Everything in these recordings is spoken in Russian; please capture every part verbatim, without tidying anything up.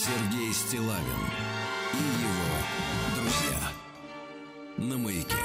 Сергей Стиллавин и его друзья на Маяке.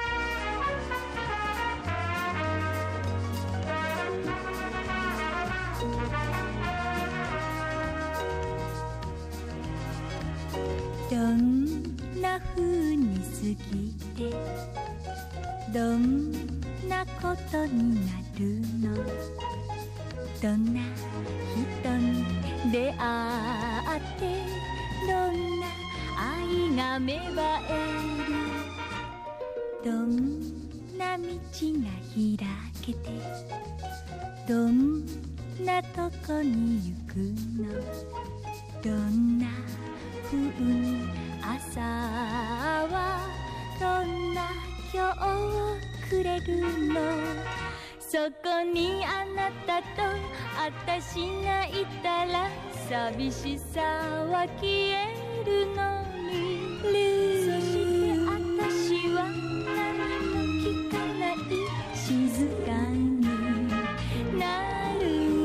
どんな風に過ぎてどんなことになるの、どんな人に出会ってどんな愛が芽生える、どんな道が開けてどんなとこに行くの、どんな風に朝はどんな今日をくれるの、そこにあなたと私がいたら寂しさは消えるのに、そして私は何も聞かない静かになる。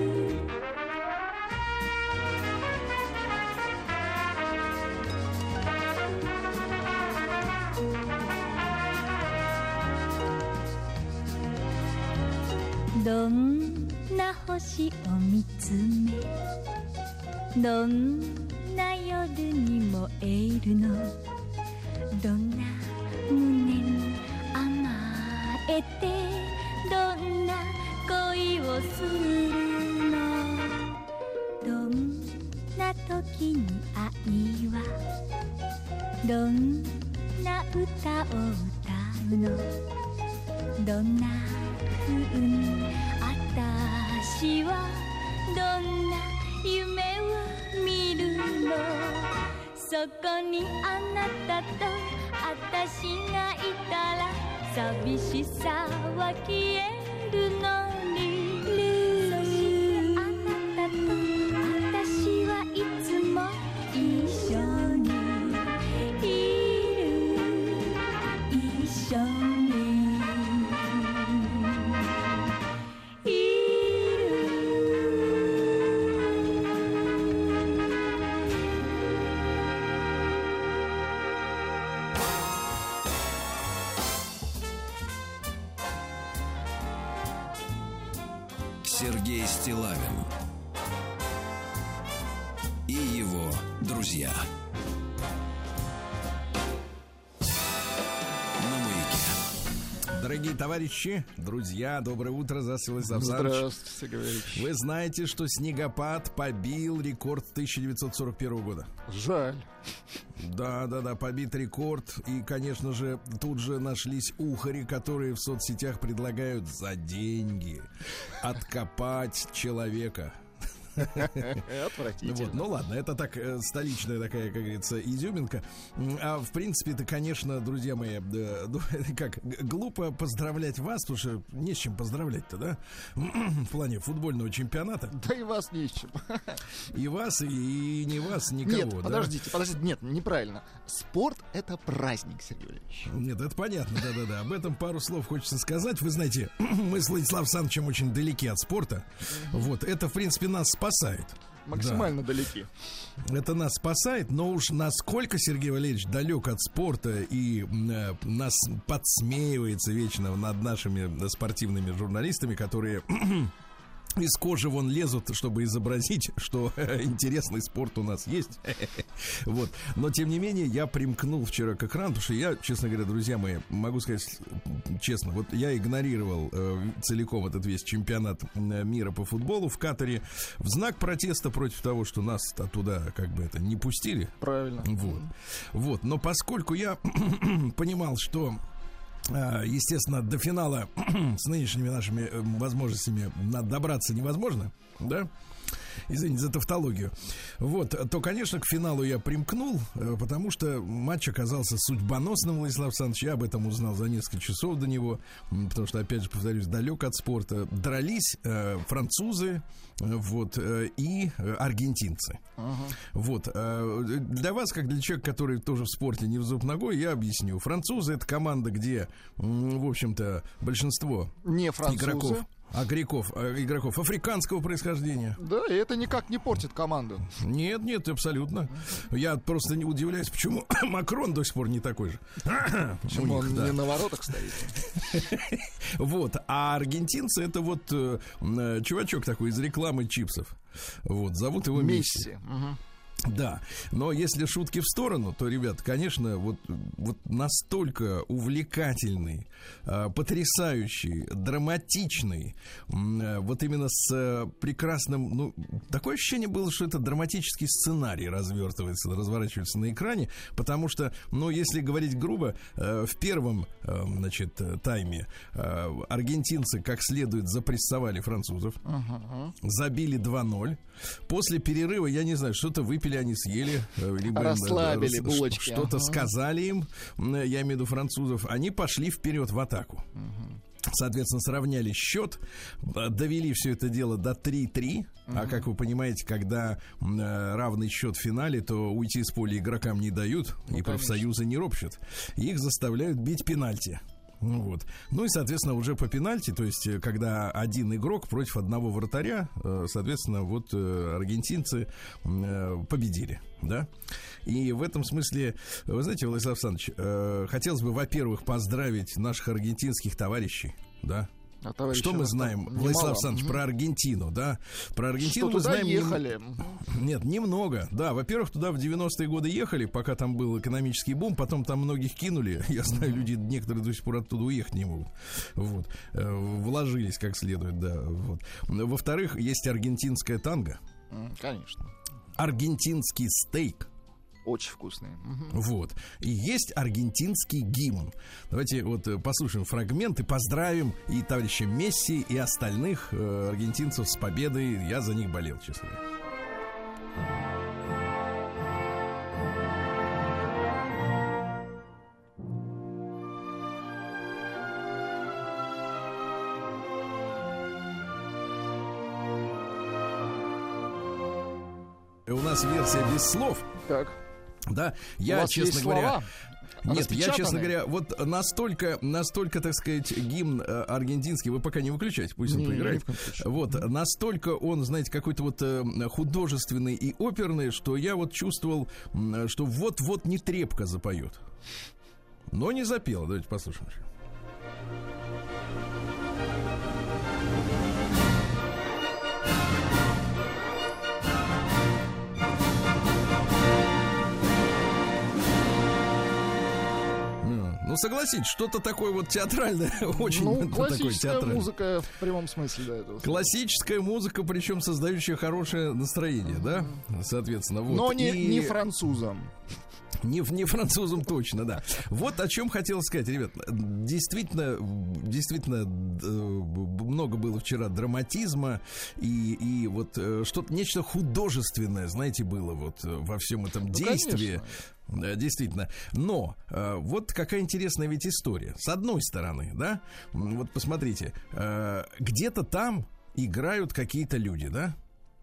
どんな星を見つめどんな夜に燃えるの、どんな胸に甘えてどんな恋をするの、どんな時に愛はどんな歌を歌うの、どんな風に私はどんな夢を見るの、そこにあなたと私がいたら寂しさは消えるのに、そしてあなたと私はいつも一緒にいる、一緒に Сергей Стиллавин и его друзья на Маяке. Дорогие товарищи, друзья, доброе утро, Засилась Завсаныч. Здравствуйте, Сергей Валерьевич. Вы знаете, что снегопад побил рекорд тысяча девятьсот сорок первого года? Жаль. Да, да, да, побит рекорд. И, конечно же, тут же нашлись ухари, которые в соцсетях предлагают за деньги откопать человека. Отвратительно. Вот, ну ладно, это так э, столичная такая, как говорится, изюминка. А в принципе, это, конечно, друзья мои, э, как глупо поздравлять вас, потому что не с чем поздравлять-то, да? В плане футбольного чемпионата. Да и вас не с чем. И вас, и, и не вас, никого. Нет, да? подождите, подождите, нет, неправильно. Спорт — это праздник, Сергей Валерьевич. Нет, это понятно, да-да-да. Об этом пару слов хочется сказать. Вы знаете, мы с Владиславом Александровичем очень далеки от спорта. Вот, это, в принципе, нас спасает. Максимально да. далеки. Это нас спасает, но уж насколько Сергей Валерьевич далек от спорта и э, нас подсмеивается вечно над нашими спортивными журналистами, которые из кожи вон лезут, чтобы изобразить, что интересный спорт у нас есть. Вот. Но, тем не менее, я примкнул вчера к экрану, потому что я, честно говоря, друзья мои, могу сказать честно, вот я игнорировал э, целиком этот весь чемпионат мира по футболу в Катаре в знак протеста против того, что нас туда как бы это не пустили. Правильно. Вот. Вот. Но поскольку я понимал, что естественно, до финала с нынешними нашими возможностями добраться невозможно, да? Извините за тавтологию. Вот, то, конечно, к финалу я примкнул, потому что матч оказался судьбоносным, Владислав Александрович. Я об этом узнал за несколько часов до него, потому что, опять же, повторюсь, далек от спорта. Дрались э, французы, вот, э, и аргентинцы. Uh-huh. Вот, э, для вас, как для человека, который тоже в спорте не в зуб ногой, я объясню. Французы — это команда, где, в общем-то, большинство не французы. игроков... игроков, игроков африканского происхождения. Да, и это никак не портит команду. Нет, нет, абсолютно. Я просто не удивляюсь, почему Макрон до сих пор не такой же. Почему он не на воротах стоит? Вот, а аргентинцы это вот чувачок такой из рекламы чипсов. Вот, зовут его Месси. Да, но если шутки в сторону, то, ребят, конечно, вот, вот настолько увлекательный, потрясающий, драматичный, вот именно с прекрасным, ну, такое ощущение было, что это драматический сценарий развертывается, разворачивается на экране, потому что, ну, если говорить грубо, в первом, значит, тайме аргентинцы как следует запрессовали французов, uh-huh. забили два ноль, после перерыва, я не знаю, что-то выпили, они съели, либо расслабили им, булочки, что-то ага. сказали им, я имею в виду французов, они пошли вперед в атаку. Угу. Соответственно, сравняли счет, довели все это дело до три-три, угу. а как вы понимаете, когда равный счет в финале, то уйти с поля игрокам не дают, ну, и конечно. Профсоюзы не ропщут. Их заставляют бить пенальти. Вот. Ну и, соответственно, уже по пенальти, то есть, когда один игрок против одного вратаря, соответственно, вот аргентинцы победили, да. И в этом смысле, вы знаете, Владислав Александрович, хотелось бы, во-первых, поздравить наших аргентинских товарищей, да. А что мы знаем, Владислав Александрович, угу. про Аргентину, да? Про Аргентину что мы знаем... ехали. Нем... Нет, немного, да. Во-первых, туда в девяностые годы ехали, пока там был экономический бум, потом там многих кинули. Я знаю, люди, некоторые до сих пор оттуда уехать не могут. Вот. Вложились как следует, да. Вот. Во-вторых, есть аргентинская танго. Конечно. Аргентинский стейк. Очень вкусные. Угу. Вот. И есть аргентинский гимн. Давайте вот послушаем фрагмент и поздравим и товарища Месси, и остальных э, аргентинцев с победой. Я за них болел, честно говоря. У нас версия без слов. Так. Да, я, честно говоря... Слова? Нет, я, честно говоря, вот настолько, настолько, так сказать, гимн э, аргентинский, вы пока не выключайте, пусть он поиграет. Вот, настолько он, знаете, какой-то вот э, художественный и оперный, что я вот чувствовал, э, что вот-вот не трепка запоет. Но не запела. Давайте послушаем. Ну, согласитесь, что-то такое вот театральное, очень ну, такое театральное. Музыка в прямом смысле, да, этого. Классическая музыка, причем создающая хорошее настроение, mm-hmm. да, соответственно. Вот. Но не, И... не французам. Не, не французам точно, да. Вот о чем хотел сказать, ребят. Действительно, действительно много было вчера драматизма и, и вот что-то, нечто художественное, знаете, было вот во всем этом ну, действии. Конечно. Действительно. Но э, вот какая интересная ведь история. С одной стороны, да, вот посмотрите, э, где-то там играют какие-то люди, да,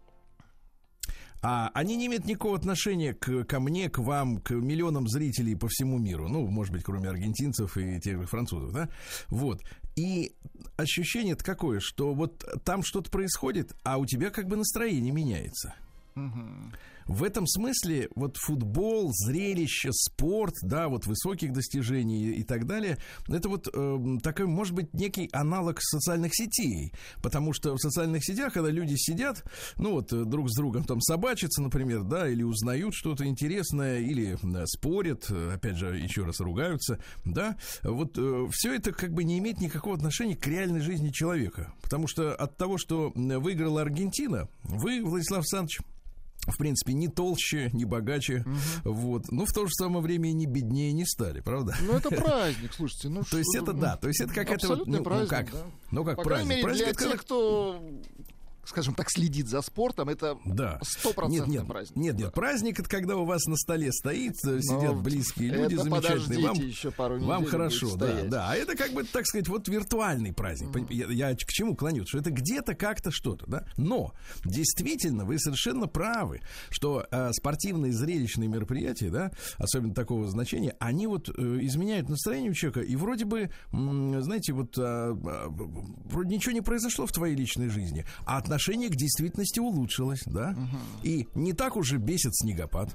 а они не имеют никакого отношения к, ко мне, к вам, к миллионам зрителей по всему миру. Ну, может быть, кроме аргентинцев и тех же французов, да? Вот. И ощущение-то какое, что вот там что-то происходит, а у тебя как бы настроение меняется. Угу. В этом смысле вот футбол, зрелище, спорт, да, вот высоких достижений и так далее, это вот э, такой, может быть, некий аналог социальных сетей, потому что в социальных сетях, когда люди сидят, ну вот друг с другом там собачатся, например, да, или узнают что-то интересное, или да, спорят, опять же, еще раз ругаются, да, вот э, все это как бы не имеет никакого отношения к реальной жизни человека, потому что от того, что выиграла Аргентина, вы, Владислав Александрович, в принципе, не толще, не богаче, угу. вот. Но в то же самое время и не беднее не стали, правда? Ну, это праздник, слушайте. Ну, то есть это, да, то есть это какая-то... Абсолютный вот, ну, праздник, ну, как, да. ну, как По праздник. крайней мере, праздник для это... тех, кто скажем так, следит за спортом, это Да. стопроцентный Нет, нет, праздник. нет, нет, Да. праздник — это когда у вас на столе стоит, э, сидят Ну, близкие люди, это замечательные. Вам, еще пару недель вам будет хорошо, да, стоять. да. А это как бы, так сказать, вот виртуальный праздник. Mm-hmm. Я, я к чему клоню? Что это где-то как-то что-то, да? Но действительно, вы совершенно правы, что э, спортивные зрелищные мероприятия, да, особенно такого значения, они вот э, изменяют настроение у человека, и вроде бы, м, знаете, вот э, э, вроде ничего не произошло в твоей личной жизни, а отношение к действительности улучшилось, да? Uh-huh. И не так уже бесит снегопад.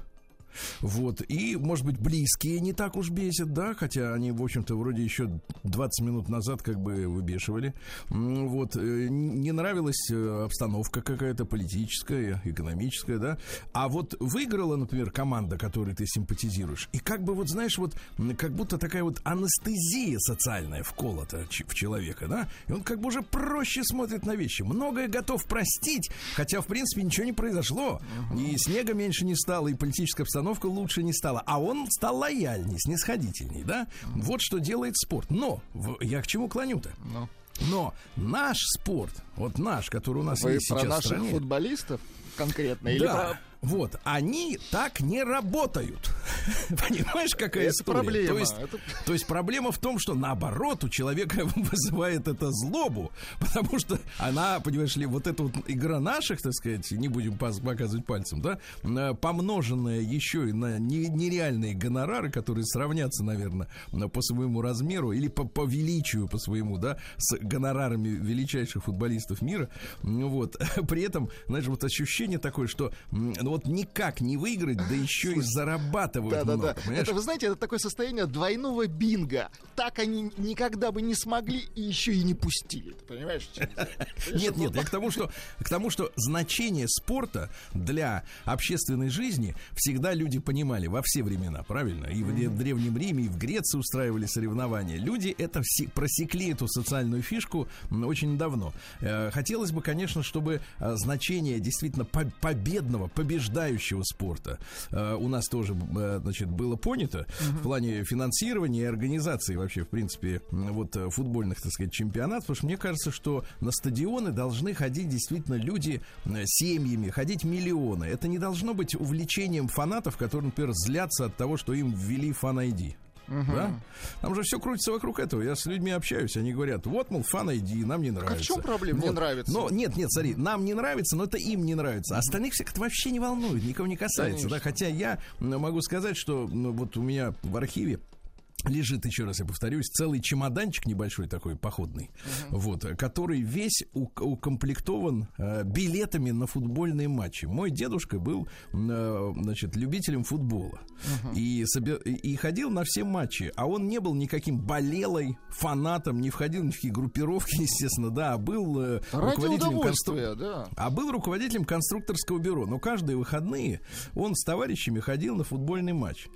Вот, и, может быть, близкие не так уж бесят, да, хотя они, в общем-то, вроде еще двадцать минут назад как бы выбешивали. Вот, не нравилась обстановка какая-то политическая, экономическая, да. А вот выиграла, например, команда, которой ты симпатизируешь, и как бы вот, знаешь, вот, как будто такая вот анестезия социальная вколота в человека, да, и он как бы уже проще смотрит на вещи, многое готов простить, хотя, в принципе, ничего не произошло, и снега меньше не стало, и политическая обстановка лучше не стала, а он стал лояльней, снисходительней, да? Вот что делает спорт. Но я к чему клоню-то? Но, Но наш спорт, вот наш, который у нас Вы есть про сейчас наших в стране, футболистов конкретно? Да. Или про... Вот, они так не работают. Понимаешь, какая это история? Проблема. То есть, это... то есть проблема в том, что наоборот у человека вызывает это злобу, потому что она, понимаешь ли, вот эта вот игра наших, так сказать, не будем показывать пальцем, да, помноженная еще и на нереальные гонорары, которые сравнятся, наверное, по своему размеру или по, по величию по своему, да, с гонорарами величайших футболистов мира. Вот. При этом, знаешь, вот ощущение такое, что ну вот никак не выиграть, да еще и зарабатывают да, много. Да, да. Это, вы знаете, это такое состояние двойного бинго. Так они никогда бы не смогли и еще и не пустили. Ты понимаешь? Нет, нет, я к тому, что к тому, что значение спорта для общественной жизни всегда люди понимали во все времена, правильно? И в Древнем Риме, и в Греции устраивали соревнования. Люди это все просекли эту социальную фишку очень давно. Хотелось бы, конечно, чтобы значение действительно победного, побеждающего спорта у нас тоже, значит, было понято uh-huh. в плане финансирования и организации вообще, в принципе, вот футбольных, так сказать, чемпионатов, потому что мне кажется, что на стадионы должны ходить действительно люди семьями, ходить миллионы. Это не должно быть увлечением фанатов, которые, например, злятся от того, что им ввели Fan ай ди. Uh-huh. Да? Там же все крутится вокруг этого. Я с людьми общаюсь, они говорят, вот, мол, Fan ай ди, нам не нравится. А в чем проблема? Вот. Не нравится. Но нет, нет, смотри, нам не нравится, но это им не нравится. Остальных всех это вообще не волнует, никого не касается. Да? Хотя я могу сказать, что ну, вот у меня в архиве лежит, еще раз я повторюсь, целый чемоданчик небольшой такой, походный, uh-huh. вот, который весь у- укомплектован э, билетами на футбольные матчи. Мой дедушка был, э, значит, любителем футбола uh-huh. и, собе- и ходил на все матчи, а он не был никаким болелой, фанатом, не входил ни в какие группировки, естественно, да, а был э, руководителем констру... да. а был руководителем конструкторского бюро. Но каждые выходные он с товарищами ходил на футбольный матч.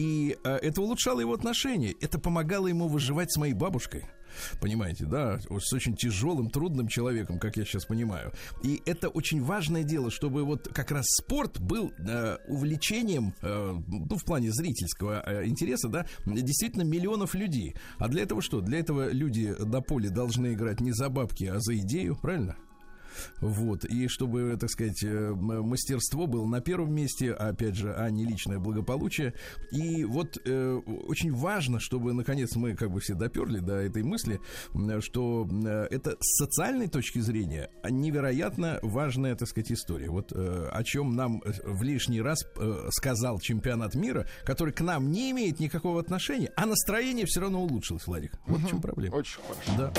И э, это улучшало его отношения. Это помогало ему выживать с моей бабушкой. Понимаете, да, с очень тяжелым, трудным человеком, как я сейчас понимаю. И это очень важное дело, чтобы вот как раз спорт был э, увлечением, э, ну, в плане зрительского э, интереса, да, действительно миллионов людей. А для этого что? Для этого люди на поле должны играть не за бабки, а за идею, правильно? Вот, и чтобы, так сказать, мастерство было на первом месте, опять же, а не личное благополучие. И вот э, очень важно, чтобы, наконец, мы как бы все доперли до этой мысли, что э, это с социальной точки зрения невероятно важная, так сказать, история. Вот э, о чем нам в лишний раз э, сказал чемпионат мира, который к нам не имеет никакого отношения, а настроение все равно улучшилось, Владик. Вот угу. в чем проблема. Очень хорошо. Да.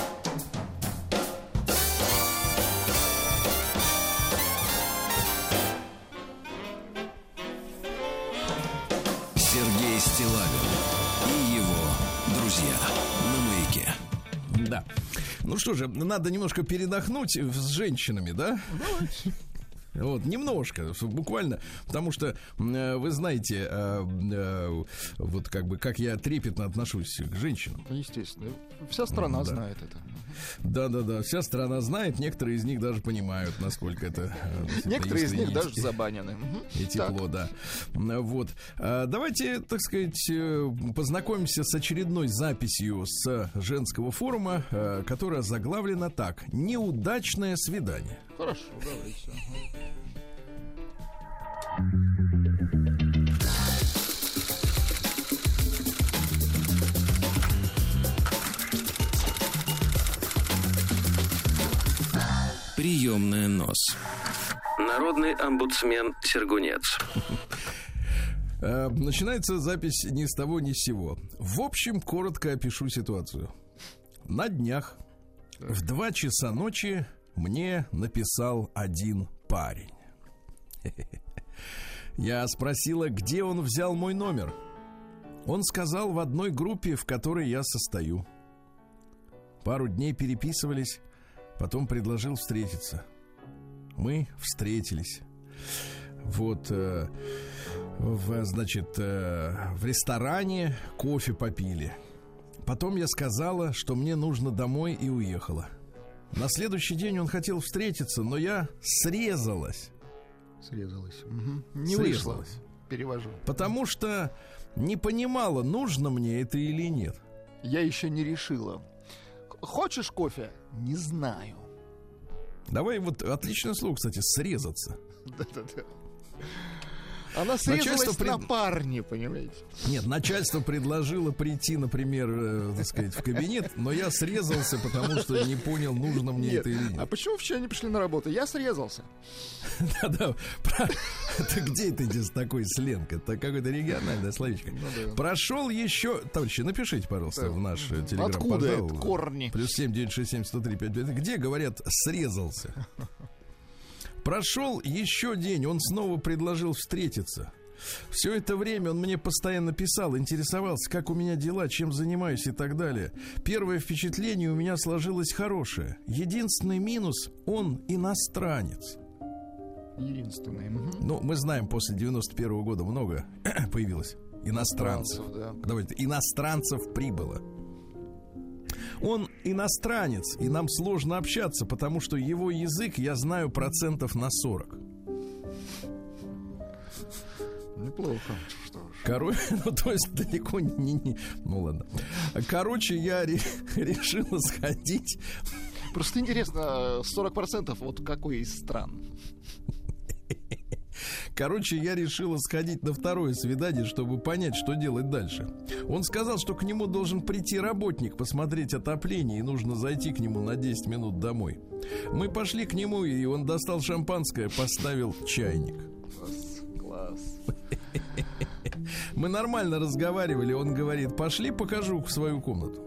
Сергей Стиллавин и его друзья на Маяке. Да. Ну что же, надо немножко передохнуть с женщинами, да? Вот, немножко, буквально, потому что, вы знаете, э, э, вот как бы, как я трепетно отношусь к женщинам. Естественно, вся страна да. знает это. Да-да-да, вся страна знает, некоторые из них даже понимают, насколько это... Некоторые из них даже забанены. И тепло, да. Вот. Давайте, так сказать, познакомимся с очередной записью с женского форума, которая заглавлена так: «Неудачное свидание». Хорошо, давайте. Приемная нос. Народный омбудсмен Сергунец. Начинается запись ни с того, ни с сего. В общем, коротко опишу ситуацию. На днях в два часа ночи мне написал один парень. Я спросила, где он взял мой номер. Он сказал, в одной группе, в которой я состою. Пару дней переписывались, потом предложил встретиться. Мы встретились. Вот, э, в, значит, э, в ресторане кофе попили. Потом я сказала, что мне нужно домой, и уехала. На следующий день он хотел встретиться, но я срезалась. Срезалась. Угу. Не Срезалась. вышло. Перевожу. Потому что не понимала, нужно мне это или нет. Я еще не решила. Хочешь кофе? Не знаю. Давай, вот отличное слово, кстати, срезаться. Да-да-да. Она срезалась пред... на парне, понимаете? Нет, начальство предложило прийти, например, э, так сказать, в кабинет, но я срезался, потому что не понял, нужно мне нет. это или нет. А почему вчера не пришли на работу? Я срезался. Да-да. Это где это здесь такой сленг? Это какое-то региональное словечко. Прошел еще... Товарищи, напишите, пожалуйста, в наш телеграм-портал. Откуда это корни? Плюс семь девять шесть семь сто три пять пять. Где, говорят, срезался? Прошел еще день, он снова предложил встретиться. Все это время он мне постоянно писал, интересовался, как у меня дела, чем занимаюсь и так далее. Первое впечатление у меня сложилось хорошее. Единственный минус – он иностранец. Единственный. Ну, мы знаем, после девяносто первого года много появилось иностранцев. Да. Давайте, иностранцев прибыло. Он иностранец, и нам сложно общаться, потому что его язык я знаю процентов на сорок. Неплохо. Что ж. Короче, ну то есть далеко не, не... Ну ладно. Короче, я ре- решила сходить. Просто интересно, сорок процентов вот какой из стран? Короче, я решила сходить на второе свидание, чтобы понять, что делать дальше. Он сказал, что к нему должен прийти работник посмотреть отопление, и нужно зайти к нему на десять минут домой. Мы пошли к нему, и он достал шампанское, поставил чайник. Класс. Мы нормально разговаривали, он говорит, пошли покажу свою комнату.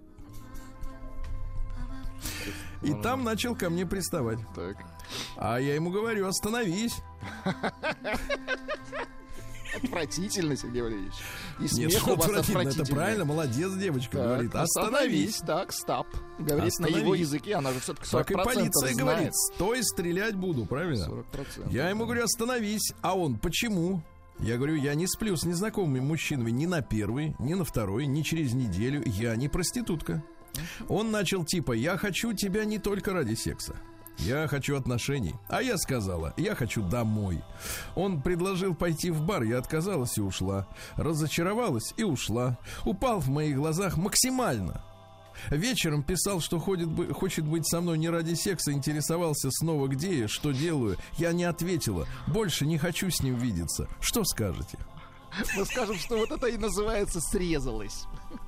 И там начал ко мне приставать. Так. А я ему говорю, остановись. Отвратительно, Сергей Валерьевич. И Нет, смех у вас отвратительно, отвратительный. это правильно, молодец, девочка, Так, говорит, остановись. остановись. Так, стоп. Говорит Остановись. на его языке, она же все-таки сорок Так и процентов полиция знает. говорит, стой, стрелять буду, правильно? сорок процентов. Я ему говорю, остановись. А он, почему? Я говорю, я не сплю с незнакомыми мужчинами ни на первый, ни на второй, ни через неделю. Я не проститутка. Он начал типа, я хочу тебя не только ради секса. Я хочу отношений. А я сказала, я хочу домой. Он предложил пойти в бар, я отказалась и ушла. Разочаровалась и ушла. Упал в моих глазах максимально. Вечером писал, что ходит, хочет быть со мной не ради секса. Интересовался снова, где я, что делаю. Я не ответила. Больше не хочу с ним видеться. Что скажете? Мы скажем, что вот это и называется «срезалось».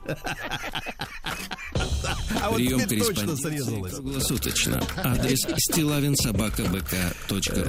А вот Прием теперь точно корреспонденции срезалось. круглосуточно. Адрес стилавин собака бэ ка точка ру.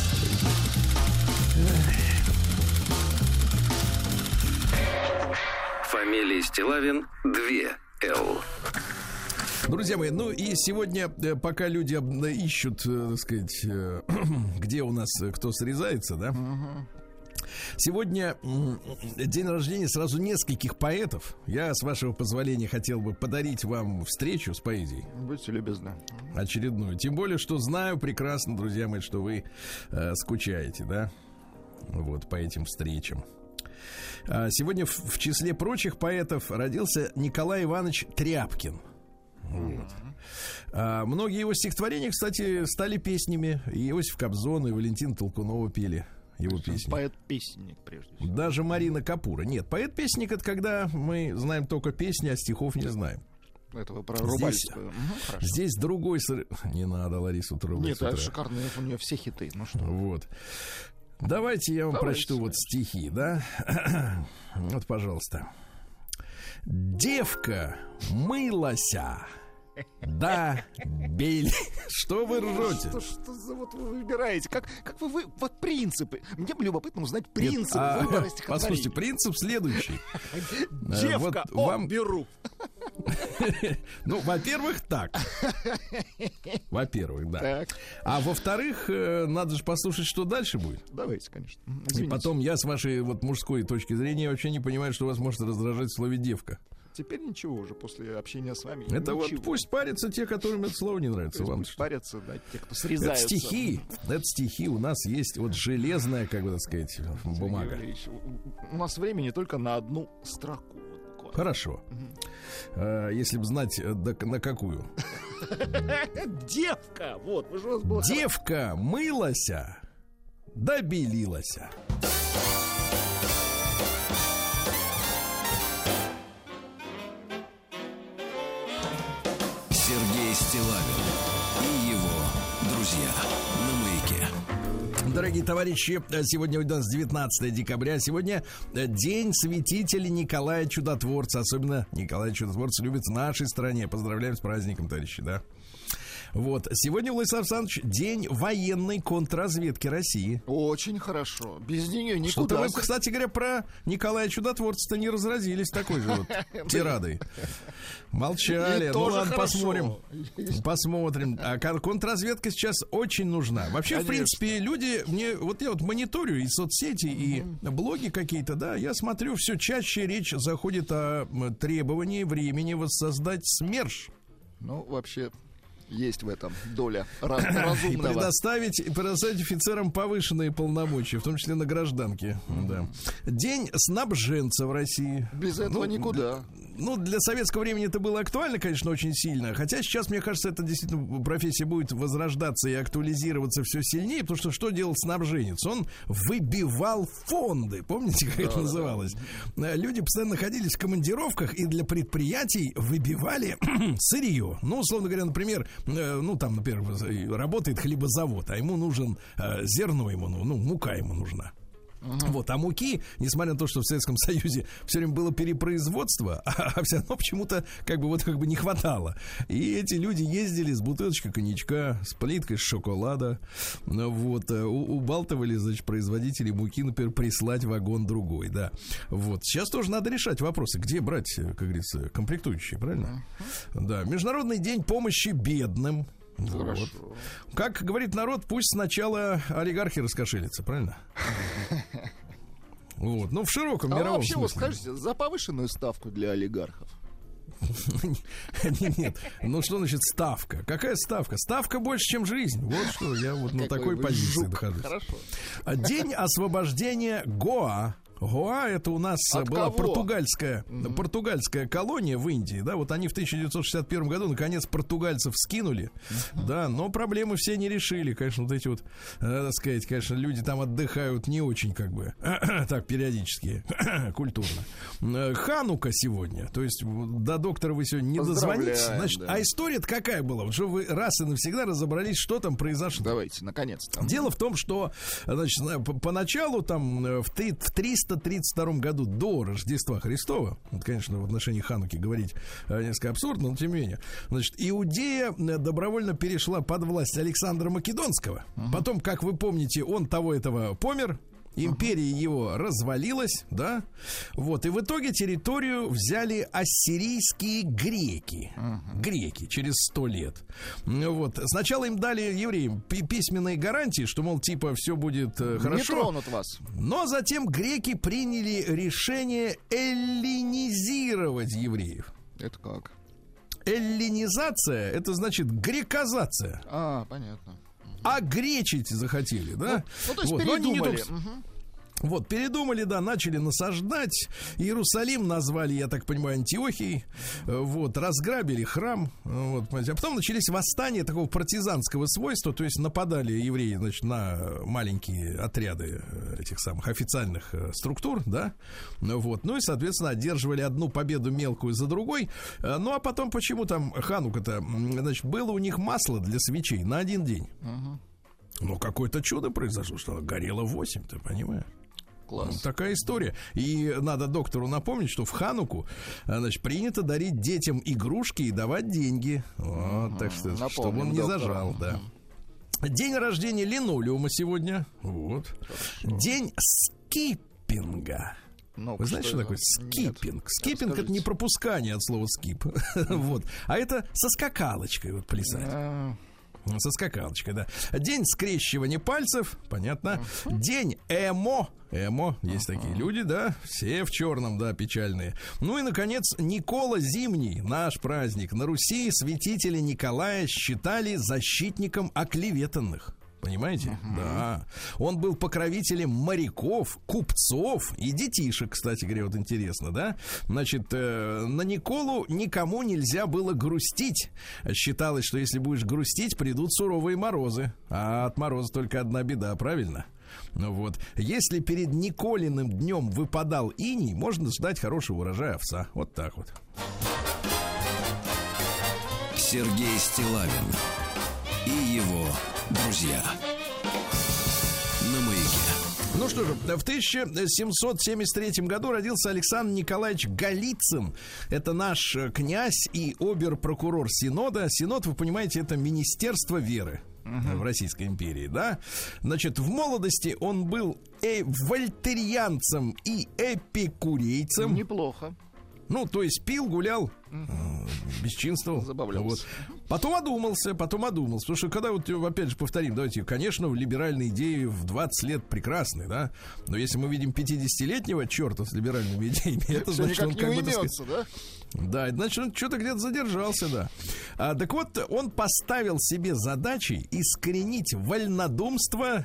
Фамилия Стилавин два эл. Друзья мои, ну и сегодня, пока люди ищут, так сказать, где у нас кто срезается, да? Сегодня день рождения сразу нескольких поэтов. Я, с вашего позволения, хотел бы подарить вам встречу с поэзией. Будьте любезны. Очередную. Тем более, что знаю прекрасно, друзья мои, что вы э, скучаете, да? Вот, по этим встречам. А сегодня в, в числе прочих поэтов родился Николай Иванович Тряпкин. Вот. А, многие его стихотворения, кстати, стали песнями. И Иосиф Кобзон, и Валентина Толкунова пели его песни. Поэт-песенник, прежде всего. Даже Марина Капура. Нет, поэт-песенник — это когда мы знаем только песни, а стихов не знаем. этого про Рубальскую. Здесь, угу, здесь другой... Не надо Ларису трогать. Нет, это шикарно, у нее все хиты. Ну что? Вот. Давайте я вам Давайте. прочту вот стихи, да? Вот, пожалуйста. Девка мылася, да бели. Что вы ржете? Что, что за вот вы выбираете? Как, как вы, вы... Вот принципы. Мне бы любопытно узнать принцип Нет, выбора а, стихотворения. Послушайте, принцип следующий. Девка, вот вам... беру. Ну, во-первых, так. Во-первых, да. Так. А во-вторых, надо же послушать, что дальше будет. Давайте, конечно. Извините. И потом я с вашей вот мужской точки зрения вообще не понимаю, что вас может раздражать в слове «девка». Теперь ничего уже после общения с вами. Это ничего. Вот пусть парятся те, которым это слово не нравится. Вам что? Парятся, да, те, кто срезаются. Это стихи. Это стихи. У нас есть вот железная, как бы так сказать, бумага. Сергей у нас времени только на одну строку. Вот, хорошо. Угу. А, если бы знать, да, на какую. Девка! Вот, вы же у вас было... Девка мылася, да белилася. Сергей Стиллавин и его друзья на Маяке. Дорогие товарищи, сегодня у нас девятнадцатое декабря. Сегодня день святителя Николая Чудотворца. Особенно Николая Чудотворца любят в нашей стране. Поздравляем с праздником, товарищи, да. Вот. Сегодня, Владислав Александрович, день военной контрразведки России. Очень хорошо. Без нее никуда. Что-то вы, кстати говоря, про Николая Чудотворца-то не разразились такой же вот тирадой. Молчали. Ну ладно, посмотрим. Посмотрим. А контрразведка сейчас очень нужна. Вообще, в принципе, люди... мне Вот я вот мониторю и соцсети, и блоги какие-то, да, я смотрю, все чаще речь заходит о требовании времени воссоздать СМЕРШ. Ну, вообще... Есть в этом доля раз, разумного. И предоставить, и предоставить офицерам повышенные полномочия, в том числе на гражданке. Mm-hmm. Да. День снабженца в России. Без этого ну, никуда. Ну, для советского времени это было актуально, конечно, очень сильно. Хотя сейчас, мне кажется, это действительно профессия будет возрождаться и актуализироваться все сильнее. Потому что что делал снабженец? Он выбивал фонды. Помните, как да, это называлось? Да. Люди постоянно находились в командировках и для предприятий выбивали сырье. Ну, условно говоря, например, ну, там, например, работает хлебозавод, а ему нужен э, зерно, ему, ну, мука ему нужна. Uh-huh. Вот, а муки, несмотря на то, что в Советском Союзе все время было перепроизводство, а, а все равно почему-то как бы вот как бы не хватало. И эти люди ездили с бутылочкой коньячка, с плиткой шоколада, вот, у, убалтывали, значит, производители муки, например, прислать вагон другой, да. Вот, сейчас тоже надо решать вопросы, где брать, как говорится, комплектующие, правильно? Uh-huh. Да, Международный день помощи бедным. Вот. Как говорит народ, пусть сначала олигархи раскошелятся, правильно? Вот, ну в широком а мировом вообще, смысле. Вот скажите, за повышенную ставку для олигархов? Нет, ну что значит ставка? Какая ставка? Ставка больше, чем жизнь. Вот что я вот на такой позиции нахожусь. День освобождения Гоа. Гоа — это у нас От была кого? португальская, mm-hmm. португальская колония в Индии, да, вот они в тысяча девятьсот шестьдесят первом году наконец португальцев скинули, mm-hmm. да, но проблемы все не решили, конечно, вот эти вот, надо сказать, конечно, люди там отдыхают не очень, как бы, так, периодически, культурно. Ханука сегодня, то есть до доктора вы сегодня не дозвонитесь, значит, да. А история-то какая была, вот, что вы раз и навсегда разобрались, что там произошло. Давайте, наконец-то. Дело в том, что, значит, поначалу там в триста тридцать втором году до Рождества Христова, вот, конечно, в отношении Хануки говорить несколько абсурдно, но тем не менее, значит, Иудея добровольно перешла под власть Александра Македонского. Uh-huh. Потом, как вы помните, он того этого помер. Империя uh-huh. его развалилась, да, вот, и в итоге территорию взяли ассирийские греки, uh-huh. греки через сто лет, вот, сначала им дали, евреям, письменные гарантии, что, мол, типа, все будет э, хорошо, не тронут вас, но затем греки приняли решение эллинизировать евреев. Это как? Эллинизация, это значит греказация. А, понятно. А гречить захотели, да? Ну, ну то есть вот. передумали. Только... Угу. Вот, передумали, да, начали насаждать. Иерусалим назвали, я так понимаю, Антиохией. Вот, разграбили храм. Вот, а потом начались восстания такого партизанского свойства. То есть нападали евреи, значит, на маленькие отряды этих самых официальных структур, да. Вот, ну и, соответственно, одерживали одну победу мелкую за другой. Ну, а потом почему там Ханука-то? Значит, было у них масло для свечей на один день. Uh-huh. Ну, какое-то чудо произошло, что горело восемь, ты понимаешь? Класс. Вот такая история. И надо доктору напомнить, что в Хануку, значит, принято дарить детям игрушки и давать деньги. Вот, mm-hmm. так что, напомним, чтобы он не доктору. Зажал, да. День рождения линолеума сегодня. Вот. Хорошо. День скиппинга. Ну, вы знаете, что, что такое скиппинг? Нет. Скиппинг — это не пропускание от слова скип. Вот. А это со скакалочкой вот плясать. Со скакалочкой, да. День скрещивания пальцев, понятно. Uh-huh. День эмо. Эмо, есть uh-huh. такие люди, да. Все в черном, да, печальные. Ну и, наконец, Никола Зимний, наш праздник. На Руси святителя Николая считали защитником оклеветанных. Понимаете? Uh-huh. Да. Он был покровителем моряков, купцов и детишек, кстати говоря, вот интересно, да? Значит, э, на Николу никому нельзя было грустить. Считалось, что если будешь грустить, придут суровые морозы. А от мороза только одна беда, правильно? Ну вот. Если перед Николиным днем выпадал иней, можно ждать хорошего урожая овса. Вот так вот. Сергей Стиллавин и его друзья на Маяке. Ну что же, в тысяча семьсот семьдесят третьем году родился Александр Николаевич Голицын. Это наш князь и обер-прокурор Синода. Синод, вы понимаете, это Министерство веры uh-huh. в Российской империи, да? Значит, в молодости он был э- вольтерианцем и эпикурейцем. Неплохо. Ну, то есть пил, гулял, uh-huh. э, бесчинствовал. Забавлялся. Вот. Потом одумался, потом одумался. Потому что когда, вот опять же повторим, давайте, конечно, либеральные идеи в двадцать лет прекрасны, да? Но если мы видим пятидесятилетнего черта с либеральными идеями, это значит, он как бы... Уймется, да? Да, значит, он что-то где-то задержался, да. А, так вот, он поставил себе задачей искоренить вольнодумство,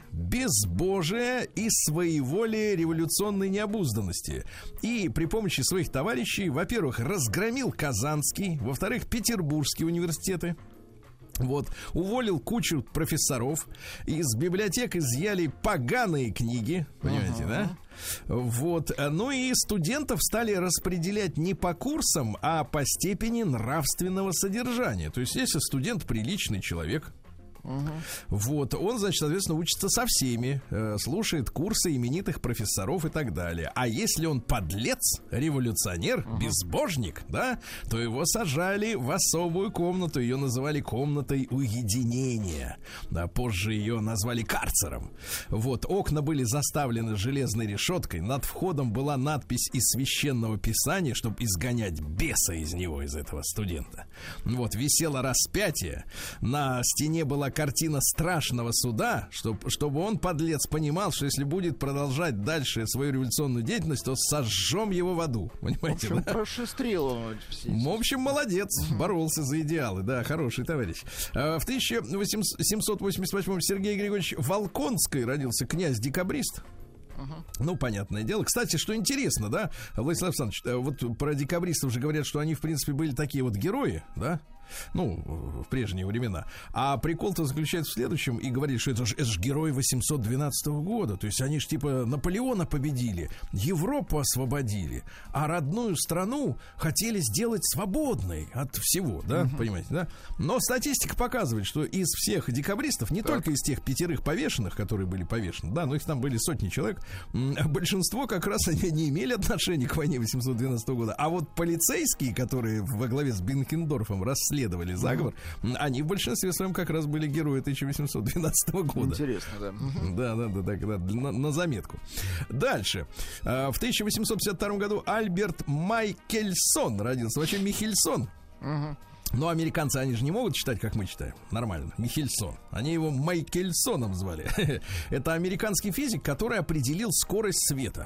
безбожие и своеволие революционной необузданности. И при помощи своих товарищей, во-первых, разгромил Казанский, во-вторых, Петербургский университеты. Вот, уволил кучу профессоров, из библиотек изъяли поганые книги, понимаете, uh-huh. да? Вот, ну и студентов стали распределять не по курсам, а по степени нравственного содержания. То есть, если студент приличный человек, Uh-huh. вот, он, значит, соответственно, учится со всеми, э, слушает курсы именитых профессоров и так далее. А если он подлец, революционер, uh-huh. безбожник, да, то его сажали в особую комнату. Ее называли комнатой уединения. Да, позже ее назвали карцером. Вот, окна были заставлены железной решеткой. Над входом была надпись из священного писания, чтобы изгонять беса из него, из этого студента. Вот, висело распятие. На стене была картина страшного суда, чтобы, чтобы он, подлец, понимал, что если будет продолжать дальше свою революционную деятельность, то сожжем его в аду. Понимаете, в общем, да? прошестрил он. В общем, молодец, боролся за идеалы, да, хороший товарищ. В тысяча семьсот восемьдесят восьмом Сергей Григорьевич Волконский родился, князь-декабрист. Uh-huh. Ну, понятное дело. Кстати, что интересно, да, Владислав Александрович, вот про декабристов же говорят, что они, в принципе, были такие вот герои, да? Ну, в прежние времена. А прикол-то заключается в следующем. И говорит, что это же, это же герой восемьсот двенадцатого года. То есть они же типа Наполеона победили, Европу освободили, а родную страну хотели сделать свободной от всего, да, uh-huh. понимаете, да? Но статистика показывает, что из всех декабристов, не так. только из тех пятерых повешенных, которые были повешены, да, но их там были сотни человек, большинство как раз они не имели отношения к войне восемьсот двенадцатого года. А вот полицейские, которые во главе с Бенкендорфом расследовали заговор, uh-huh. они в большинстве своем как раз были герои тысяча восемьсот двенадцатого года. Интересно, да. Uh-huh. Да, да, да, да, да на, на заметку. Дальше. В тысяча восемьсот пятьдесят втором году Альберт Майкельсон родился. Вообще Михельсон. Uh-huh. Но американцы, они же не могут читать, как мы читаем. Нормально. Михельсон. Они его Майкельсоном звали. Это американский физик, который определил скорость света.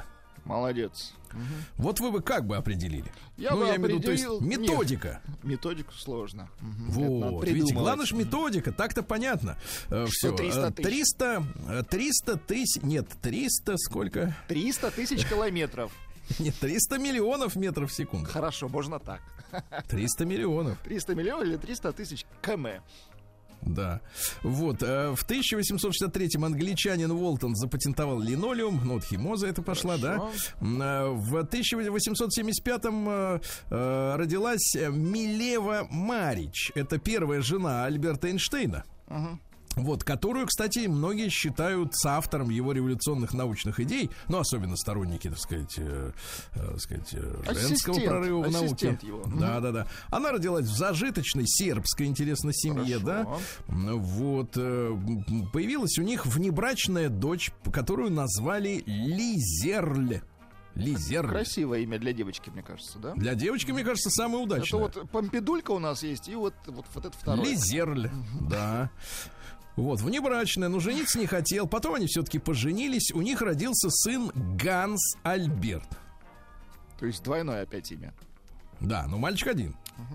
Молодец. Угу. Вот вы бы как бы определили? Я ну, бы я имею в виду, то есть определил- методика. Нет, методику сложно. Угу. Вот, видите, главное же методика, так-то понятно. Э, Что всё. триста Э, тысяч? триста, э, триста тысяч, нет, триста сколько? триста тысяч километров. Нет, триста миллионов метров в секунду. Хорошо, можно так. триста миллионов. триста миллионов или триста тысяч км. Да. Вот. э, В тысяча восемьсот шестьдесят третьем англичанин Уолтон запатентовал линолеум. Ну, вот химоза это пошла, Хорошо. да. Э, В тысяча восемьсот семьдесят пятом э, э, родилась Милева Марич. Это первая жена Альберта Эйнштейна. Угу. Вот, которую, кстати, многие считают соавтором его революционных научных идей, ну, особенно сторонники, так сказать, э, э, так сказать э, женского Ассистент, прорыва в науке. ассистент его. Да, да, да. Она родилась в зажиточной сербской, интересно, семье, Хорошо. да. Вот. э, м, Появилась у них внебрачная дочь, которую назвали Лизерль. Лизерль. Красивое имя для девочки, мне кажется, да? Для девочки, мне кажется, самое Это удачное. вот Помпидулька у нас есть, и вот, вот, вот это второе. Лизерль, да. Вот, внебрачная, но жениться не хотел. Потом они все-таки поженились. У них родился сын Ганс Альберт. То есть двойное опять имя. Да, но мальчик один.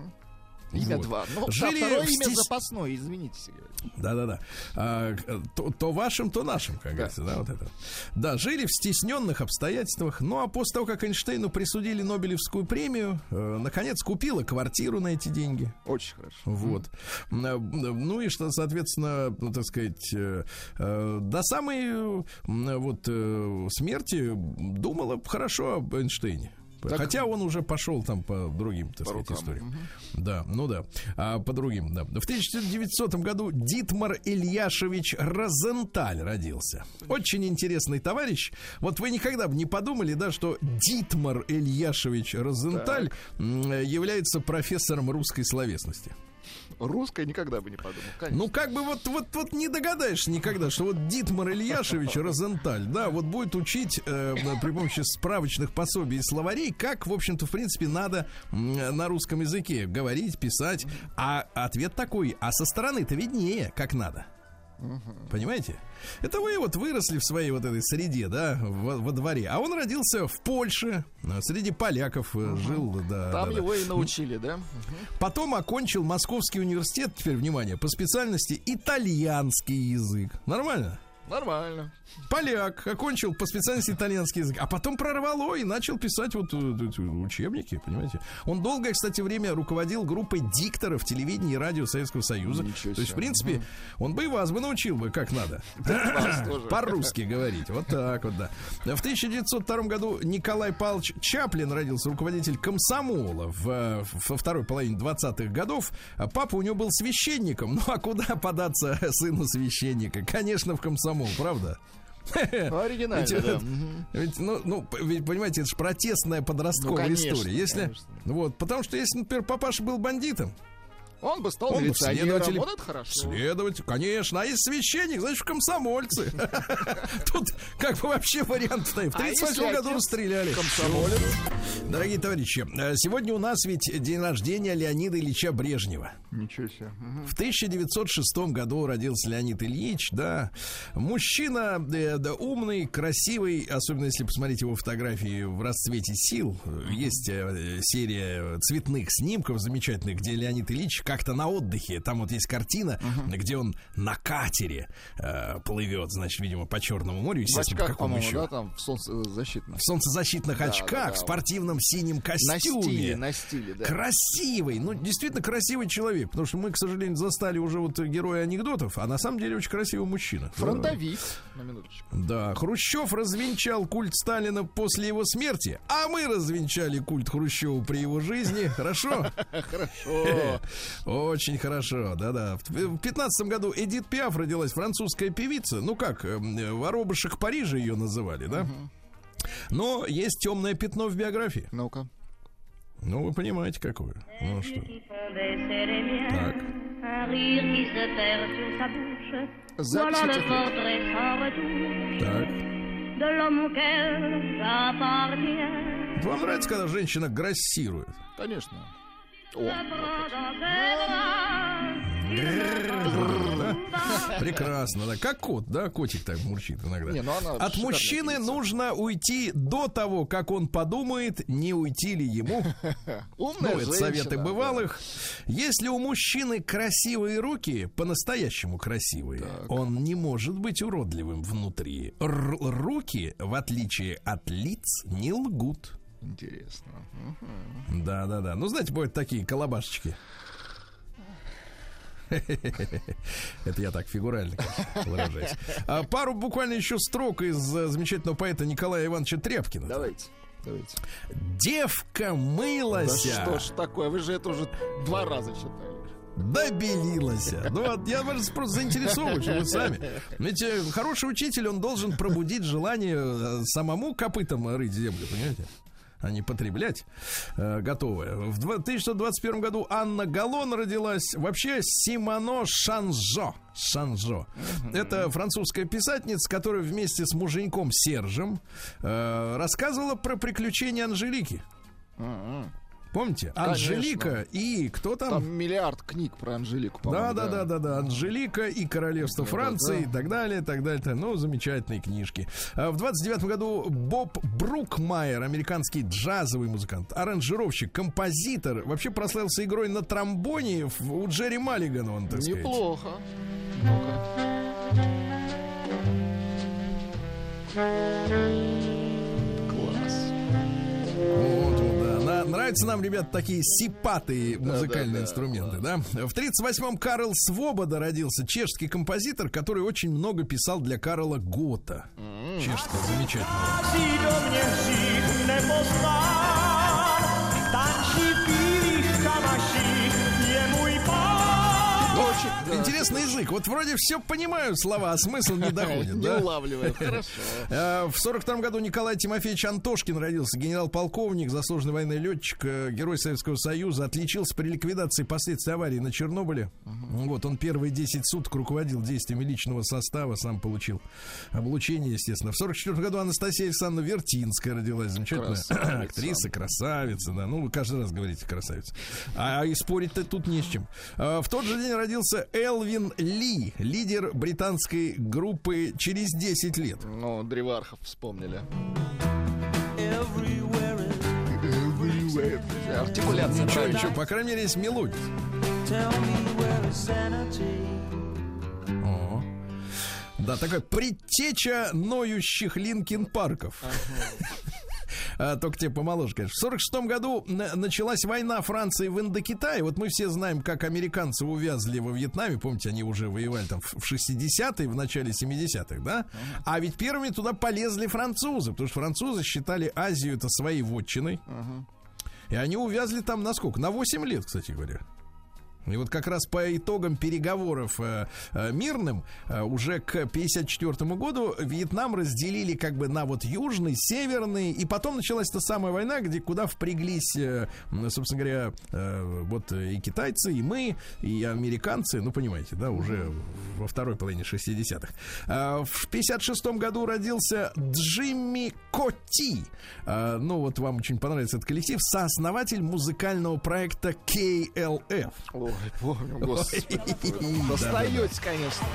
Имя Вот. два. Ну, Жили да, второе в имя стес- запасное, извините, Сергей. Да-да-да. А, то, то вашим, то нашим, как Да. говорится, да, вот это. Да, жили в стесненных обстоятельствах. Ну, а после того, как Эйнштейну присудили Нобелевскую премию, э, наконец купила квартиру на эти деньги. Очень хорошо. Вот. Э, Ну и что, соответственно, ну, так сказать, э, э, до самой э, вот э, смерти думала хорошо об Эйнштейне. Так. Хотя он уже пошел там по другим, так По сказать, рукам. историям. Да, ну да. А по другим, да. В тысяча девятисотом году Дитмар Ильяшевич Розенталь родился. Очень интересный товарищ. Вот вы никогда бы не подумали, да, что Дитмар Ильяшевич Розенталь м, является профессором русской словесности. Русское никогда бы не подумал. Конечно. Ну, как бы вот, вот, вот не догадаешься никогда, что вот Дитмар Ильяшевич Розенталь, да, вот будет учить э, при помощи справочных пособий и словарей, как, в общем-то, в принципе, надо м, на русском языке говорить, писать. А ответ такой, а со стороны-то виднее, как надо. Понимаете? Это вы вот выросли в своей вот этой среде, да, во, во дворе. А он родился в Польше, среди поляков э, жил, да. Там да, его да. и научили, да? Потом окончил Московский университет, теперь, внимание, по специальности итальянский язык. Нормально? Нормально. Поляк, окончил по специальности итальянский язык, а потом прорвало и начал писать вот э, эти учебники, понимаете? Он долгое, кстати, время руководил группой дикторов телевидения и радио Советского Союза. Ничего То есть, в себе. принципе, он бы и вас бы научил бы, как надо. Вас тоже. По-русски говорить. Вот так вот, да. В тысяча девятьсот втором году Николай Павлович Чаплин родился, руководитель комсомола в, э, во второй половине двадцатых годов. А папа у него был священником. Ну, а куда податься сыну священника? Конечно, в комсомол, правда? Ну, оригинально, Ведь, да. ведь, ну, ну, ведь, понимаете, это же протестная подростковая Ну, конечно, история. Если, конечно. вот, потому что если, например, папаша был бандитом, Он бы стал он бы милиционером. следователем. Вот это хорошо. Следователь, конечно. А если священник, значит, в комсомольцы. Тут как бы вообще вариант стоит. В А тридцать если восьмом году отец расстреляли. комсомолец? Дорогие товарищи, э, сегодня у нас ведь день рождения Леонида Ильича Брежнева. Ничего себе. Мгм. В тысяча девятьсот шестом году родился Леонид Ильич, да. Мужчина э, да, умный, красивый, особенно если посмотреть его фотографии в расцвете сил. Есть э, серия цветных снимков замечательных, где Леонид Ильич как-то на отдыхе. Там вот есть картина, uh-huh. где он на катере э, плывет, значит, видимо, по Черному морю. В Естественно, по очках, какому по-моему, еще? да, там в солнцезащитных. В солнцезащитных Да, очках, да, да. в спортивном синем На костюме. стиле, на стиле, да. Красивый, ну, действительно красивый человек. Потому что мы, к сожалению, застали уже вот героя анекдотов, а на самом деле очень красивый мужчина. Фронтовик, на минуточку. Да, Хрущев развенчал культ Сталина после его смерти, а мы развенчали культ Хрущева при его жизни. Хорошо? Хорошо. Очень хорошо, да-да. В пятнадцатом году Эдит Пиаф родилась, французская певица. Ну как, эм, воробушек Парижа ее называли, да? Но есть темное пятно в биографии. Ну-ка. Ну, вы понимаете, какое. Ну что. Так. Запись Так. Вам нравится, когда женщина грассирует? Конечно. О, Прекрасно, да. Как кот, да? Котик так мурчит иногда. Не, ну она От мужчины птица. нужно уйти до того, как он подумает, не уйти ли ему. Умная Ну, это женщина, советы да. бывалых. Если у мужчины красивые руки, по-настоящему красивые, он не может быть уродливым внутри. Р- руки, в отличие от лиц, не лгут. Интересно. Да-да-да. Ну, знаете, бывают такие колобашечки. Это я так фигурально, конечно, выражаюсь. А пару буквально еще строк из э, замечательного поэта Николая Ивановича Тряпкина. Давайте. Давайте. Девка Да мылася, что ж такое? Вы же это уже два раза читали. добелилась. Ну вот я вас просто заинтересован, что вы сами. Ведь э, хороший учитель, он должен пробудить желание э, самому копытом рыть землю, понимаете? А не потреблять э, готовое. В два- тысяча девятьсот двадцать первом году Анна Галлон родилась. Вообще Симоно Шанжо. Шанжо. Это французская писательница, которая вместе с муженьком Сержем э, рассказывала про приключения Анжелики. Помните? Конечно. Анжелика и кто там? Там миллиард книг про Анжелику, Да, по-моему. да, да, да, да. Анжелика и королевство Да, Франции, да, да. и так далее, и так далее. Ну, замечательные книжки. А В двадцать девятом году Боб Брукмайер, американский джазовый музыкант, аранжировщик, композитор, вообще прославился игрой на тромбоне в- у Джерри Маллигана, он, так сказать. Неплохо. Ну-ка. Класс. Вот, вот, да. На- нравятся нам, ребят, такие сипатые музыкальные да, да, инструменты, да? В тридцать восьмом Карл Свобода родился, чешский композитор, который очень много писал для Карла Гота. Чешского замечательного. Очень, да. Интересный язык. Вот вроде все понимаю слова, а смысл не доходит, Не да? улавливаю. Хорошо. Э, В сорок втором году Николай Тимофеевич Антошкин родился, генерал-полковник, заслуженный военный летчик, э, герой Советского Союза, отличился при ликвидации последствий аварии на Чернобыле. Вот он первые десять суток руководил действиями личного состава, сам получил облучение, естественно. В сорок четвёртом году Анастасия Александровна Вертинская родилась, замечательная Красавица. актриса, красавица, да. Ну, вы каждый раз говорите красавица. А и спорить-то тут не с чем. А, В тот же день родился Элвин Ли, лидер британской группы «Через десять лет». Ну, Древархов вспомнили. Артикуляция. Ничего, правильно. ничего, по крайней мере, есть мелодия. О. Да, такая предтеча ноющих Линкин Парков. А, только тебе помоложе, конечно. В сорок шестом году н- началась война Франции в Индокитае. Вот мы все знаем, как американцы увязли во Вьетнаме. Помните, они уже воевали там в в шестидесятые, в начале семидесятых, да? А ведь первыми туда полезли французы, потому что французы считали Азию это своей вотчиной. И они увязли там на сколько? На восемь лет, кстати говоря. И вот как раз по итогам переговоров э, э, мирным э, уже к пятьдесят четвёртому году Вьетнам разделили как бы на вот южный, северный, и потом началась та самая война, где куда впряглись, э, собственно говоря, э, вот и китайцы, и мы, и американцы, ну понимаете, да, уже во второй половине шестидесятых. Э, в пятьдесят шестом году родился Джимми Котти. Э, ну вот вам очень понравится этот коллектив, сооснователь музыкального проекта кей эл эф. Ой, помню, господи. Достаете, конечно.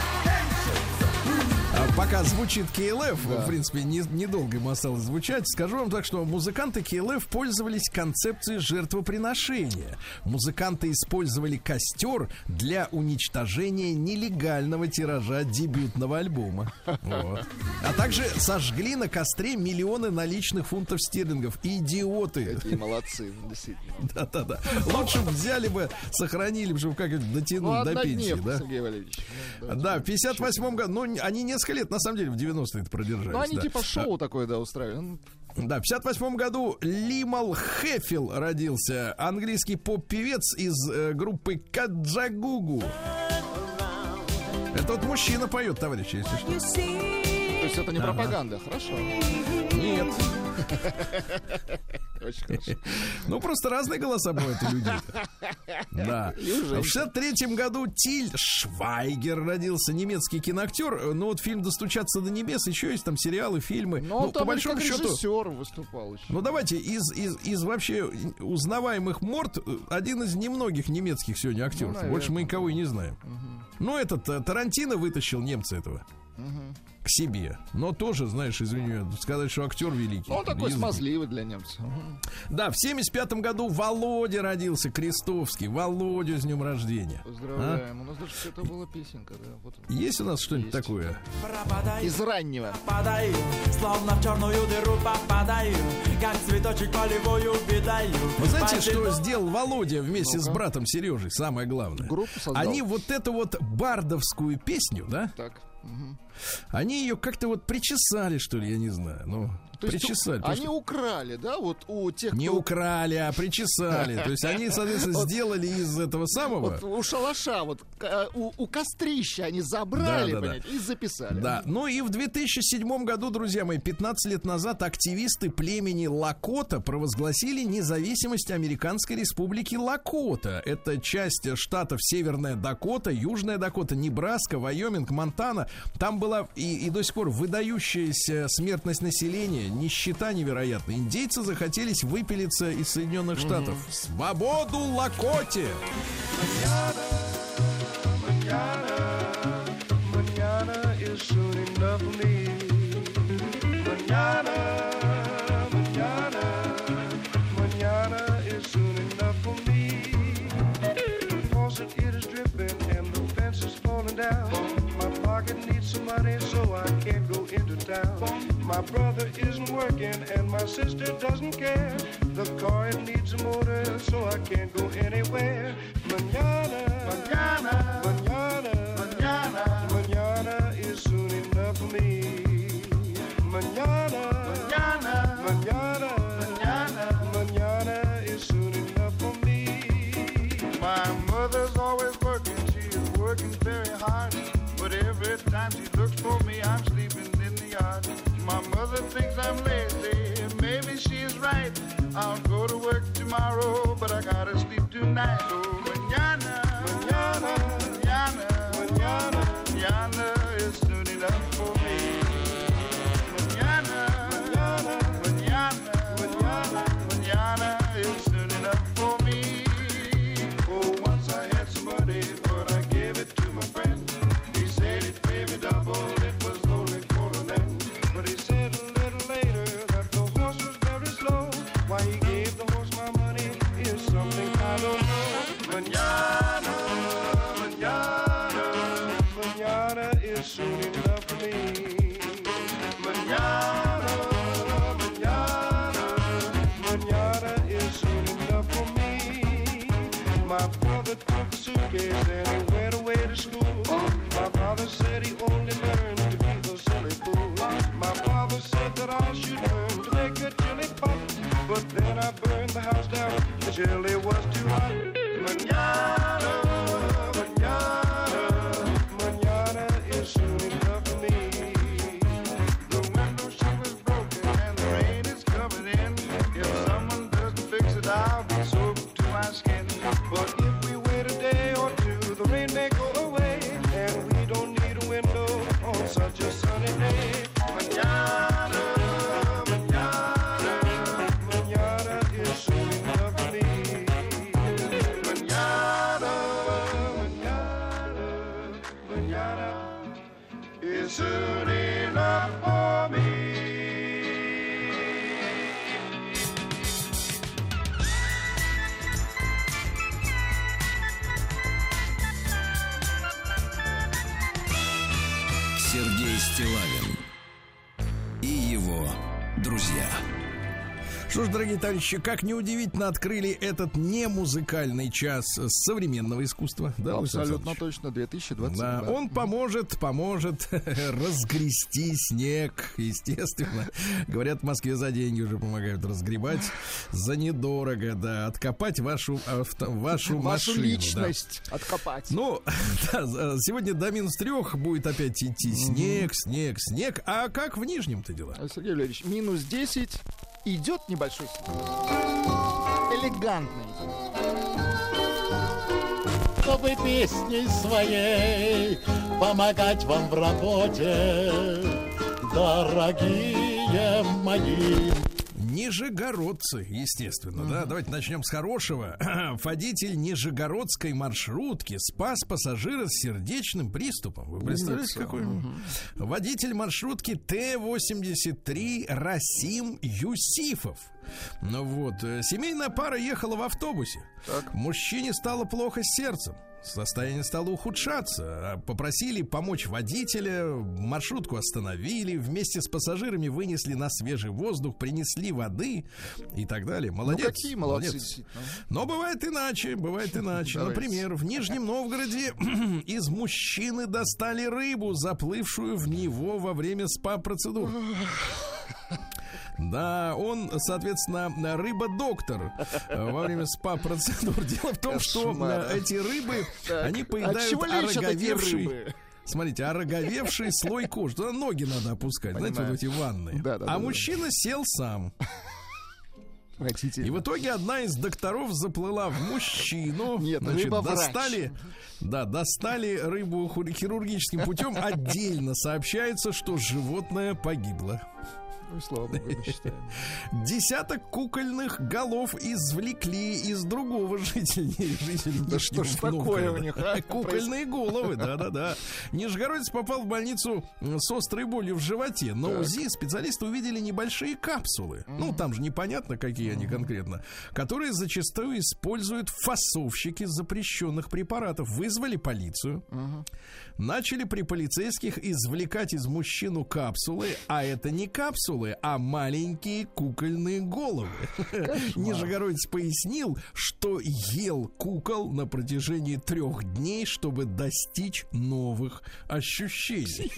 А пока звучит кей эл эф, в принципе, не- недолго ему осталось звучать. Скажу вам так, что музыканты кей эл эф пользовались концепцией жертвоприношения. Музыканты использовали костер для уничтожения нелегального тиража дебютного альбома. Вот. А также сожгли на костре миллионы наличных фунтов стерлингов. Идиоты. Какие молодцы, действительно. Да-да-да. Лучше бы взяли бы, сохранили бы, чтобы как-нибудь дотянуть Ну, до пенсии, однодневка, да? Сергей Валерьевич. Ну, Да, в пятьдесят восьмом году, ну, они несколько лет, на самом деле, в девяностые это продержались. Ну, они да. типа шоу такое, да, устраивали. Ну, Да, в пятьдесят восьмом году Лимал Хефил родился, английский поп-певец из э, группы Каджагугу. Это вот мужчина поет, товарищи, если что. То есть это не пропаганда, хорошо. Нет. Очень хорошо. Ну, просто разные голоса бывают у людей. Да. В шестьдесят третьем году Тиль Швайгер родился, немецкий киноактер. Ну, вот фильм «Достучаться до небес», еще есть там сериалы, фильмы. Но ну, по большому счету... режиссер выступал еще. Ну, давайте, из, из, из вообще узнаваемых морд, один из немногих немецких сегодня актеров. Ну, больше мы никого и не знаем. Угу. Ну, этот Тарантино вытащил немца этого. Угу. К себе. Но тоже, знаешь, извини, сказать, что актер великий. Он такой смазливый для немцев. Да, в семьдесят пятом году Володя родился, Крестовский. Володя, с днем рождения. Поздравляем. А? У нас даже это была песенка, да. Вот есть у нас что-нибудь такое? Из раннего. Вы знаете, что сделал Володя вместе Ну-ка. с братом Сережей? Самое главное. Группу создал. Они вот эту вот бардовскую песню, да? Так. Угу. Они ее как-то вот причесали, что ли, я не знаю. Ну, то причесали. Есть, они что... украли, да, вот у тех, Не кто... украли, а причесали. То есть они, соответственно, сделали из этого самого... У шалаша, вот у кострища они забрали, понимаете, и записали. Да, ну и в две тысячи седьмом году, друзья мои, пятнадцать лет назад активисты племени Лакота провозгласили независимость Американской республики Лакота. Это часть штатов Северная Дакота, Южная Дакота, Небраска, Вайоминг, Монтана. Там была и, и до сих пор выдающаяся смертность населения, нищета невероятная. Индейцы захотелись выпилиться из Соединенных Штатов. Mm-hmm. Свободу Лакоте! So I can't go into town. My brother isn't working and my sister doesn't care. The car it needs a motor, so I can't go anywhere. Mañana, mañana, mañana, mañana, mañana is soon enough for me. Mañana, mañana, mañana, mañana, mañana is soon enough for me. My mother's always working, she is working very hard. But every time she looks for me, I'm sleeping in the yard. My mother thinks I'm lazy, maybe she's right. I'll go to work tomorrow, but I gotta sleep tonight. So mañana, mañana, mañana, mañana, mañana is soon enough for me. Mañana, mañana, mañana, mañana, mañana is soon enough for me. Oh, once I had some money, but I gave it to my friend. Double, it was only for a man. But he said a little later that the horse was very slow. Why he gave the horse my money is something I don't know. Mañana, mañana, mañana is soon enough for me. Mañana, mañana, mañana is soon enough for me. My brother took a suitcase and he went away to school. My father said he only learned to be a silly fool. My father said that I should learn to make a chili pot. But then I burned the house down, the chili was too hot. Mañana, mañana, mañana is soon enough for me. The window sheet was broken and the rain is coming in. If someone doesn't fix it, I'll be soaked to my skin. But if we wait a day or two, the rain may go away. And we don't need a window on such a sunny day. Mañana, mañana, mañana is soon enough for me. Mañana, mañana, mañana is soon enough for me. Сергей Стиллавин и его друзья. Что ж, дорогие товарищи, как неудивительно открыли этот не музыкальный час современного искусства. Да, абсолютно точно, две тысячи двадцать. Да, он поможет, поможет разгрести снег, естественно. Говорят, в Москве за деньги уже помогают разгребать. За недорого, да, откопать вашу, авто, вашу, вашу машину. личность, да. Откопать. Ну, да, сегодня до минус трех будет опять идти снег, снег, снег. А как в Нижнем-то дела? Сергей Валерьевич, минус десять. Идет небольшой сигнал. Элегантно идет. Чтобы песней своей помогать вам в работе, дорогие мои. Нижегородцы, естественно, mm-hmm. да. Давайте начнем с хорошего. Водитель нижегородской маршрутки спас пассажира с сердечным приступом. Вы представляете, mm-hmm. какой? Mm-hmm. Водитель маршрутки Т восемьдесят три Расим Юсифов. Ну вот, семейная пара ехала в автобусе. Так. Мужчине стало плохо с сердцем. Состояние стало ухудшаться. Попросили помочь водителя. Маршрутку остановили. Вместе с пассажирами вынесли на свежий воздух. Принесли воды и так далее. Молодец. Ну, какие молодцы. Молодец. Но бывает иначе. Бывает иначе. Например, в Нижнем Новгороде из мужчины достали рыбу, заплывшую в него во время спа-процедур. Да, он, соответственно, рыба-доктор во время спа-процедур. Дело в том, что эти рыбы, так, они поедают ороговевший... Смотрите, ороговевший слой кожи. Туда ноги надо опускать, понимаю. Знаете, вот эти ванны. Да, да, а да, мужчина да. сел сам. И в итоге одна из докторов заплыла в мужчину. Нет, значит, достали, да, достали рыбу хирургическим путем. Отдельно сообщается, что животное погибло. Ну, слава богу, мы считаем. Десяток кукольных голов извлекли из другого жителя. жителя да что ж такое у них, а? Кукольные головы, да-да-да. Нижегородец попал в больницу с острой болью в животе. На так. УЗИ специалисты увидели небольшие капсулы. Uh-huh. Ну, там же непонятно, какие uh-huh. они конкретно. Которые зачастую используют фасовщики запрещенных препаратов. Вызвали полицию. Uh-huh. Начали при полицейских извлекать из мужчину капсулы. А это не капсулы, а маленькие кукольные головы. Нижегородец пояснил, что ел кукол на протяжении трех дней, чтобы достичь новых ощущений.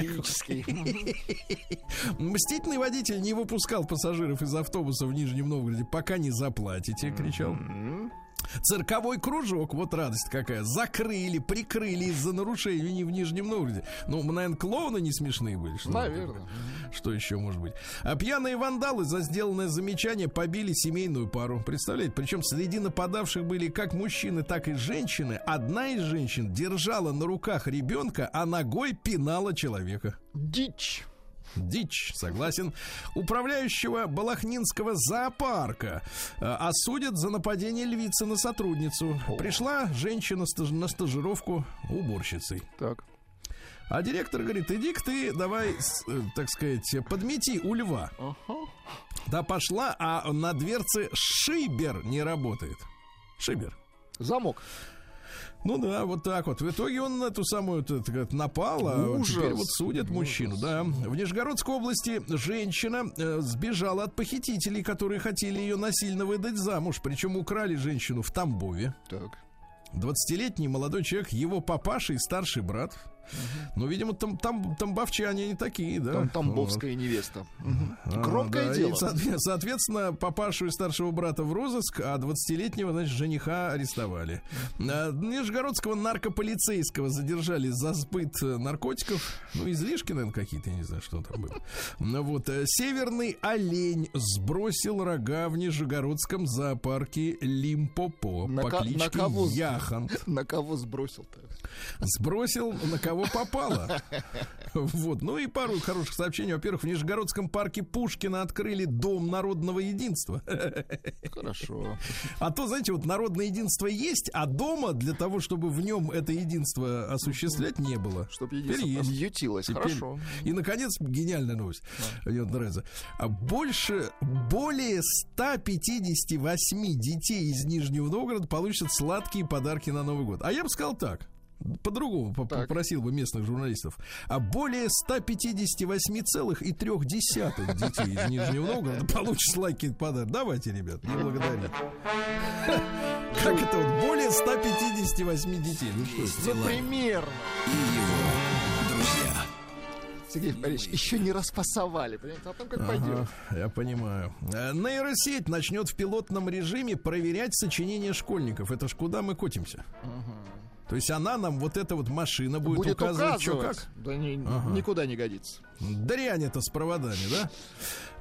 Мстительный водитель не выпускал пассажиров из автобуса в Нижнем Новгороде, пока не заплатите, кричал. Цирковой кружок, вот радость какая, закрыли, прикрыли из-за нарушений в Нижнем Новгороде. Ну, наверное, клоуны не смешные были. Что наверное. Что еще может быть? А пьяные вандалы за сделанное замечание побили семейную пару. Представляете? Причем среди нападавших были как мужчины, так и женщины. Одна из женщин держала на руках ребенка, а ногой пинала человека. Дичь. Дичь, согласен. Управляющего Балахнинского зоопарка э, осудят за нападение львицы на сотрудницу. О. Пришла женщина стаж- на стажировку уборщицей. Так. А директор говорит: иди-ка ты, давай, э, так сказать, подмети у льва. Uh-huh. Да пошла, а на дверце шибер не работает. Шибер. Замок. Ну да, вот так вот. В итоге он на эту самую так сказать, напал, а вот теперь вот судят мужчину. Да. В Нижегородской области женщина э, сбежала от похитителей, которые хотели ее насильно выдать замуж. Причем украли женщину в Тамбове. Так. двадцатилетний молодой человек, его папаша и старший брат. Uh-huh. Ну, видимо, там, там тамбовчане они такие, да. Там тамбовская вот. Невеста. Uh-huh. Громкое а, да. дело. И, соответственно, папашу и старшего брата в розыск, а двадцатилетнего, значит, жениха арестовали. Uh-huh. Нижегородского наркополицейского задержали за сбыт наркотиков. Ну, излишки, наверное, какие-то, я не знаю, что там было. Ну, вот, северный олень сбросил рога в Нижегородском зоопарке Лимпопо на по ко- кличке на кого, Яхан. На кого сбросил-то? Сбросил на кого попало. Вот. Ну и пару хороших сообщений. Во-первых, в Нижегородском парке Пушкина открыли Дом народного единства. Хорошо. А то, знаете, вот народное единство есть, а дома для того, чтобы в нем это единство осуществлять, не было. Чтобы единство ютилось. Хорошо. И, наконец, гениальная новость. Да. Мне нравится. Больше, более ста пятидесяти восьми детей из Нижнего Новгорода получат сладкие подарки на Новый год. А я бы сказал так. По-другому так. попросил бы местных журналистов. А более ста пятидесяти восьми целых трёх десятых детей из Нижнего Новгорода получат сладкий подарок. Давайте, ребят, не благодарить. Как это вот? Более ста пятидесяти восьми детей. Ну что это? Ну, примерно. И его друзья. Сергей Борисович, еще не распасовали. Понимаете, а там как ага, пойдет. Я понимаю. Нейросеть начнет в пилотном режиме проверять сочинения школьников. Это ж куда мы котимся? Ага. То есть она нам, вот эта вот машина будет, будет указывать, что как? Да ни, ага. никуда не годится. Дрянь это с проводами, да?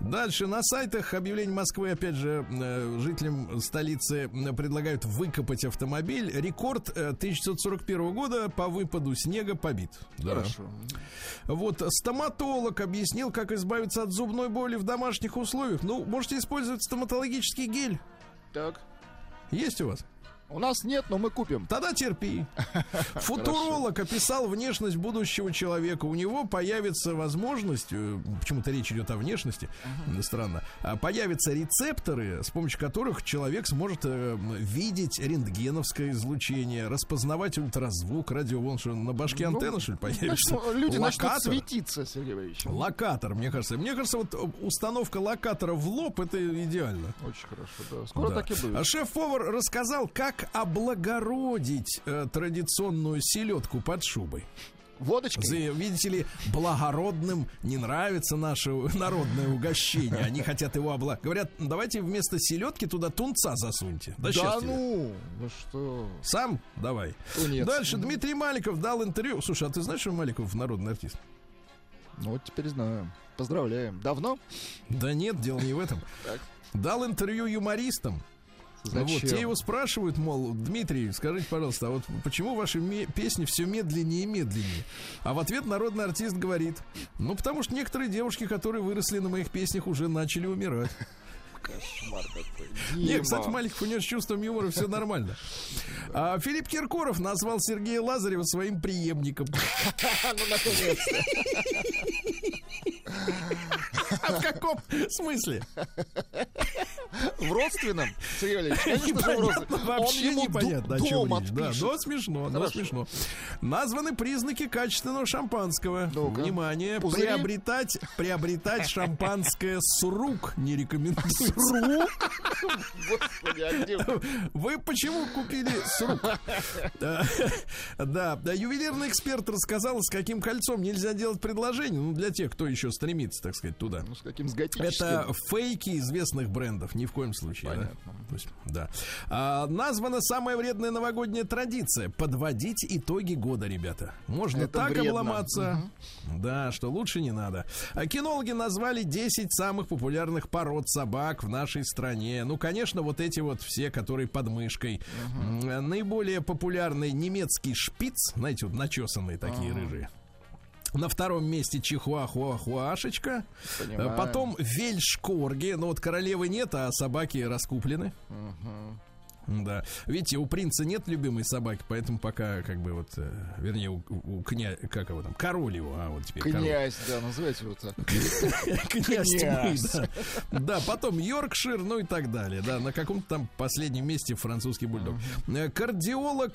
Дальше на сайтах объявлений Москвы, опять же, э, жителям столицы предлагают выкопать автомобиль. Рекорд э, тысяча девятьсот сорок первого года по выпаду снега побит. Да. Хорошо. Вот стоматолог объяснил, как избавиться от зубной боли в домашних условиях. Ну, можете использовать стоматологический гель. Так. Есть у вас? У нас нет, но мы купим. Тогда терпи. Футуролог описал внешность будущего человека. У него появится возможность, почему-то речь идет о внешности, uh-huh. странно, появятся рецепторы, с помощью которых человек сможет э, видеть рентгеновское излучение, распознавать ультразвук, радиоволн, что на башке антенна, ну, что ли, появится. Значит, люди локатор. начнут светиться, Сергей Валерьевич. Локатор, мне кажется. Мне кажется, вот установка локатора в лоб — это идеально. Очень хорошо, да. Скоро да. так и будет. Шеф-повар рассказал, как облагородить э, традиционную селедку под шубой. Водочкой? За, видите ли, благородным не нравится наше народное угощение. Они хотят его обла... Говорят, давайте вместо селедки туда тунца засуньте. Да, да ну, ну что? Сам давай. Тунец. Дальше Дмитрий Маликов дал интервью. Слушай, а ты знаешь, что Маликов народный артист? Ну вот теперь знаю. Поздравляем. Давно? Да нет, дело не в этом. Так. Дал интервью юмористам. Зачем? Вот, те его спрашивают, мол, Дмитрий, скажите, пожалуйста, а вот почему ваши ме- песни все медленнее и медленнее? А в ответ народный артист говорит: ну, потому что некоторые девушки, которые выросли на моих песнях, уже начали умирать. Кошмар какой. Нет, кстати, Маликов, у него с чувством юмора все нормально. А Филипп Киркоров назвал Сергея Лазарева своим преемником. Ну, наконец-то. А в каком смысле? В родственном? Сергей Валерьевич, конечно же, в родственном. Вообще непонятно, о чем речь. Да, но смешно, но Хорошо. смешно. Названы признаки качественного шампанского. Ну-ка. Внимание, Пузыри? приобретать, приобретать шампанское с рук не рекомендуется. С рук? Господи, а где вы? Вы почему купили с рук? Да, да, да, ювелирный эксперт рассказал, с каким кольцом нельзя делать предложение. Ну, для тех, кто еще стремится, так сказать, туда. Ну, с каким с готическим. Это фейки известных брендов, ни в коем случае. Понятно. Да? То есть, да. А, названа самая вредная новогодняя традиция — подводить итоги года, ребята. Можно Это так вредно. обломаться, угу. да, что лучше не надо. А кинологи назвали десять самых популярных пород собак в нашей стране. Ну, конечно, вот эти вот все, которые под мышкой. Угу. Наиболее популярный немецкий шпиц, знаете, вот начесанные такие, ага. рыжие. На втором месте чихуахуахуашечка. Понимаю. Потом вельшкорги. Ну вот королевы нет, а собаки раскуплены. Угу. Да. Видите, у принца нет любимой собаки, поэтому пока, как бы, вот, э, вернее, у, у князя, как его там, король его, а вот теперь князь, король. Да, называйте его так. Князь тьмы, да. Да, потом Йоркшир, ну и так далее, да, на каком-то там последнем месте французский бульдог. Кардиолог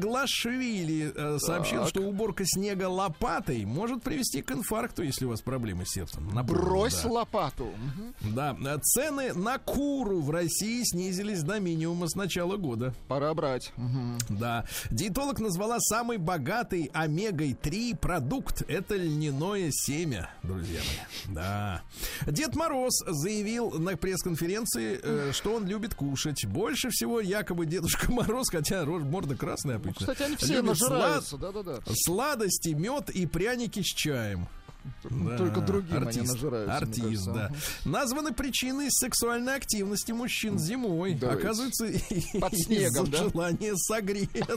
Гаглашвили э, сообщил, что уборка снега лопатой может привести к инфаркту, если у вас проблемы с сердцем. Напомню, брось да. лопату. Да, цены на куру в России снизились до минимума с начала начала года. Пора брать. Угу. Да. Диетолог назвала самый богатый омегой три продукт. Это льняное семя, друзья мои. Да. Дед Мороз заявил на пресс-конференции, э, что он любит кушать. Больше всего якобы Дедушка Мороз, хотя морда красная обычно. Ну, кстати, они все нажираются. Слад... Да-да-да. Сладости, мед и пряники с чаем. Да, только другим артист, они нажираются. Артист, да. Угу. Названы причины сексуальной активности мужчин зимой. Давайте. Оказывается, под снегом, из-за да? желания согреться.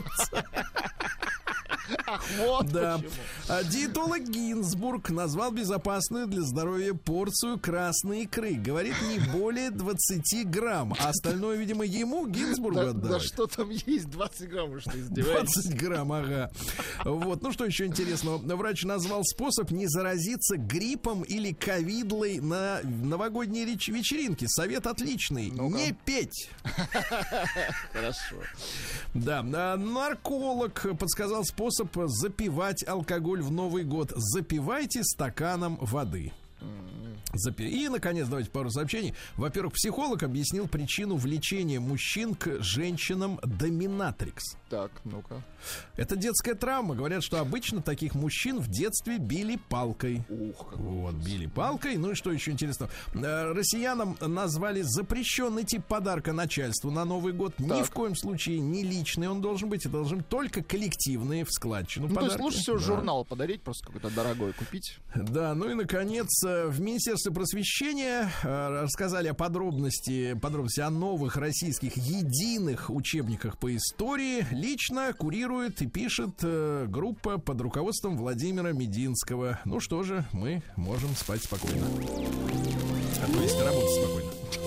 Ах, вот да. почему. А диетолог Гинзбург назвал безопасную для здоровья порцию красной икры. Говорит, не более двадцать грамм. А остальное, видимо, ему, Гинзбургу, да, отдавать. Да что там есть? двадцать грамм, вы что, издеваетесь? двадцать грамм, ага. Вот, ну что еще интересного? Врач назвал способ не заразиться гриппом или ковидлой на новогодней вечеринке. Совет отличный. Ну-ка. Не петь. Хорошо. Да, нарколог подсказал способ запивать алкоголь в Новый год. Запивайте стаканом воды. И, наконец, давайте пару сообщений. Во-первых, психолог объяснил причину влечения мужчин к женщинам-доминатрикс. Так, ну-ка. Это детская травма. Говорят, что обычно таких мужчин в детстве били палкой. Ух, как вот, били палкой. Ну и что еще интересно? Россиянам назвали запрещенный тип подарка начальству на Новый год. Так. Ни в коем случае не личный он должен быть. Это должен только коллективные в складчину ну, подарки. То есть лучше всего да. журнал подарить, просто какой-то дорогой купить. Да, ну и, наконец, в Министерстве Министерства просвещения рассказали о подробности, подробности о новых российских единых учебниках по истории. Лично курирует и пишет группа под руководством Владимира Мединского. Ну что же, мы можем спать спокойно. А то есть работать спокойно.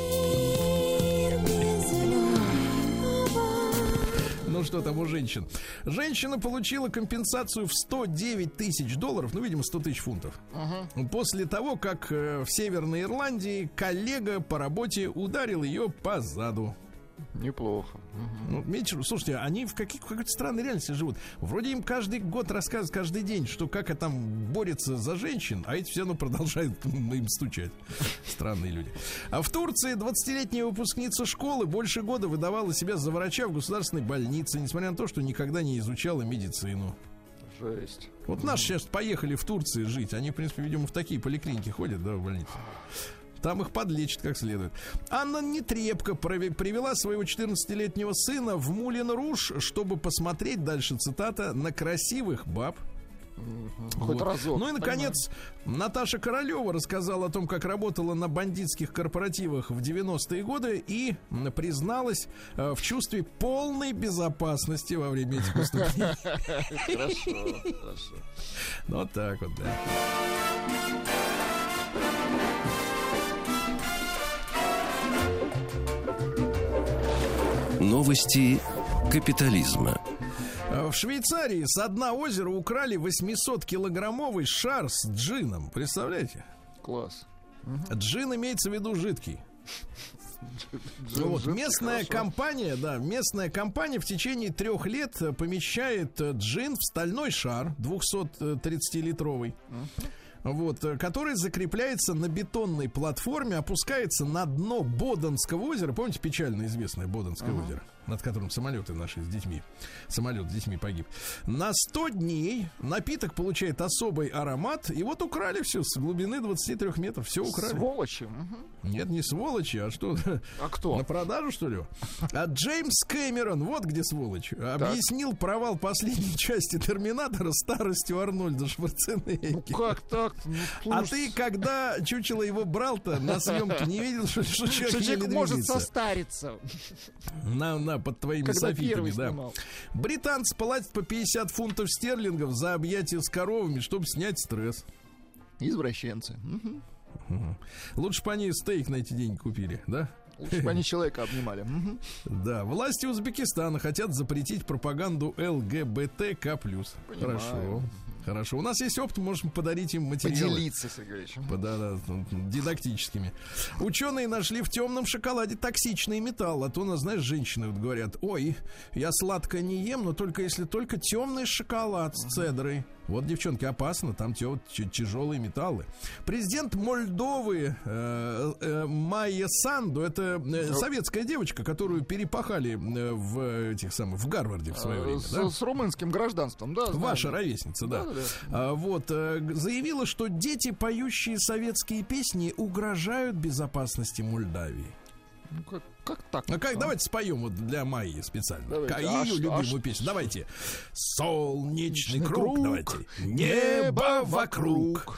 Ну что там у женщин? Женщина получила компенсацию в сто девять тысяч долларов, ну, видимо, сто тысяч фунтов. Uh-huh. После того, как э, в Северной Ирландии коллега по работе ударил ее по заду. Неплохо. Ну, видите, слушайте, они в, каких, в какой-то странной реальности живут. Вроде им каждый год рассказывают, каждый день, что как это там борется за женщин, а эти все равно продолжают им стучать. Странные люди. А в Турции двадцатилетняя выпускница школы больше года выдавала себя за врача в государственной больнице, несмотря на то, что никогда не изучала медицину. Жесть. Вот наши сейчас поехали в Турцию жить. Они, в принципе, видимо, в такие поликлиники ходят, да, в больнице. Там их подлечат как следует. Анна Нетребко привела своего четырнадцатилетнего сына в Мулен-Руж, чтобы посмотреть, дальше цитата, на красивых баб. Хоть вот. разок. Ну и, наконец, понимаю. Наташа Королева рассказала о том, как работала на бандитских корпоративах в девяностые годы и призналась в чувстве полной безопасности во время этих выступлений. Хорошо, хорошо. Вот так вот, да. Новости капитализма. В Швейцарии с дна озера украли восьмисоткилограммовый шар с джином. Представляете? Класс. Джин имеется в виду жидкий. Джин, вот, местная хорошо. компания, да, местная компания в течение трех лет помещает джин в стальной шар двухсоттридцатилитровый. Uh-huh. Вот, который закрепляется на бетонной платформе, опускается на дно Боденского озера. Помните печально известное Боденское uh-huh. озеро, над которым самолеты наши с детьми, самолет с детьми погиб. На сто дней напиток получает особый аромат. И вот украли все с глубины двадцати трёх метров. Все украли. Сволочи. Uh-huh. Нет, не сволочи, а что? А кто? На продажу, что ли? А Джеймс Кэмерон, вот где сволочь, объяснил провал последней части Терминатора старостью Арнольда Шварценеггера. Ну как так? Ну, а ты, когда чучело его брал-то на съемке, не видел, что, что человек, что человек может двигается? Состариться. На, на, под твоими когда софитами, да. Снимал. Британцы платят по пятьдесят фунтов стерлингов за объятия с коровами, чтобы снять стресс. Извращенцы. Угу. Угу. Лучше бы они стейк на эти деньги купили, да? Лучше бы они человека обнимали. Угу. Да, власти Узбекистана хотят запретить пропаганду эл гэ бэ тэ ка плюс. Понимаю. Хорошо. Хорошо. У нас есть опыт, можем подарить им материалы. Поделиться, Сергей Ильич. Да, да, дидактическими. Ученые нашли в темном шоколаде токсичный металл. А то, у нас, знаешь, женщины вот говорят: ой, я сладкое не ем, но только если только темный шоколад с цедрой. Вот, девчонки, опасно, там тяжелые металлы. Президент Молдовы э, э, Майя Санду, это э, советская девочка, которую перепахали э, в этих самых в Гарварде в свое время. С, да? с румынским гражданством, да? Знаем. Ваша ровесница, да. да, да. А, вот, э, заявила, что дети, поющие советские песни, угрожают безопасности Молдавии. Ну, как, как так? А как, а? Давайте споем вот для Майи специально. Давайте. Ее А любимую что, песню. что? Давайте. Солнечный круг, круг, давайте. Небо вокруг.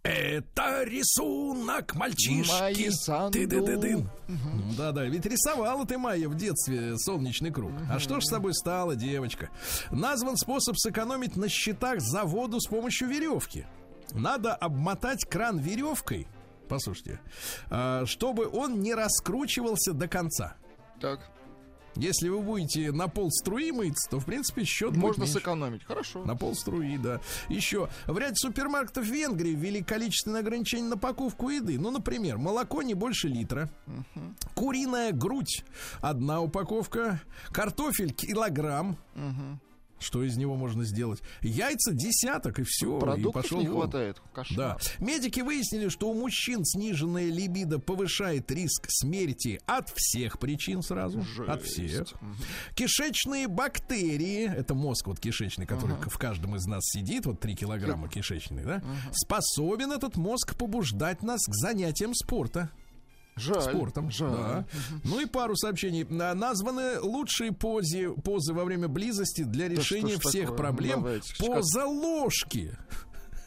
Это рисунок мальчишки. Ты-ды-ды-дын. Угу. Да-да, ведь рисовала ты, Майя, в детстве солнечный круг. Угу. А что ж с тобой стало, девочка? Назван способ сэкономить на счетах за воду с помощью веревки. Надо обмотать кран веревкой. Послушайте, чтобы он не раскручивался до конца. Так. Если вы будете на пол струи мыться, то, в принципе, счет можно будет сэкономить. Хорошо. На пол струи, да. Еще. В ряде супермаркетов Венгрии ввели количественное ограничение на покупку еды. Ну, например, молоко не больше литра. Uh-huh. Куриная грудь одна упаковка. Картофель килограмм. Uh-huh. Что из него можно сделать? Яйца десяток, и все. Продуктов и пошел не вон. Хватает. Кошмар. Да. Медики выяснили, что у мужчин сниженная либидо повышает риск смерти от всех причин сразу. Жесть. От всех. Угу. Кишечные бактерии, это мозг вот кишечный, который угу. в каждом из нас сидит, вот три килограмма кишечный, да? Угу. Способен этот мозг побуждать нас к занятиям спорта. Жаль, спортом. Жаль. Да. Угу. Ну и пару сообщений. Названы лучшие позы, позы во время близости для решения да всех такое? проблем. Давайте, поза ложки.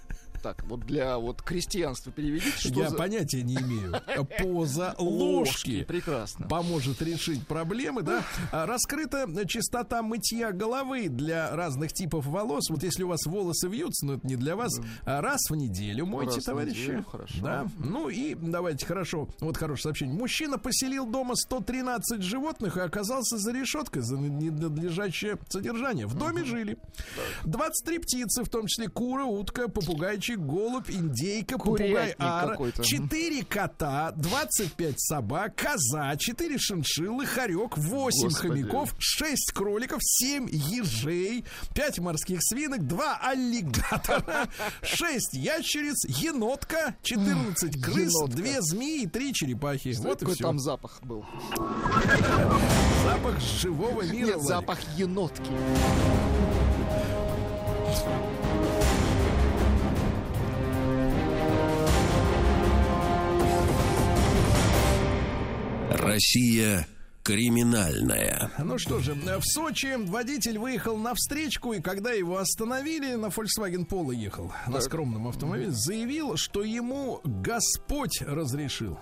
так, вот для вот крестьянства переведите, что Я за... понятия не имею. Поза ложки. Прекрасно. Поможет решить проблемы, да. А, раскрыта частота мытья головы для разных типов волос. Вот если у вас волосы вьются, но это не для вас, а раз в неделю мойте, Раз в товарищи. неделю, хорошо. Да. Ну и давайте, хорошо. Вот хорошее сообщение. Мужчина поселил дома сто тринадцать животных и оказался за решеткой за ненадлежащее содержание. В доме жили двадцать три птицы, в том числе кура, утка, попугайчик, голубь, индейка, попугай Курятник ара, какой-то. четыре кота, двадцать пять собак, коза, четыре шиншиллы, хорек, восемь Господи. хомяков, шесть кроликов, семь ежей, пять морских свинок, два аллигатора, шесть ящериц, енотка, четырнадцать крыс, Енотка. две змеи и три черепахи. Что Вот и такой все. там запах был? Запах живого мира. Нет, Владик. запах енотки. Россия криминальная. Ну что же, в Сочи водитель выехал на встречку, и когда его остановили, на Volkswagen Polo ехал, на скромном автомобиле, заявил, что ему Господь разрешил.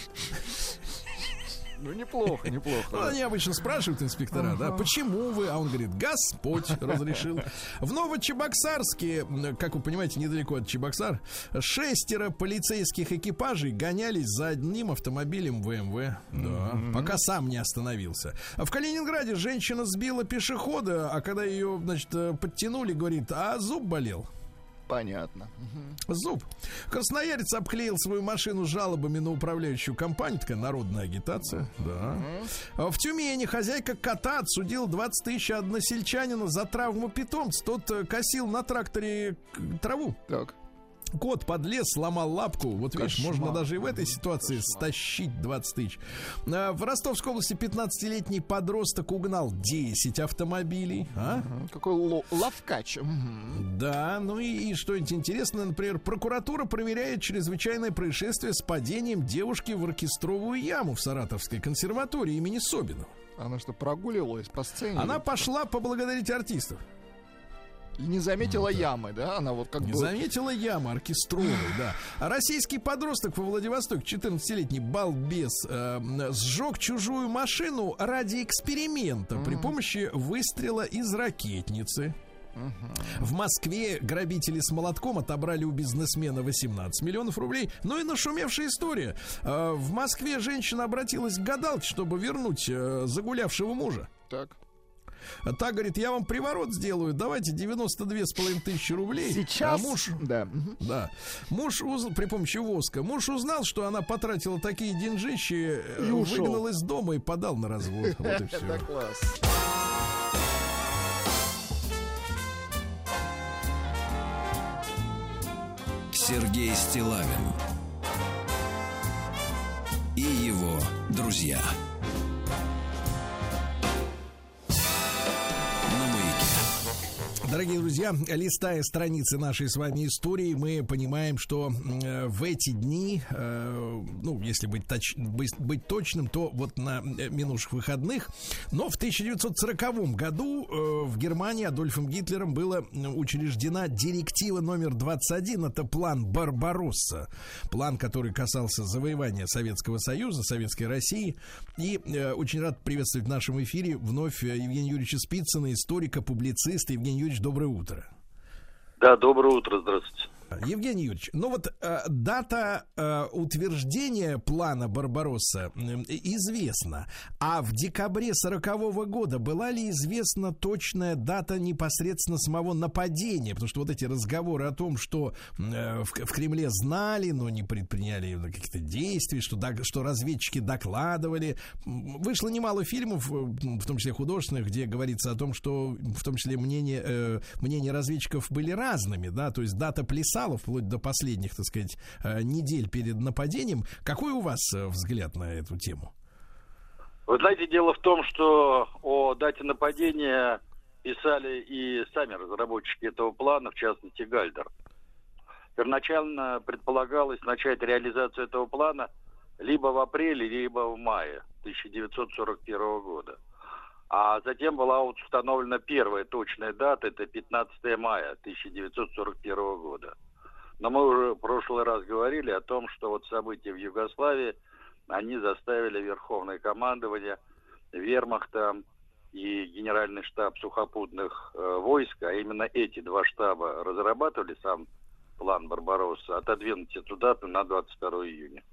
Ну, неплохо, Ну, неплохо. они обычно спрашивают инспектора, да, почему вы? А он говорит, Господь разрешил. В Новочебоксарске, как вы понимаете, недалеко от Чебоксар, шестеро полицейских экипажей гонялись за одним автомобилем бэ эм вэ, да, пока сам не остановился. В Калининграде женщина сбила пешехода, а когда ее, значит, подтянули, говорит, а зуб болел. Понятно. Зуб. Красноярец обклеил свою машину жалобами на управляющую компанию. Такая народная агитация. Да. В Тюмени хозяйка кота отсудила двадцать тысяч односельчанина за травму питомца. Тот косил на тракторе траву. Так. Кот подлез, сломал лапку. Вот видишь, Кошмар. можно даже и в этой ситуации Кошмар. стащить двадцать тысяч. А, В Ростовской области пятнадцатилетний подросток угнал десять автомобилей. А? Какой ло- лавкач. Мгм. Да, ну и, и что-нибудь интересное, например, прокуратура проверяет чрезвычайное происшествие с падением девушки в оркестровую яму в Саратовской консерватории имени Собинова. Она что, прогуливалась по сцене? Она пошла поблагодарить артистов. И не заметила ямы, да? Она вот как Не бы... заметила ямы оркестровой, да. А российский подросток во Владивостоке, четырнадцатилетний балбес, э, сжег чужую машину ради эксперимента при помощи выстрела из ракетницы. В Москве грабители с молотком отобрали у бизнесмена восемнадцать миллионов рублей. Ну и нашумевшая история. Э, В Москве женщина обратилась к гадалке, чтобы вернуть э, загулявшего мужа. Так. Та говорит, я вам приворот сделаю, давайте девяносто две с половиной тысячи рублей. Сейчас... А муж... Да. Мгм. Да. Муж узнал, при помощи воска, муж узнал, что она потратила такие деньжищи, э, И ушел. выгнал из дома и подал на развод. Вот и все. Это класс. Сергей Стиллавин и его друзья. На маяке. Дорогие друзья, листая страницы нашей с вами истории, мы понимаем, что э, в эти дни, э, ну, если быть, точ, быть, быть точным, то вот на э, минувших выходных, но в тысяча девятьсот сороковом году э, в Германии Адольфом Гитлером была учреждена директива номер двадцать один, это план Барбаросса, план, который касался завоевания Советского Союза, Советской России, и э, очень рад приветствовать в нашем эфире вновь Евгения Юрьевича Спицына, историка, публициста. Евгений Юрьевич, доброе утро. Да, доброе утро, здравствуйте. Евгений Юрьевич, ну вот э, дата э, утверждения плана Барбаросса э, известна, а в декабре сорокового года была ли известна точная дата непосредственно самого нападения? Потому что вот эти разговоры о том, что э, в, в Кремле знали, но не предприняли каких-то действий, что, дог- что разведчики докладывали. Вышло немало фильмов, в том числе художественных, где говорится о том, что в том числе мнения, э, мнения разведчиков были разными, да, то есть дата плясала вплоть до последних, так сказать, недель перед нападением. Какой у вас взгляд на эту тему? Вы знаете, дело в том, что о дате нападения писали и сами разработчики этого плана, в частности Гальдер. Первоначально предполагалось начать реализацию этого плана либо в апреле, либо в мае тысяча девятьсот сорок первого года. А затем была вот установлена первая точная дата, это пятнадцатое мая тысяча девятьсот сорок первого года. Но мы уже в прошлый раз говорили о том, что вот события в Югославии, они заставили Верховное командование Вермахта и Генеральный штаб сухопутных э, войск, а именно эти два штаба разрабатывали сам план «Барбаросса», отодвинуть эту дату на двадцать второе июня.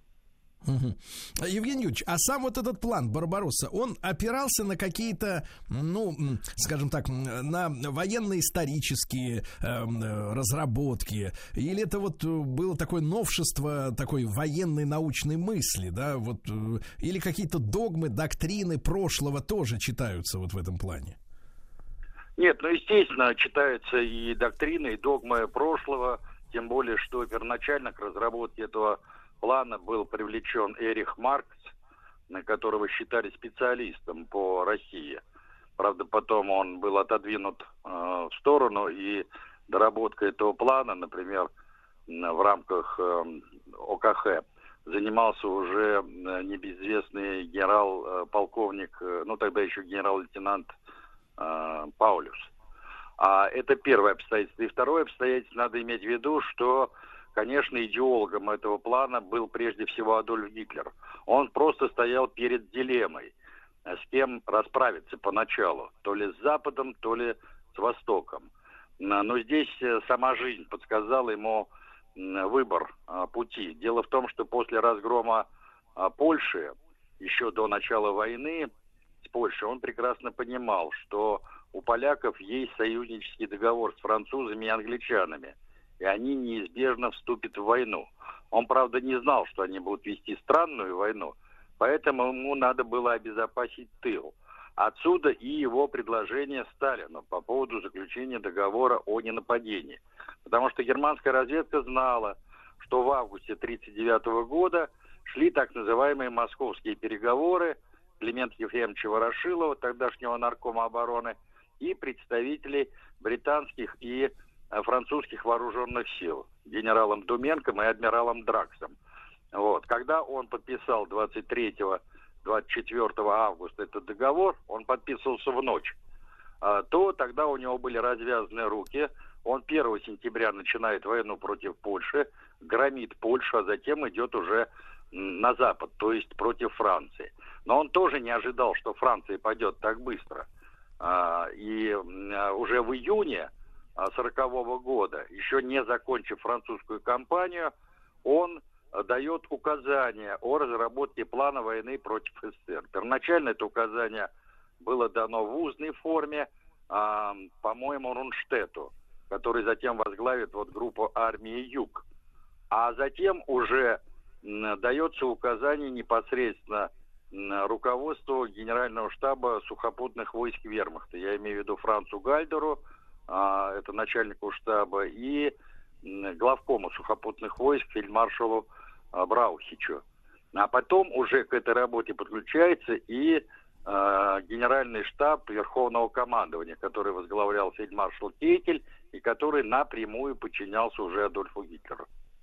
Угу. Евгений Юрьевич, а сам вот этот план «Барбаросса», он опирался на какие-то, ну, скажем так, на военно-исторические э, разработки, или это вот было такое новшество такой военной научной мысли, да, вот, э, или какие-то догмы, доктрины прошлого тоже читаются вот в этом плане? Нет, ну, естественно, читаются и доктрины, и догмы прошлого, тем более, что первоначально к разработке этого плана был привлечен Эрих Маркс, которого считали специалистом по России. Правда, потом он был отодвинут э, в сторону, и доработка этого плана, например, в рамках э, ОКХ, занимался уже небезызвестный генерал-полковник, э, ну тогда еще генерал-лейтенант э, Паулюс. А это первое обстоятельство. И второе обстоятельство, надо иметь в виду, что, конечно, идеологом этого плана был прежде всего Адольф Гитлер. Он просто стоял перед дилеммой, с кем расправиться поначалу. То ли с Западом, то ли с Востоком. Но здесь сама жизнь подсказала ему выбор пути. Дело в том, что после разгрома Польши, еще до начала войны с Польшей, он прекрасно понимал, что у поляков есть союзнический договор с французами и англичанами, и они неизбежно вступят в войну. Он, правда, не знал, что они будут вести странную войну, поэтому ему надо было обезопасить тыл. Отсюда и его предложение Сталину по поводу заключения договора о ненападении. Потому что германская разведка знала, что в августе тысяча девятьсот тридцать девятого года шли так называемые московские переговоры Климента Ефремовича Ворошилова, тогдашнего наркома обороны, и представителей британских и французских вооруженных сил, генералом Думенком и адмиралом Драксом. Вот. Когда он подписал двадцать третьего — двадцать четвёртого августа этот договор, он подписывался в ночь, то тогда у него были развязаны руки. Он первого сентября начинает войну против Польши, громит Польшу, а затем идет уже на запад, то есть против Франции. Но он тоже не ожидал, что Франция пойдет так быстро. И уже в июне сорокового года, еще не закончив французскую кампанию, он дает указание о разработке плана войны против СССР. Первоначально это указание было дано в устной форме, э, по-моему, Рунштетту, который затем возглавит вот группу армии Юг. А затем уже э, дается указание непосредственно э, руководству Генерального штаба сухопутных войск Вермахта. Я имею в виду Францу Гальдеру, э, это начальнику штаба, и э, главкому сухопутных войск фельдмаршалу э, Браухичу. А потом уже к этой работе подключается и э, Генеральный штаб Верховного командования, который возглавлял фельдмаршал Кейтель и который напрямую подчинялся уже Адольфу Гитлеру.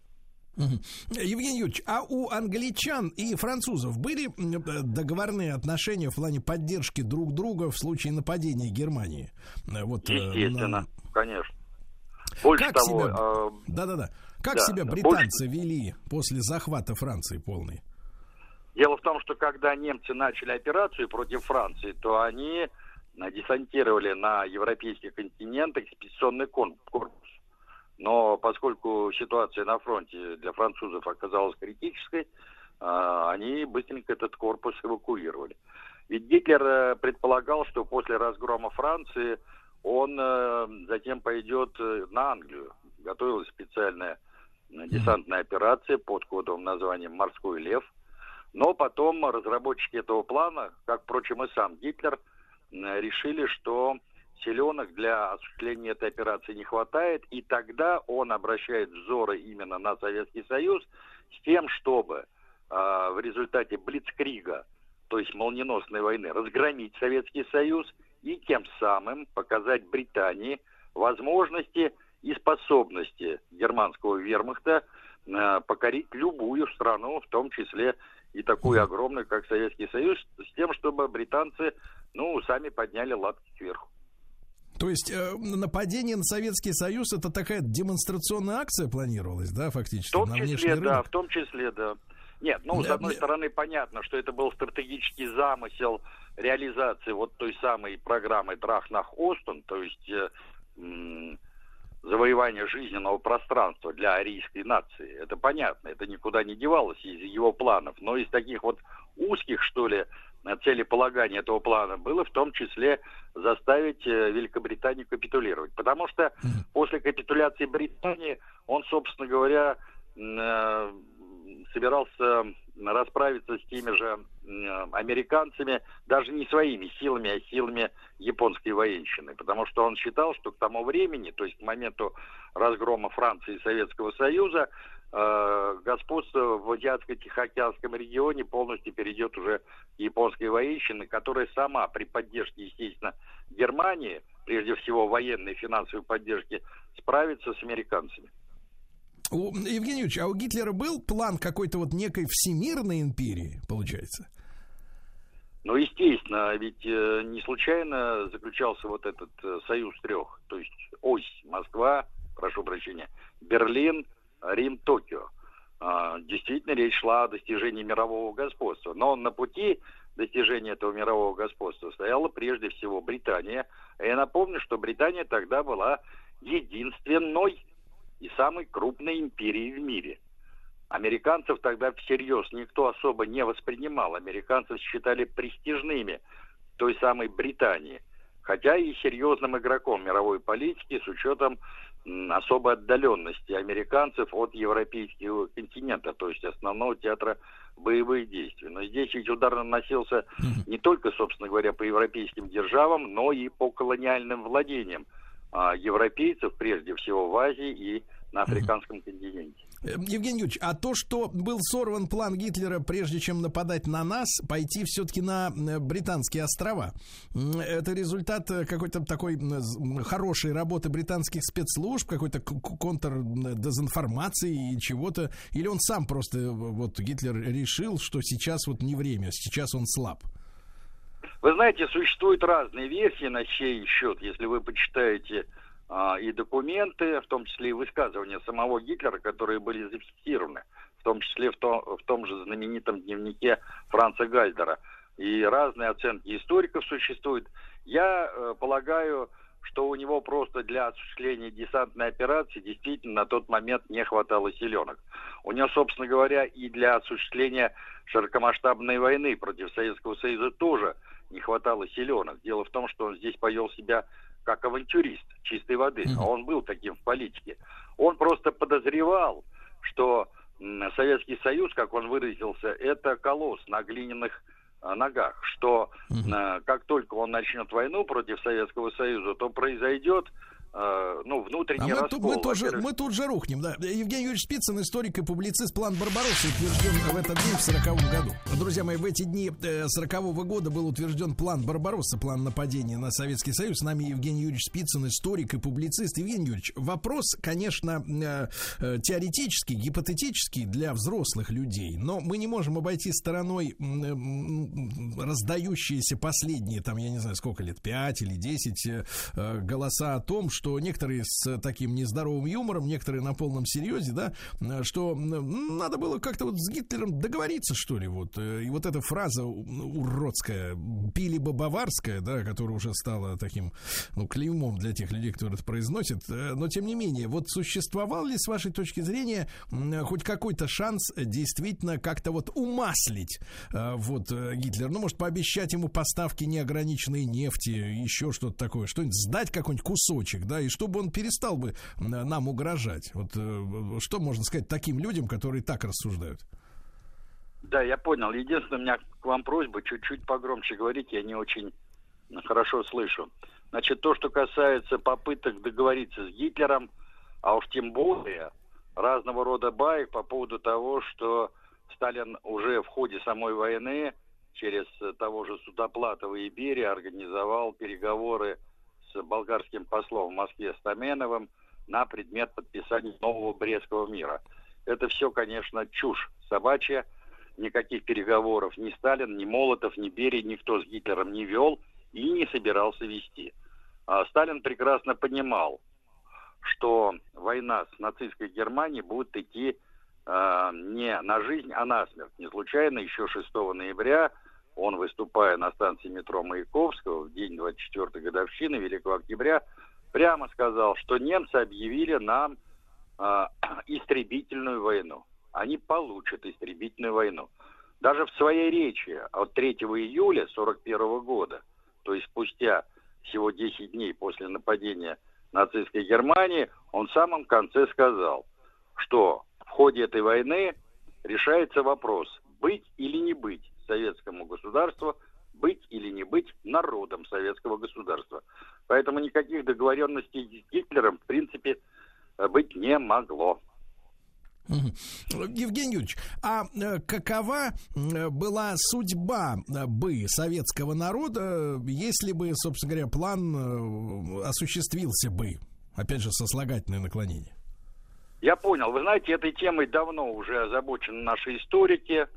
Евгений Юрьевич, а у англичан и французов были договорные отношения в плане поддержки друг друга в случае нападения Германии? Вот, естественно, на... конечно. Больше как того, себя... э... да-да-да. Как да, себя британцы больше... вели после захвата Франции полной? Дело в том, что когда немцы начали операцию против Франции, то они десантировали на европейский континент экспедиционный корпус. Но поскольку ситуация на фронте для французов оказалась критической, они быстренько этот корпус эвакуировали. Ведь Гитлер предполагал, что после разгрома Франции он затем пойдет на Англию. Готовилась специальная десантная операция под кодовым названием «Морской лев». Но потом разработчики этого плана, как, впрочем, и сам Гитлер, решили, что силенок для осуществления этой операции не хватает, и тогда он обращает взоры именно на Советский Союз с тем, чтобы э, в результате блицкрига, то есть молниеносной войны, разгромить Советский Союз и тем самым показать Британии возможности и способности германского вермахта э, покорить любую страну, в том числе и такую огромную, как Советский Союз, с тем, чтобы британцы, ну, сами подняли лапки кверху. То есть э, нападение на Советский Союз — это такая демонстрационная акция планировалась, да, фактически? В том на числе, да, рынок? в том числе, да. Нет, ну, с одной стороны, понятно, что это был стратегический замысел реализации вот той самой программы «Драх нах Остен», то есть э, м- завоевание жизненного пространства для арийской нации. Это понятно, это никуда не девалось из его планов. Но из таких вот узких, что ли, целеполагания этого плана было в том числе заставить Великобританию капитулировать. Потому что после капитуляции Британии он, собственно говоря, собирался расправиться с теми же американцами даже не своими силами, а силами японской военщины. Потому что он считал, что к тому времени, то есть к моменту разгрома Франции и Советского Союза, э, господство в Азиатско-Тихоокеанском регионе полностью перейдет уже к японской военщине, которая сама при поддержке, естественно, Германии, прежде всего военной и финансовой поддержки, справится с американцами. У, Евгений Юрьевич, а у Гитлера был план какой-то вот некой всемирной империи, получается? Ну, естественно, ведь э, не случайно заключался вот этот э, союз трех, то есть ось Москва, прошу прощения, Берлин, Рим, Токио. Э, действительно, речь шла о достижении мирового господства. Но на пути достижения этого мирового господства стояла прежде всего Британия. И я напомню, что Британия тогда была единственной и самой крупной империей в мире. Американцев тогда всерьез никто особо не воспринимал. Американцев считали престижными той самой Британии. Хотя и серьезным игроком мировой политики с учетом м, особой отдаленности американцев от европейского континента, то есть основного театра боевых действий. Но здесь ведь удар наносился не только, собственно говоря, по европейским державам, но и по колониальным владениям европейцев, прежде всего в Азии и на африканском континенте. Евгений Юрьевич, а то, что был сорван план Гитлера, прежде чем нападать на нас, пойти все-таки на Британские острова, это результат какой-то такой хорошей работы британских спецслужб, какой-то контрдезинформации и чего-то, или он сам просто, вот Гитлер решил, что сейчас вот не время, сейчас он слаб? Вы знаете, существуют разные версии на сей счет. Если вы почитаете а, и документы, в том числе и высказывания самого Гитлера, которые были зафиксированы, в том числе в, то, в том же знаменитом дневнике Франца Гальдера, и разные оценки историков существуют, я э, полагаю, что у него просто для осуществления десантной операции действительно на тот момент не хватало силенок. У него, собственно говоря, и для осуществления широкомасштабной войны против Советского Союза тоже не хватало силенок. Дело в том, что он здесь повел себя как авантюрист чистой воды, а он был таким в политике. Он просто подозревал, что Советский Союз, как он выразился, это колосс на глиняных ногах, что э, как только он начнет войну против Советского Союза, то произойдет э, ну, внутренний а мы раскол. Тут, мы, тоже, мы тут же рухнем, да. Евгений Юрьевич Спицын, историк и публицист, план Барбароссы утвержден в этот день в сороковом году. Друзья мои, в эти дни сорокового года был утвержден план Барбароссы, план нападения на Советский Союз. С нами Евгений Юрьевич Спицын, историк и публицист. Евгений Юрьевич, вопрос, конечно, э, э, теоретический, гипотетический для взрослых людей, но мы не можем обойти стороной э, э, раздающиеся последние, там, я не знаю, сколько лет, пять или десять э, голоса о том, что что некоторые с таким нездоровым юмором, некоторые на полном серьезе, да, что надо было как-то вот с Гитлером договориться, что ли, вот. И вот эта фраза уродская, пили-баварская, да, которая уже стала таким, ну, клеймом для тех людей, которые это произносят, но тем не менее, вот существовал ли, с вашей точки зрения, хоть какой-то шанс действительно как-то вот умаслить вот Гитлера, ну, может, пообещать ему поставки неограниченной нефти, еще что-то такое, что-нибудь, сдать какой-нибудь кусочек, да, и чтобы он перестал бы нам угрожать. Вот что можно сказать таким людям, которые так рассуждают? Да, я понял. Единственное, у меня к вам просьба чуть-чуть погромче говорить, я не очень хорошо слышу. Значит, то, что касается попыток договориться с Гитлером, а уж тем более разного рода баек по поводу того, что Сталин уже в ходе самой войны через того же Судоплатова и Берия организовал переговоры с болгарским послом в Москве Стаменовым на предмет подписания нового Брестского мира. Это все, конечно, чушь собачья. Никаких переговоров ни Сталин, ни Молотов, ни Берия, никто с Гитлером не вел и не собирался вести. Сталин прекрасно понимал, что война с нацистской Германией будет идти э, не на жизнь, а на смерть. Не случайно еще шестого ноября он, выступая на станции метро Маяковского в день двадцать четвёртой годовщины Великого Октября, прямо сказал, что немцы объявили нам э, истребительную войну. Они получат истребительную войну. Даже в своей речи от третьего июля сорок первого года, то есть спустя всего десять дней после нападения нацистской Германии, он в самом конце сказал, что в ходе этой войны решается вопрос, быть или не быть советскому государству, быть или не быть народом советского государства. Поэтому никаких договоренностей с Гитлером, в принципе, быть не могло. Евгений Юрьевич, а какова была судьба бы советского народа, если бы, собственно говоря, план осуществился бы? Опять же, сослагательное наклонение. Я понял. Вы знаете, этой темой давно уже озабочены наши историки.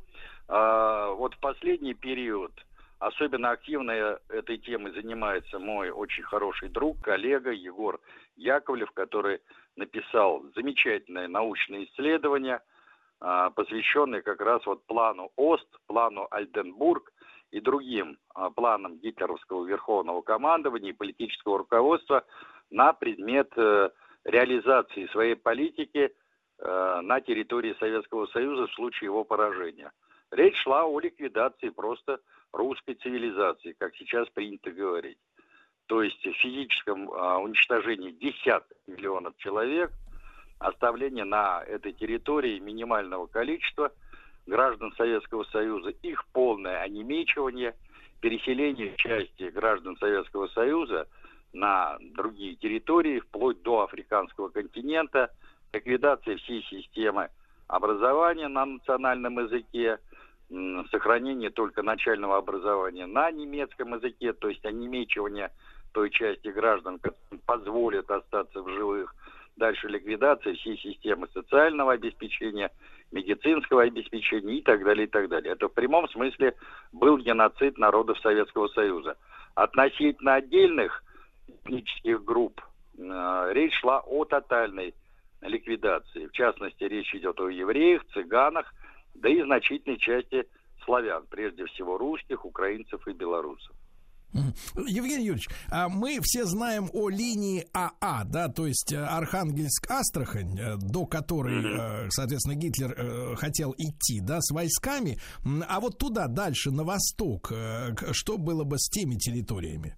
Вот в последний период особенно активно этой темой занимается мой очень хороший друг, коллега Егор Яковлев, который написал замечательное научное исследование, посвященное как раз вот плану Ост, плану Альденбург и другим планам гитлеровского верховного командования и политического руководства на предмет реализации своей политики на территории Советского Союза в случае его поражения. Речь шла о ликвидации просто русской цивилизации, как сейчас принято говорить. То есть в физическом а, уничтожении десятков миллионов человек, оставление на этой территории минимального количества граждан Советского Союза, их полное онемечивание, переселение части граждан Советского Союза на другие территории, вплоть до африканского континента, ликвидация всей системы образования на национальном языке, сохранение только начального образования на немецком языке, то есть онемечивание той части граждан, которым позволят остаться в живых. Дальше ликвидация всей системы социального обеспечения, медицинского обеспечения и так далее, и так далее. Это в прямом смысле был геноцид народов Советского Союза. Относительно отдельных этнических групп э, речь шла о тотальной ликвидации. В частности, речь идет о евреях, цыганах, да и значительной части славян, прежде всего русских, украинцев и белорусов. Евгений Юрьевич, мы все знаем о линии АА, да, то есть Архангельск-Астрахань, до которой, соответственно, Гитлер хотел идти, да, с войсками. А вот туда, дальше, на восток, что было бы с теми территориями?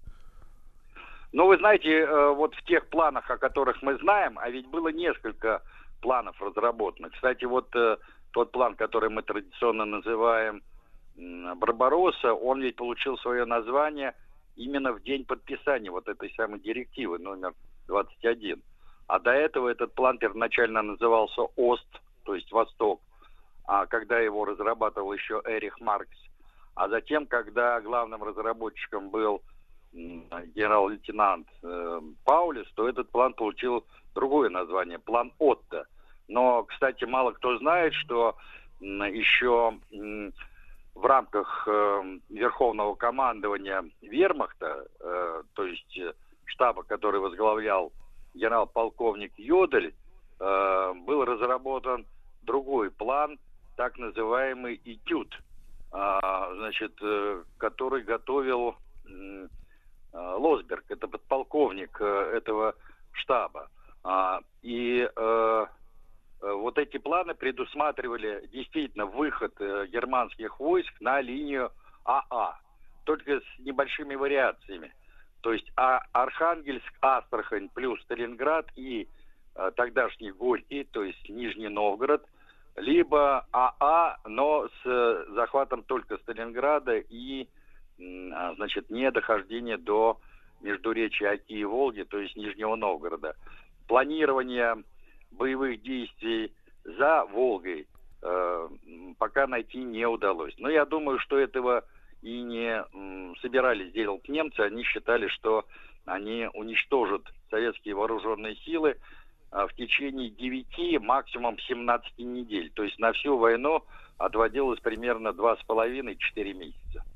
Ну, вы знаете, вот в тех планах, о которых мы знаем, а ведь было несколько планов разработанных. Кстати, вот тот план, который мы традиционно называем Барбаросса, он ведь получил свое название именно в день подписания вот этой самой директивы номер двадцать один. А до этого этот план первоначально назывался Ост, то есть Восток, а когда его разрабатывал еще Эрих Маркс. А затем, когда главным разработчиком был генерал-лейтенант э, Паулис, то этот план получил другое название, план Отто. Но, кстати, мало кто знает, что э, еще э, в рамках э, Верховного командования Вермахта, э, то есть э, штаба, который возглавлял генерал-полковник Йодель, э, был разработан другой план, так называемый этюд, э, значит, э, который готовил э, Лосберг, это подполковник э, этого штаба. А, и э, вот эти планы предусматривали действительно выход э, германских войск на линию АА, только с небольшими вариациями. То есть а, Архангельск, Астрахань плюс Сталинград и э, тогдашний Горький, то есть Нижний Новгород, либо АА, но с э, захватом только Сталинграда и значит, не дохождение до междуречия Оки и Волги, то есть Нижнего Новгорода. Планирование боевых действий за Волгой э, пока найти не удалось. Но я думаю, что этого и не м, собирались делать немцы. Они считали, что они уничтожат советские вооруженные силы э, в течение девяти, максимум семнадцати недель. То есть на всю войну отводилось примерно два с половиной - четыре месяца.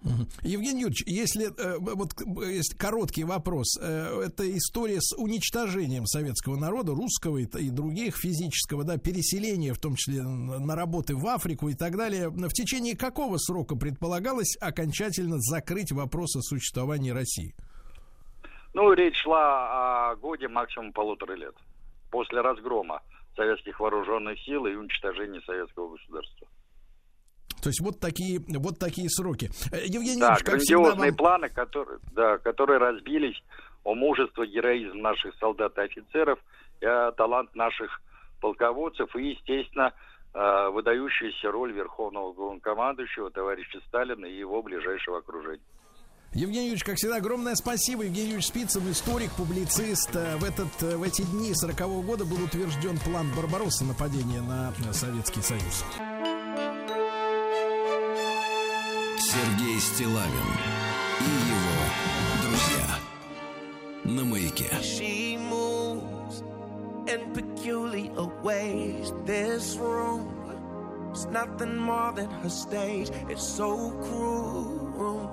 Евгений Юрьевич, если э, вот есть короткий вопрос, э, это история с уничтожением советского народа, русского и, и других, физического, да, переселения, в том числе на работы в Африку и так далее. В течение какого срока предполагалось окончательно закрыть вопрос о существовании России? Ну, речь шла о годе, максимум полутора лет, после разгрома советских вооруженных сил и уничтожения советского государства. То есть вот такие, вот такие сроки. Евгений да, Юрьевич, как грандиозные всегда, вам... планы, которые, да, которые разбились о мужестве, героизм наших солдат и офицеров, и о талант наших полководцев и, естественно, выдающаяся роль верховного главнокомандующего товарища Сталина и его ближайшего окружения. Евгений Юрьевич, как всегда, огромное спасибо. Евгений Юрьевич Спицын, историк, публицист. В, этот, в эти дни сорокового года был утвержден план Барбаросса, нападения на Советский Союз. Сергей Стиллавин и его друзья на Маяке. She moves in peculiar ways. This room is nothing more than her stage. It's so cruel.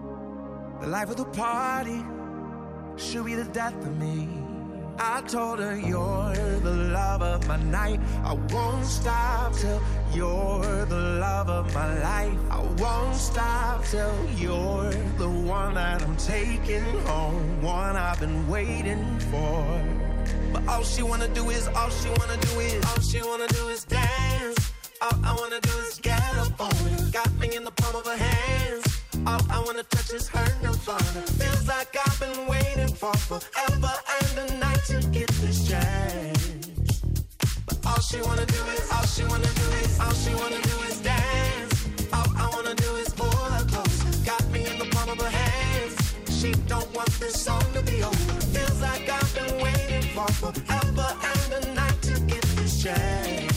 The life of the party should be the death of me. I told her you're the love of my night. I won't stop till you're the love of my life. I won't stop till you're the one that I'm taking home, one I've been waiting for. But all she wanna do is, all she wanna do is, all she wanna do is dance. All I wanna do is get up on it. Got me in the palm of her hands. All I wanna touch is her nirvana. Feels like I've been waiting for forever and a night to get this chance. But all she wanna do is, all she wanna do is, all she wanna do is dance. All I wanna do is pull her close. Got me in the palm of her hands. She don't want this song to be over. Feels like I've been waiting for forever and a night to get this chance.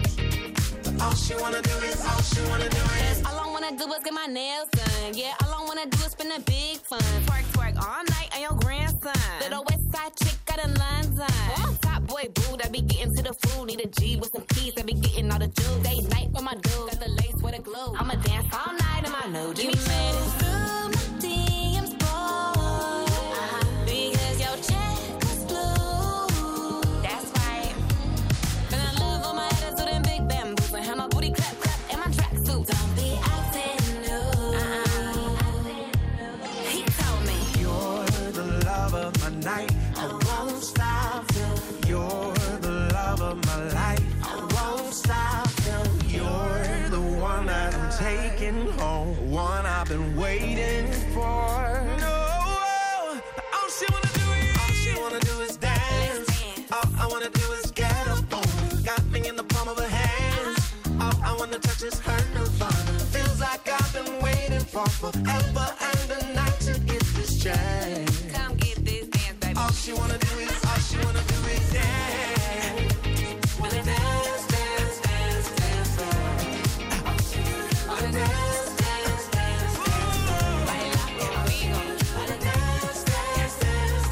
But all she wanna do is, all she wanna do is, all I wanna do is get my nails done. Yeah, all I wanna do is spend a big fun. Twerk, twerk all night on your grandson. Little west side chick got in London. Oh, top boy boo that be getting to the food. Need a G with some keys that be getting all the juice. Day night with my dude, got the lace with a glue. I'ma dance all night in my new jeans. Give me minutes through my D Ms, boy. Uh-huh. Because your check was blue. That's right. And I love all my attitude and big bamboos. And have my booty clap, clap, and my tracksuit. Don't be acting new. Uh-uh. He told me you're the love of my night. I won't stop till you're the love of my life. I won't stop till you're the one that I'm taking home, one I've been waiting for. No, all she wanna do is, all she wanna do is dance. All I wanna do is get up on her. Got me in the palm of her hands. All I wanna touch is her nirvana. Feels like I've been waiting for forever and a night to get this chance. come get this dance, baby. All she wanna do is, all she wanna do is dance. Wanna dance, dance, dance, dance, dance. All she wanna dance, dance, dance, dance. Baila, que we gon' Wanna dance, dance, dance,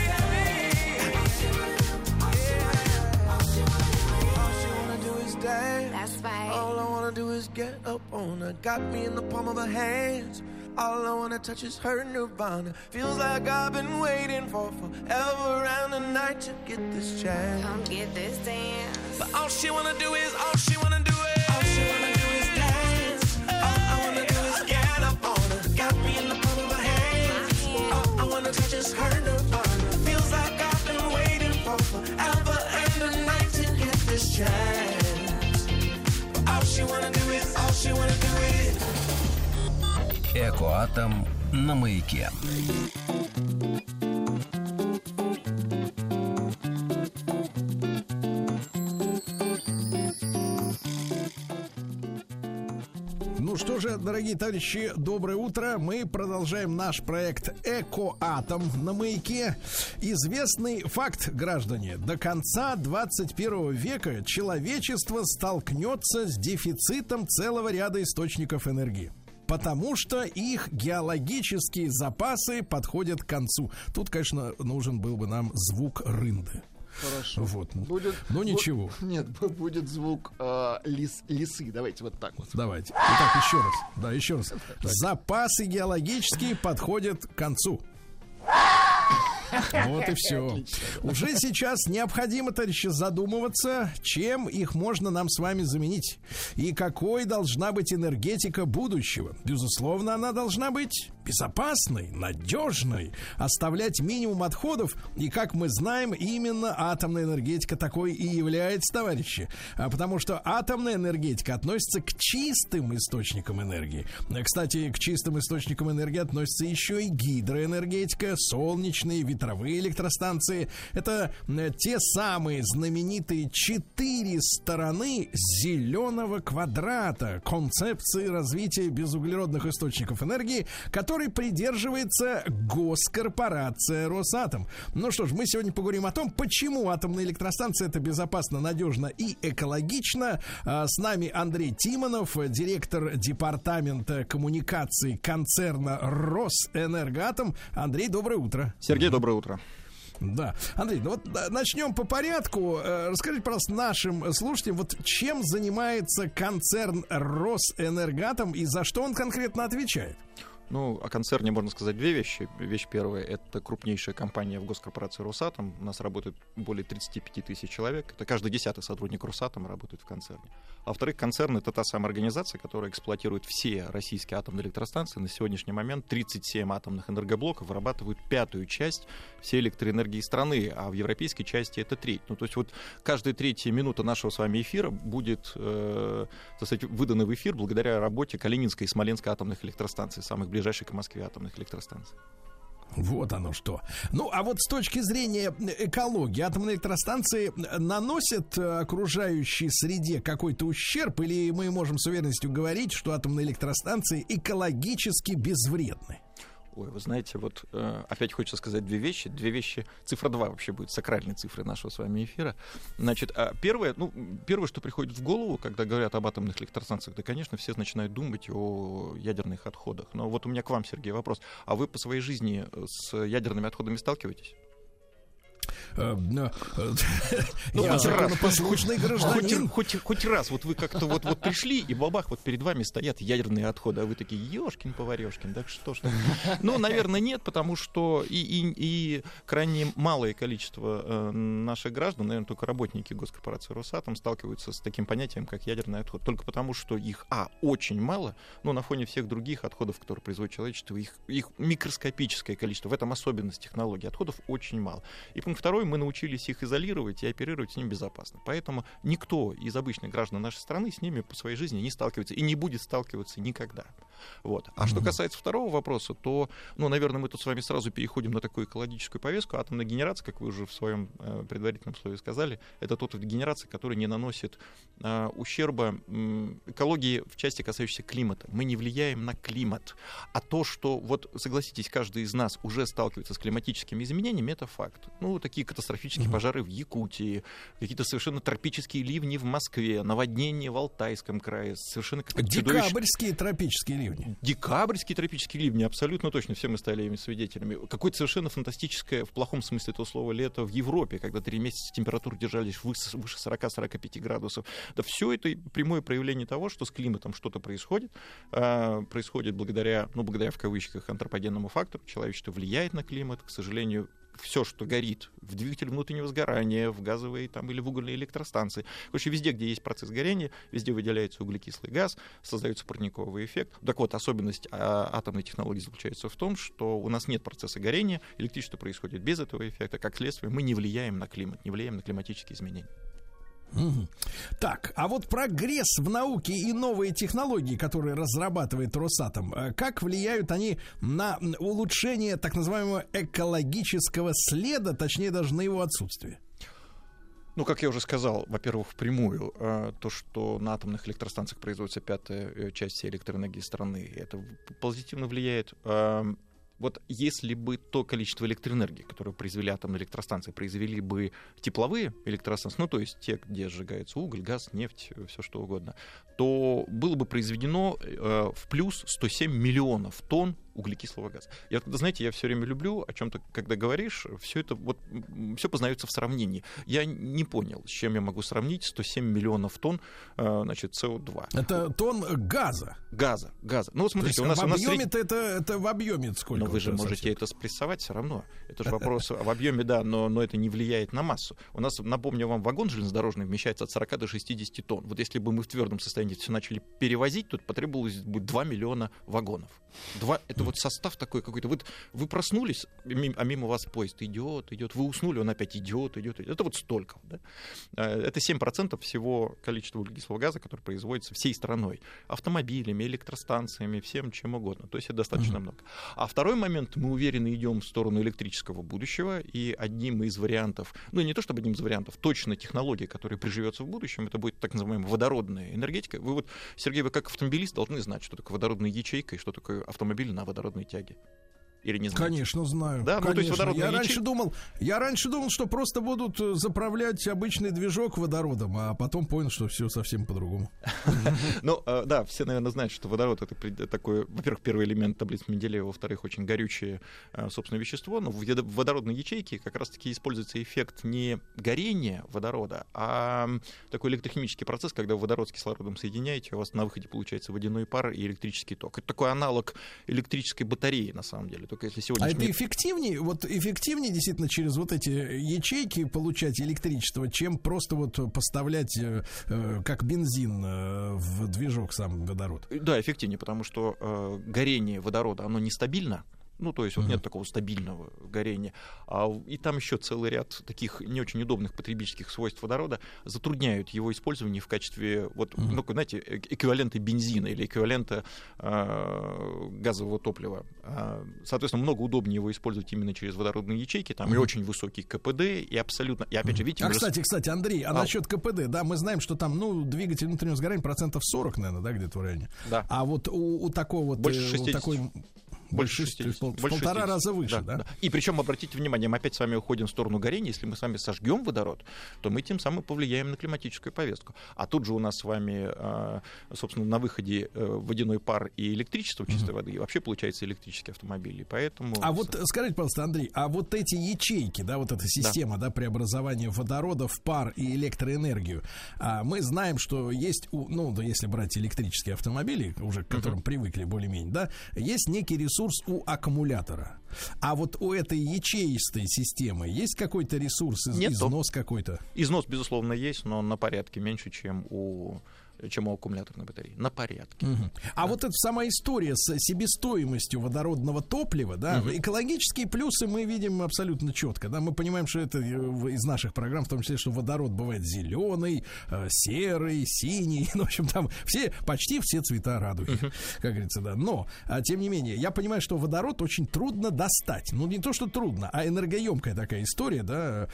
dance. All she wanna, all she wanna, all she wanna, all she wanna do is dance. That's right. All I wanna do is get up on her. Got me in the palm of her hands. All I wanna touch is her nirvana. Feels like I've been waiting for forever and a night to get this chance. Come get this dance. But all she wanna do is, all she wanna do is, all she wanna do is dance. All I wanna do is get up on her. Got me in the palm of her hands. All I wanna touch is her nirvana. Feels like I've been waiting for forever and a night to get this chance. But all she wanna do is, all she wanna do is. Экоатом на Маяке. Ну что же, дорогие товарищи, доброе утро. Мы продолжаем наш проект «Экоатом» на Маяке. Известный факт, граждане. До конца двадцать первого века человечество столкнется с дефицитом целого ряда источников энергии. Потому что их геологические запасы подходят к концу. Тут, конечно, нужен был бы нам звук рынды. Хорошо. Вот. Будет, ну ничего. Бу- нет, будет звук э, лис, лисы. Давайте вот так вот. Давайте. Итак, еще раз. Да, еще раз. Запасы геологические подходят к концу. Вот и все. Отлично, да. Уже сейчас необходимо, товарищи, задумываться, чем их можно нам с вами заменить. И какой должна быть энергетика будущего. Безусловно, она должна быть безопасной, надежной, оставлять минимум отходов. И, как мы знаем, именно атомная энергетика такой и является, товарищи. Потому что атомная энергетика относится к чистым источникам энергии. Кстати, к чистым источникам энергии относится еще и гидроэнергетика, солнечные, ветровые электростанции. Это те самые знаменитые четыре стороны зеленого квадрата концепции развития безуглеродных источников энергии, который придерживается госкорпорация Росатом. Ну что ж, мы сегодня поговорим о том, почему атомная электростанция — это безопасно, надежно и экологично. С нами Андрей Тимонов, директор департамента коммуникаций концерна Росэнергоатом. Андрей, доброе утро. Сергей, доброе утро. Да. Андрей, ну вот начнем по порядку. Расскажите, пожалуйста, нашим слушателям, вот чем занимается концерн Росэнергоатом и за что он конкретно отвечает? Ну, о концерне можно сказать две вещи. Вещь первая — это крупнейшая компания в госкорпорации Росатом. У нас работает более тридцать пять тысяч человек. Это каждый десятый сотрудник Росатома работает в концерне. А во-вторых, концерн — это та самая организация, которая эксплуатирует все российские атомные электростанции. На сегодняшний момент тридцать семь атомных энергоблоков вырабатывают пятую часть всей электроэнергии страны, а в европейской части это треть. Ну, то есть вот каждая третья минута нашего с вами эфира будет, э, так сказать, выдана в эфир благодаря работе Калининской и Смоленской атомных электростанций, самых ближайших к Москве атомных электростанций. Вот оно что. Ну, а вот с точки зрения экологии, атомные электростанции наносят окружающей среде какой-то ущерб, или мы можем с уверенностью говорить, что атомные электростанции экологически безвредны? Ой, вы знаете, вот э, опять хочется сказать две вещи. Две вещи. Цифра два вообще будет сакральной цифрой нашего с вами эфира. Значит, а первое, ну, первое, что приходит в голову, когда говорят об атомных электростанциях, да, конечно, все начинают думать о ядерных отходах. Но вот у меня к вам, Сергей, вопрос. А вы по своей жизни с ядерными отходами сталкиваетесь? Ну, я законопослушный гражданин. Хоть, хоть, хоть раз вот вы как-то вот, вот пришли, и бабах, вот перед вами стоят ядерные отходы, а вы такие, ёшкин-поварёшкин, так что ж. Ну, наверное, нет, потому что и, и, и крайне малое количество э, наших граждан, наверное, только работники госкорпорации Росатом сталкиваются с таким понятием, как ядерный отход. Только потому, что их, а, очень мало, но на фоне всех других отходов, которые производит человечество, их, их микроскопическое количество. В этом особенность технологии отходов очень мало. И пункт второй, мы научились их изолировать и оперировать с ними безопасно. Поэтому никто из обычных граждан нашей страны с ними по своей жизни не сталкивается и не будет сталкиваться никогда. Вот. А mm-hmm. что касается второго вопроса, то, ну, наверное, мы тут с вами сразу переходим на такую экологическую повестку. Атомная генерация, как вы уже в своем э, предварительном слове сказали, это тот вид генерации, который не наносит э, ущерба э, экологии в части, касающейся климата. Мы не влияем на климат. А то, что, вот, согласитесь, каждый из нас уже сталкивается с климатическими изменениями, это факт. Ну, такие катастрофические mm-hmm. пожары в Якутии, какие-то совершенно тропические ливни в Москве, наводнения в Алтайском крае, совершенно декабрьские чудовищ... тропические ливни. Декабрьские тропические ливни, абсолютно точно, все мы стали ими свидетелями. Какое-то совершенно фантастическое, в плохом смысле этого слова, лето в Европе, когда три месяца температуры держались выше, выше сорок-сорок пять градусов. Да все это прямое проявление того, что с климатом что-то происходит, а, происходит благодаря, ну, благодаря в кавычках, антропогенному фактору. Человечество влияет на климат, к сожалению. Все, что горит в двигателе внутреннего сгорания, в газовые там, или в угольные электростанции. Короче, везде, где есть процесс горения, везде выделяется углекислый газ, создается парниковый эффект. Так вот, особенность а, атомной технологии заключается в том, что у нас нет процесса горения, электричество происходит без этого эффекта. Как следствие, мы не влияем на климат, не влияем на климатические изменения. Угу. Так, а вот прогресс в науке и новые технологии, которые разрабатывает Росатом, как влияют они на улучшение так называемого экологического следа, точнее даже на его отсутствие? Ну, как я уже сказал, во-первых, впрямую, то, что на атомных электростанциях производится пятая часть всей электроэнергии страны, это позитивно влияет. Вот если бы то количество электроэнергии, которое произвели атомные электростанции, произвели бы тепловые электростанции, ну, то есть те, где сжигается уголь, газ, нефть, все что угодно, то было бы произведено э, в плюс сто семь миллионов тонн углекислого газа. Я, знаете, я все время люблю о чем-то, когда говоришь, все это вот все познается в сравнении. Я не понял, с чем я могу сравнить сто семь миллионов тонн, значит, си о два. Это тонн газа. Газа, газа. Ну вот смотрите, у нас в у нас объеме сред... это, это в объеме сколько? Но вы же можете совсем? это спрессовать все равно. Это же вопрос в объеме, да, но, но это не влияет на массу. У нас, напомню вам, вагон железнодорожный вмещается от сорока до шестидесяти тонн. Вот если бы мы в твердом состоянии все начали перевозить, то потребовалось бы два миллиона вагонов. Два, это вот состав такой какой-то. Вот вы проснулись, а мимо вас поезд идет, идет. Вы уснули, он опять идет, идет. идет. Это вот столько. Да? Это семь процентов всего количества углекислого газа, который производится всей страной. Автомобилями, электростанциями, всем чем угодно. То есть это достаточно uh-huh. много. А второй момент, мы уверенно идем в сторону электрического будущего, и одним из вариантов, ну не то чтобы одним из вариантов, точно технология, которая приживется в будущем, это будет так называемая водородная энергетика. Вы вот, Сергей, вы как автомобилист должны знать, что такое водородная ячейка и что такое автомобиль на водородной тяге. Или не знаете? Конечно, знаю. Да? Конечно. Ну, то есть водородная я, ячейка... раньше думал, я раньше думал, что просто будут заправлять обычный движок водородом, а потом понял, что все совсем по-другому. Ну, да, все, наверное, знают, что водород — это такой, во-первых, первый элемент таблицы Менделеева, во-вторых, очень горючее, собственно, вещество. Но в водородной ячейке как раз-таки используется эффект не горения водорода, а такой электрохимический процесс, когда вы водород с кислородом соединяете, у вас на выходе получается водяной пар и электрический ток. Это такой аналог электрической батареи, на самом деле. Если а это эффективнее, вот эффективнее действительно через вот эти ячейки получать электричество, чем просто вот поставлять э, э, как бензин э, в движок сам водород? Да, эффективнее, потому что э, горение водорода, оно нестабильно. Ну, то есть вот нет такого стабильного горения. А, и там еще целый ряд таких не очень удобных потребительских свойств водорода затрудняют его использование в качестве, вот, uh-huh. ну, знаете, эквивалента бензина или эквивалента э, газового топлива. А, соответственно, много удобнее его использовать именно через водородные ячейки. Там uh-huh. и очень высокий КПД, и абсолютно... И опять же, видите... А, кстати, кстати, Андрей, а, а насчет КПД, да, мы знаем, что там, ну, двигатель внутреннего сгорания процентов сорок, наверное, да, где-то в районе. Да. А вот у, у такого вот... Больше шестидесяти. Такой... Больше шестидесяти. Пол, больше полтора шестидесяти. Раза выше, да, да? да. И причем, обратите внимание, мы опять с вами уходим в сторону горения. Если мы с вами сожгем водород, то мы тем самым повлияем на климатическую повестку. А тут же у нас с вами, собственно, на выходе водяной пар и электричество чистой mm-hmm. воды, и вообще получается электрический автомобиль. И поэтому... А вот скажите, пожалуйста, Андрей, а вот эти ячейки, да, вот эта система, да, да преобразования водорода в пар и электроэнергию, мы знаем, что есть, ну, если брать электрические автомобили, уже к которым mm-hmm. привыкли более-менее, да, есть некий ресурс у аккумулятора. А вот у этой ячеистой системы есть какой-то ресурс, из, износ какой-то? Износ, безусловно, есть, но на порядке меньше, чем у... чем у аккумуляторной батареи. На порядке. Uh-huh. А да. вот эта сама история с себестоимостью водородного топлива, да, uh-huh. экологические плюсы мы видим абсолютно четко. Да? Мы понимаем, что это из наших программ, в том числе, что водород бывает зеленый, серый, синий. Ну, в общем, там все, почти все цвета радуги, uh-huh. как говорится, да. Но, а, тем не менее, я понимаю, что водород очень трудно достать. Ну, не то, что трудно, а энергоемкая такая история, да.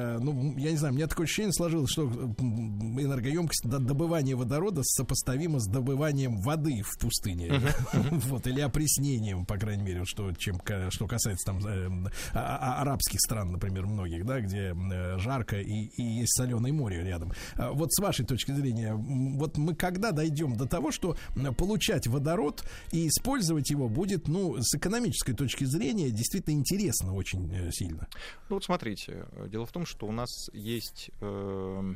Ну, я не знаю, у меня такое ощущение сложилось, что энергоемкость добывания водорода водорода сопоставимо с добыванием воды в пустыне. Uh-huh. Вот, или опреснением, по крайней мере, что, чем, что касается там э, а, арабских стран, например, многих, да, где э, жарко и, и есть соленое море рядом. А вот с вашей точки зрения, вот мы когда дойдем до того, что получать водород и использовать его будет, ну, с экономической точки зрения, действительно интересно очень э, сильно? Ну, вот смотрите, дело в том, что у нас есть э,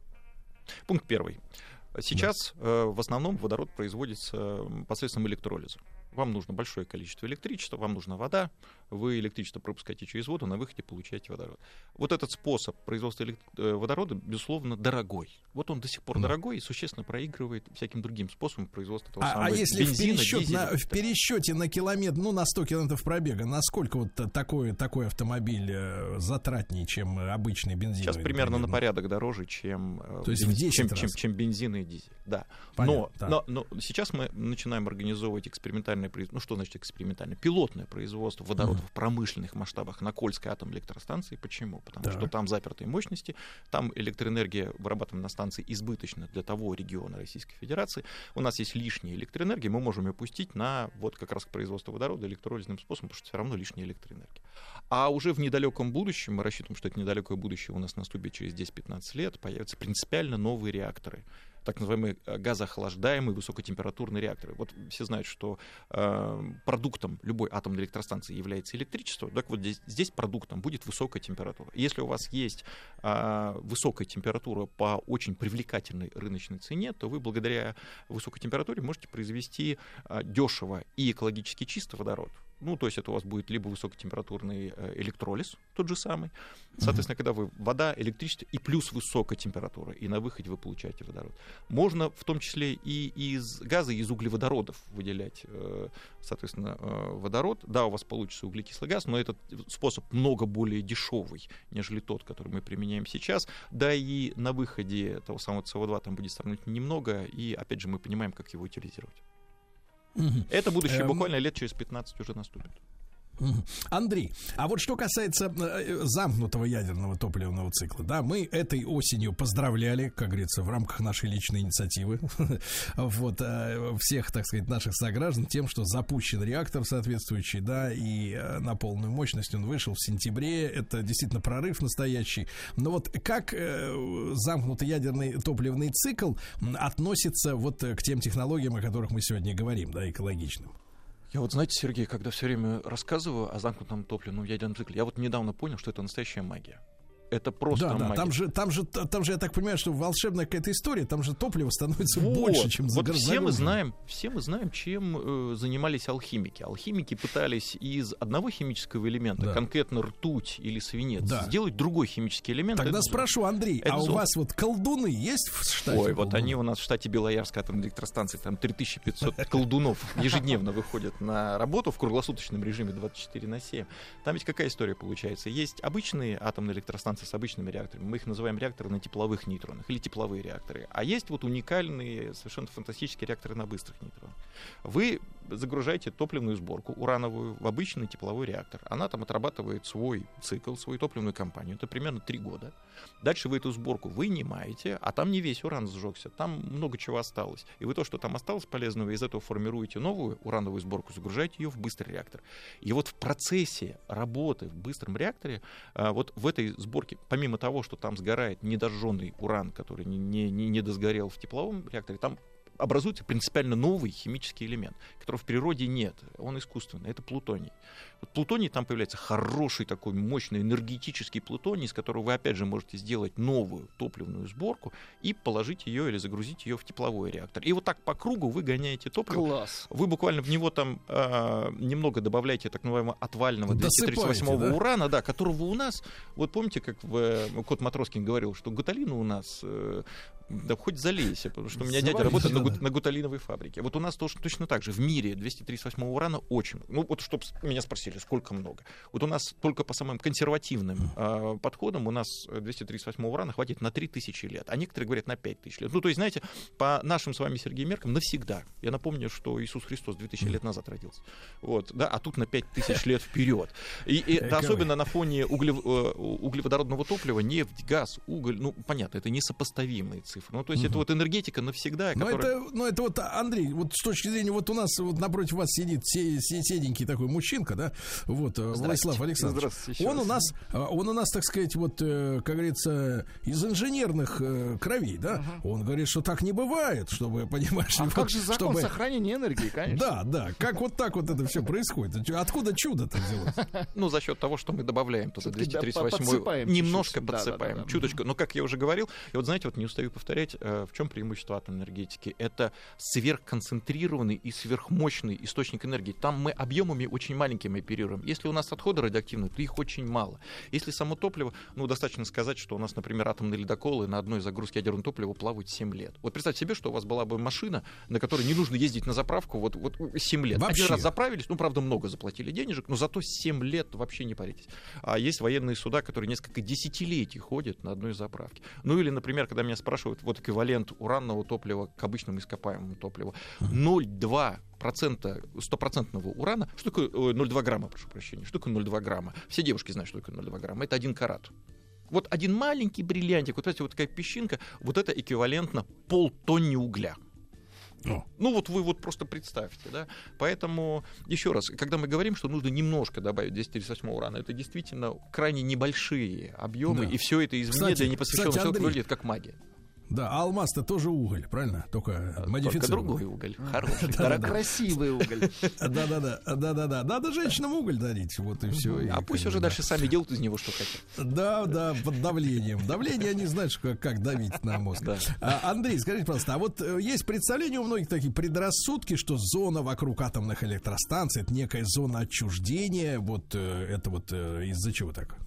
пункт первый. Сейчас да. э, в основном водород производится посредством электролиза. Вам нужно большое количество электричества, вам нужна вода, вы электричество пропускаете через воду, на выходе получаете водород. Вот этот способ производства элект... водорода, безусловно, дорогой. Вот он до сих пор да. дорогой и существенно проигрывает всяким другим способам производства этого а, самого а если бензина, в, пересчет дизеля, на, в пересчете на километр, ну, на сто километров пробега, насколько вот такой, такой автомобиль затратнее, чем обычный бензин? Сейчас примерно на порядок дороже, чем, То есть бенз... в чем, чем, чем бензин и дизель. Да. Понятно, но, да. но, но сейчас мы начинаем организовывать экспериментальные ну что значит экспериментальное? Пилотное производство водорода mm. в промышленных масштабах на Кольской атомной электростанции. Почему? Потому так. что там запертые мощности, там электроэнергия, вырабатываемая на станции, избыточна для того региона Российской Федерации. У нас есть лишняя электроэнергия, мы можем ее пустить на вот как раз производство водорода электролизным способом, потому что все равно лишняя электроэнергия. А уже в недалеком будущем, мы рассчитываем, что это недалекое будущее у нас наступит через десять-пятнадцать лет, появятся принципиально новые реакторы, так называемые газоохлаждаемые высокотемпературные реакторы. Вот все знают, что э, продуктом любой атомной электростанции является электричество. Так вот здесь, здесь продуктом будет высокая температура. Если у вас есть э, высокая температура по очень привлекательной рыночной цене, то вы благодаря высокой температуре можете произвести э, дешево и экологически чистый водород. Ну, то есть это у вас будет либо высокотемпературный электролиз, тот же самый. Соответственно, когда вы вода, электричество и плюс высокая температура, и на выходе вы получаете водород. Можно в том числе и из газа, и из углеводородов выделять, соответственно, водород. Да, у вас получится углекислый газ, но этот способ много более дешевый, нежели тот, который мы применяем сейчас. Да, и на выходе того самого С О два там будет сравнительно немного, и, опять же, мы понимаем, как его утилизировать. Это будущее буквально лет через пятнадцать уже наступит. Андрей, а вот что касается э, замкнутого ядерного топливного цикла, да, мы этой осенью поздравляли, как говорится, в рамках нашей личной инициативы, вот, э, всех, так сказать, наших сограждан тем, что запущен реактор соответствующий, да, и э, на полную мощность он вышел в сентябре, это действительно прорыв настоящий. Но вот как э, замкнутый ядерный топливный цикл относится вот к тем технологиям, о которых мы сегодня говорим, да, экологичным? Я вот, знаете, Сергей, когда все время рассказываю о замкнутом топливном ядерном цикле, я вот недавно понял, что это настоящая магия. Это просто да, магия. Да, там же, там же, там же, я так понимаю, что волшебная какая-то история, там же топливо становится вот, больше, чем за вот все мы знаем, все мы знаем, чем э, занимались алхимики. Алхимики пытались из одного химического элемента, да. конкретно ртуть или свинец, да. сделать другой химический элемент. Тогда это спрошу, Андрей, это а зон. у вас вот колдуны есть в штате? Ой, колдуны? Вот они у нас в штате Белоярской атомной электростанции, там три тысячи пятьсот колдунов ежедневно выходят на работу в круглосуточном режиме двадцать четыре на семь. Там ведь какая история получается? Есть обычные атомные электростанции с обычными реакторами. Мы их называем реакторы на тепловых нейтронах или тепловые реакторы. А есть вот уникальные, совершенно фантастические реакторы на быстрых нейтронах. Вы загружаете топливную сборку урановую в обычный тепловой реактор. Она там отрабатывает свой цикл, свою топливную кампанию. Это примерно три года. Дальше вы эту сборку вынимаете, а там не весь уран сжегся, там много чего осталось. И вы то, что там осталось полезного, из этого формируете новую урановую сборку, загружаете ее в быстрый реактор. И вот в процессе работы в быстром реакторе, вот в этой сборке, помимо того, что там сгорает недожженный уран, который не, не, не досгорел в тепловом реакторе, там образуется принципиально новый химический элемент, которого в природе нет, он искусственный, это плутоний. Вот плутоний там появляется хороший такой мощный энергетический плутоний, из которого вы опять же можете сделать новую топливную сборку и положить ее или загрузить ее в тепловой реактор. И вот так по кругу вы гоняете топливо. Класс. Вы буквально в него там э, немного добавляете так называемого отвального двести тридцать восьмого да? урана, да, которого у нас, вот помните, как в, э, Кот Матроскин говорил, что гуталина у нас э, да хоть залейся, потому что у меня дядя работает на, гут, на гуталиновой фабрике. Вот у нас тоже точно так же. В мире двести тридцать восьмого урана очень. Ну вот, чтобы меня спросили, сколько много. Вот у нас только по самым консервативным э, подходам у нас двести тридцать восьмого урана хватит на три тысячи лет, а некоторые говорят на пять тысяч лет. Ну, то есть, знаете, по нашим с вами, Сергей, меркам навсегда. Я напомню, что Иисус Христос две тысячи лет назад родился. Вот, да, а тут на пять тысяч лет вперед. И, и да, особенно на фоне углев, углеводородного топлива, нефть, газ, уголь, ну, понятно, это несопоставимые цифры. Ну, то есть, угу. это вот энергетика навсегда. Но, которая... это, но это вот, Андрей, вот с точки зрения, вот у нас вот напротив вас сидит седенький такой мужчинка, да, вот, Владислав Александрович. Он у нас, он у нас, так сказать, вот, как говорится, из инженерных кровей, да, uh-huh. он говорит, что так не бывает, чтобы, понимаешь... А вот, как же закон чтобы... сохранения энергии, конечно. Да, да, как вот так вот это все происходит? Откуда чудо-то взялось? Ну, за счет того, что мы добавляем туда двести тридцать восьмой, немножко подсыпаем, чуточку. Но, как я уже говорил, и вот, знаете, вот не устаю повторять, в чем преимущество атомной энергетики? Это сверхконцентрированный и сверхмощный источник энергии. Там мы объемами очень маленькими оперируем. Если у нас отходы радиоактивные, то их очень мало. Если само топливо, ну, достаточно сказать, что у нас, например, атомные ледоколы на одной загрузке ядерного топлива плавают семь лет. Вот представьте себе, что у вас была бы машина, на которой не нужно ездить на заправку вот, вот семь лет. Вообще. Один раз заправились, ну, правда, много заплатили денежек, но зато семь лет вообще не паритесь. А есть военные суда, которые несколько десятилетий ходят на одной заправке. Ну, или, например, когда меня спрашивают, вот эквивалент уранного топлива к обычному ископаемому топливу, ноль целых две десятых процента стопроцентного урана. Что такое ноль целых две грамма, прошу прощения? Что такое ноль целых две грамма? Все девушки знают, что такое ноль целых две грамма. Это один карат. Вот один маленький бриллиантик, вот, знаете, вот такая песчинка, вот это эквивалентно полтонне угля. Ну вот вы вот просто представьте, да. Поэтому, еще раз, когда мы говорим, что нужно немножко добавить двести тридцать восемь урана, это действительно крайне небольшие объемы, да. И все это извне для непосвященного человека выглядит как магия. Да, а алмаз-то тоже уголь, правильно? Только модифицированный. Только другой уголь, хороший, да, красивый уголь. Да-да-да, да-да-да. Надо женщинам уголь дарить, вот и все. А пусть уже дальше сами делают из него, что хотят. Да-да, под давлением. Давление, они знают, как давить на мозг. Андрей, скажите, пожалуйста, а вот есть представление у многих такие предрассудки, что зона вокруг атомных электростанций — это некая зона отчуждения. Вот это вот из-за чего так?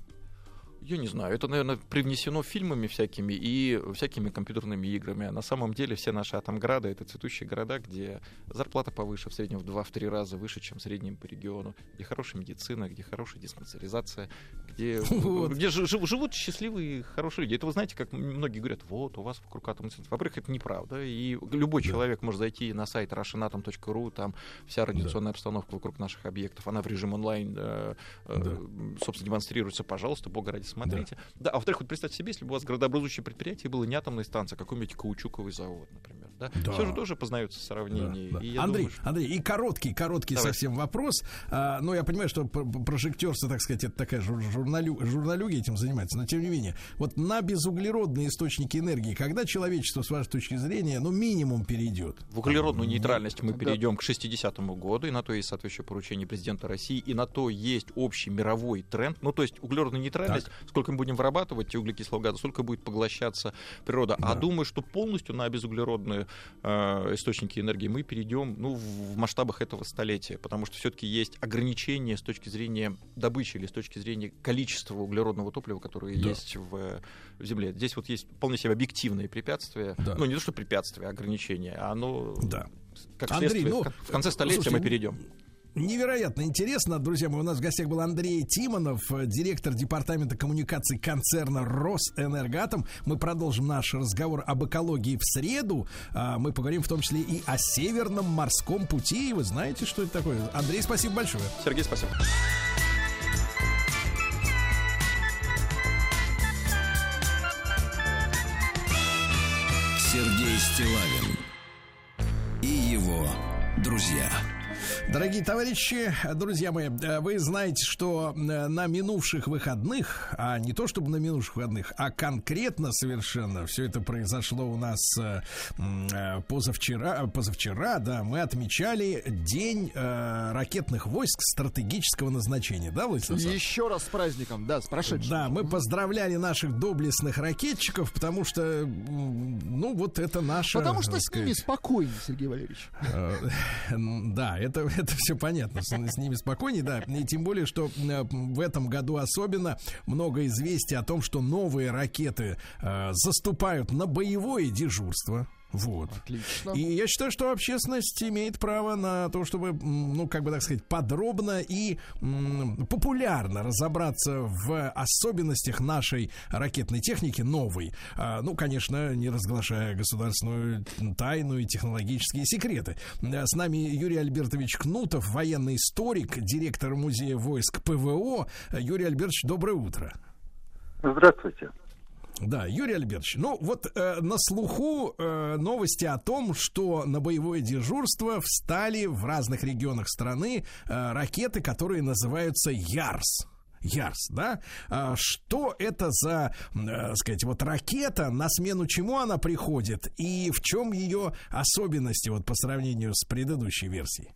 Я не знаю, это, наверное, привнесено фильмами всякими и всякими компьютерными играми. А на самом деле все наши атомграды — это цветущие города, где зарплата повыше, в среднем в два-три раза выше, чем в среднем по региону, где хорошая медицина, где хорошая диспансеризация, где, вот. где жив, живут счастливые, хорошие люди. Это вы знаете, как многие говорят, вот, у вас вокруг атомных центров. Во-первых, это неправда. И любой да. человек может зайти на сайт russian atom точка ru, там вся радиационная да. обстановка вокруг наших объектов, она в режим онлайн, э, да. собственно, демонстрируется. Пожалуйста, бога ради, смотрите. Да. да, а во-вторых, вот представьте себе, если бы у вас градообразующее предприятие было не атомная станция, а какой-нибудь каучуковый завод, например. Да? Да. Все же тоже познаются сравнения. Да, да. И Андрей, думаю, что... Андрей, и короткий, короткий Давай. совсем вопрос. А, ну, я понимаю, что прожектерство, так сказать, это такая журналю, журналюги этим занимается, но тем не менее, вот на безуглеродные источники энергии, когда человечество, с вашей точки зрения, ну, минимум перейдет? В углеродную нейтральность мы перейдем да. к шестидесятому году, и на то есть соответствующее поручение президента России, и на то есть общий мировой тренд. Ну, то есть углеродная нейтральность, так. сколько мы будем вырабатывать углекислого газа, столько будет поглощаться природа. Да. А думаю, что полностью на безуглеродные э, источники энергии мы перейдем, ну, в масштабах этого столетия, потому что все-таки есть ограничения с точки зрения добычи или с точки зрения количества углеродного топлива, которое да. есть в, в Земле. Здесь вот есть вполне себе объективные препятствия, да. ну, не то что препятствия, а ограничения, а оно, да. как Андрей, следствие, ну, в конце столетия слушайте, мы перейдем. Невероятно интересно, друзья мои. У нас в гостях был Андрей Тимонов, директор департамента коммуникаций концерна «Росэнергатом». Мы продолжим наш разговор об экологии в среду. Мы поговорим в том числе и о Северном морском пути. И вы знаете, что это такое. Андрей, спасибо большое. Сергей, спасибо. Сергей Стиллавин и его друзья. Дорогие товарищи, друзья мои, вы знаете, что на минувших выходных, а не то чтобы на минувших выходных, а конкретно совершенно, все это произошло у нас позавчера, позавчера, да, мы отмечали День э, ракетных войск стратегического назначения, да, Владислав? Еще раз с праздником, да, с прошедшим. Да, мы поздравляли наших доблестных ракетчиков, потому что, ну, вот это наше... Потому что с ними спокойнее, Сергей Валерьевич. Да, это... Это все понятно, с, с ними спокойнее, да. И тем более, что в этом году особенно много известий о том, что новые ракеты э, заступают на боевое дежурство. Вот. Отлично. И я считаю, что общественность имеет право на то, чтобы, ну, как бы так сказать, подробно и м, популярно разобраться в особенностях нашей ракетной техники новой. А, ну, конечно, не разглашая государственную тайну и технологические секреты. С нами Юрий Альбертович Кнутов, военный историк, директор музея войск ПВО. Юрий Альбертович, доброе утро. Здравствуйте. Да, Юрий Альбертович, ну вот э, на слуху э, новости о том, что на боевое дежурство встали в разных регионах страны э, ракеты, которые называются Ярс. Ярс, да? А что это за, э, сказать, вот ракета, на смену чему она приходит и в чем ее особенности вот по сравнению с предыдущей версией?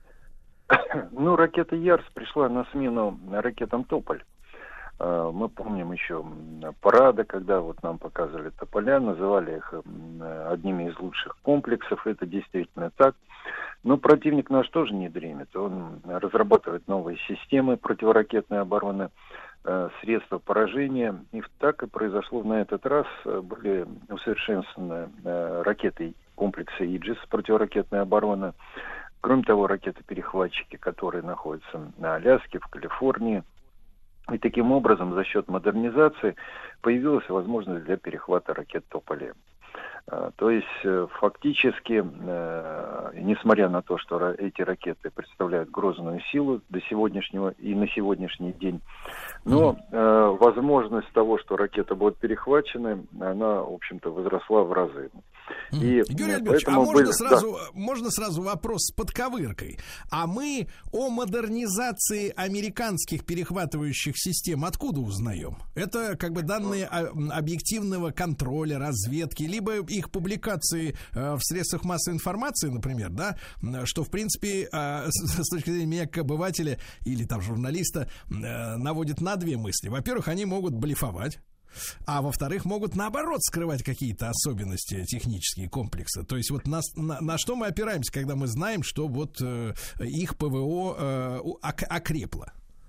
Ну, ракета Ярс пришла на смену ракетам Тополь. Мы помним еще парады, когда вот нам показывали Тополя, называли их одними из лучших комплексов, это действительно так. Но противник наш тоже не дремит, он разрабатывает новые системы противоракетной обороны, средства поражения, и так и произошло на этот раз. Были усовершенствованы ракеты комплекса Иджис противоракетной обороны. Кроме того, ракеты-перехватчики, которые находятся на Аляске, в Калифорнии. И таким образом, за счет модернизации, появилась возможность для перехвата ракет Тополя. То есть фактически, несмотря на то, что эти ракеты представляют грозную силу до сегодняшнего и на сегодняшний день, но возможность того, что ракеты будут перехвачены, она, в общем-то, возросла в разы. И Юрий Альбертович, а можно, были... сразу, да. можно сразу вопрос с подковыркой? А мы о модернизации американских перехватывающих систем откуда узнаем? Это как бы данные объективного контроля, разведки, либо их публикации в средствах массовой информации, например, да, что, в принципе, с точки зрения меня как обывателя или там журналиста наводит на две мысли. Во-первых, они могут блефовать. А во-вторых, могут наоборот скрывать какие-то особенности технические комплекса. То есть вот на, на, на что мы опираемся, когда мы знаем, что вот э, их ПВО э, окрепло?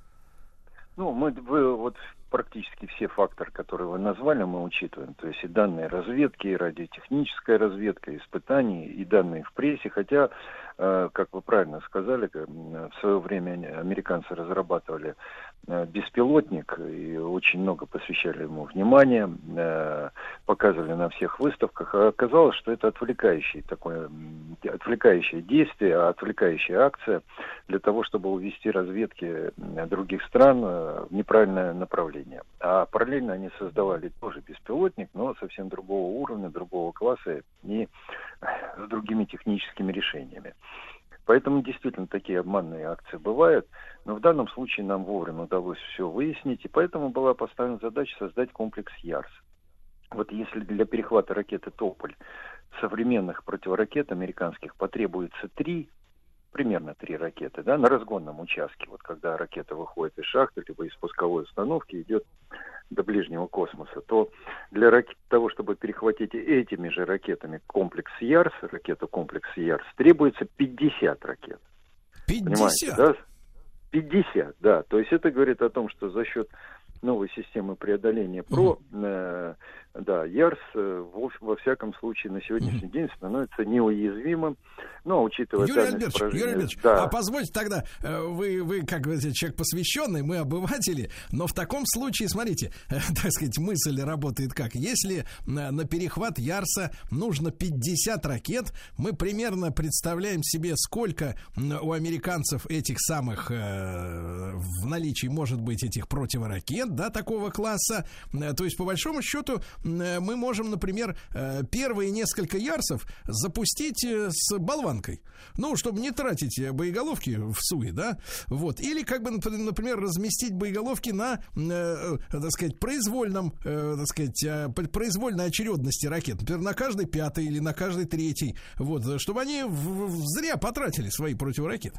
Ну, мы вы, вот практически все факторы, которые вы назвали, мы учитываем. То есть и данные разведки, и радиотехническая разведка, и испытания, и данные в прессе. Хотя, э, как вы правильно сказали, в свое время американцы разрабатывали э, беспилотник, и очень много посвящали ему внимания, э, показывали на всех выставках. А оказалось, что это отвлекающее такое, отвлекающее действие, отвлекающая акция для того, чтобы увести разведки других стран в неправильное направление. А параллельно они создавали тоже беспилотник, но совсем другого уровня, другого класса и с другими техническими решениями. Поэтому действительно такие обманные акции бывают, но в данном случае нам вовремя удалось все выяснить, и поэтому была поставлена задача создать комплекс ЯРС. Вот если для перехвата ракеты «Тополь» современных противоракет американских потребуется три, примерно три ракеты, да, на разгонном участке, вот когда ракета выходит из шахты, либо из пусковой установки, идет до ближнего космоса, то для ракет, того, чтобы перехватить этими же ракетами комплекс ЯРС, ракету комплекс ЯРС, требуется пятьдесят ракет. пятьдесят? Да? пятьдесят, да. То есть это говорит о том, что за счет новой системы преодоления ПРО, э, да, ЯРС э, во, во всяком случае на сегодняшний день становится неуязвимым, но учитывая Юрий Альбертович, Юрий Альбертович, да. а позвольте тогда, вы, вы, как говорите, человек посвященный, мы обыватели, но в таком случае, смотрите, так сказать, мысль работает как? Если на перехват ЯРСа нужно пятьдесят ракет, мы примерно представляем себе, сколько у американцев этих самых э, в наличии может быть этих противоракет, да, такого класса. То есть, по большому счету, мы можем, например, первые несколько ярсов запустить с болванкой. Ну, чтобы не тратить боеголовки в суе, да, вот. Или, как бы, например, разместить боеголовки на, э, так сказать, произвольном, э, так сказать, произвольной очередности ракет. Например, на каждой пятой или на каждой третьей. Вот, чтобы они в, в, зря потратили свои противоракеты.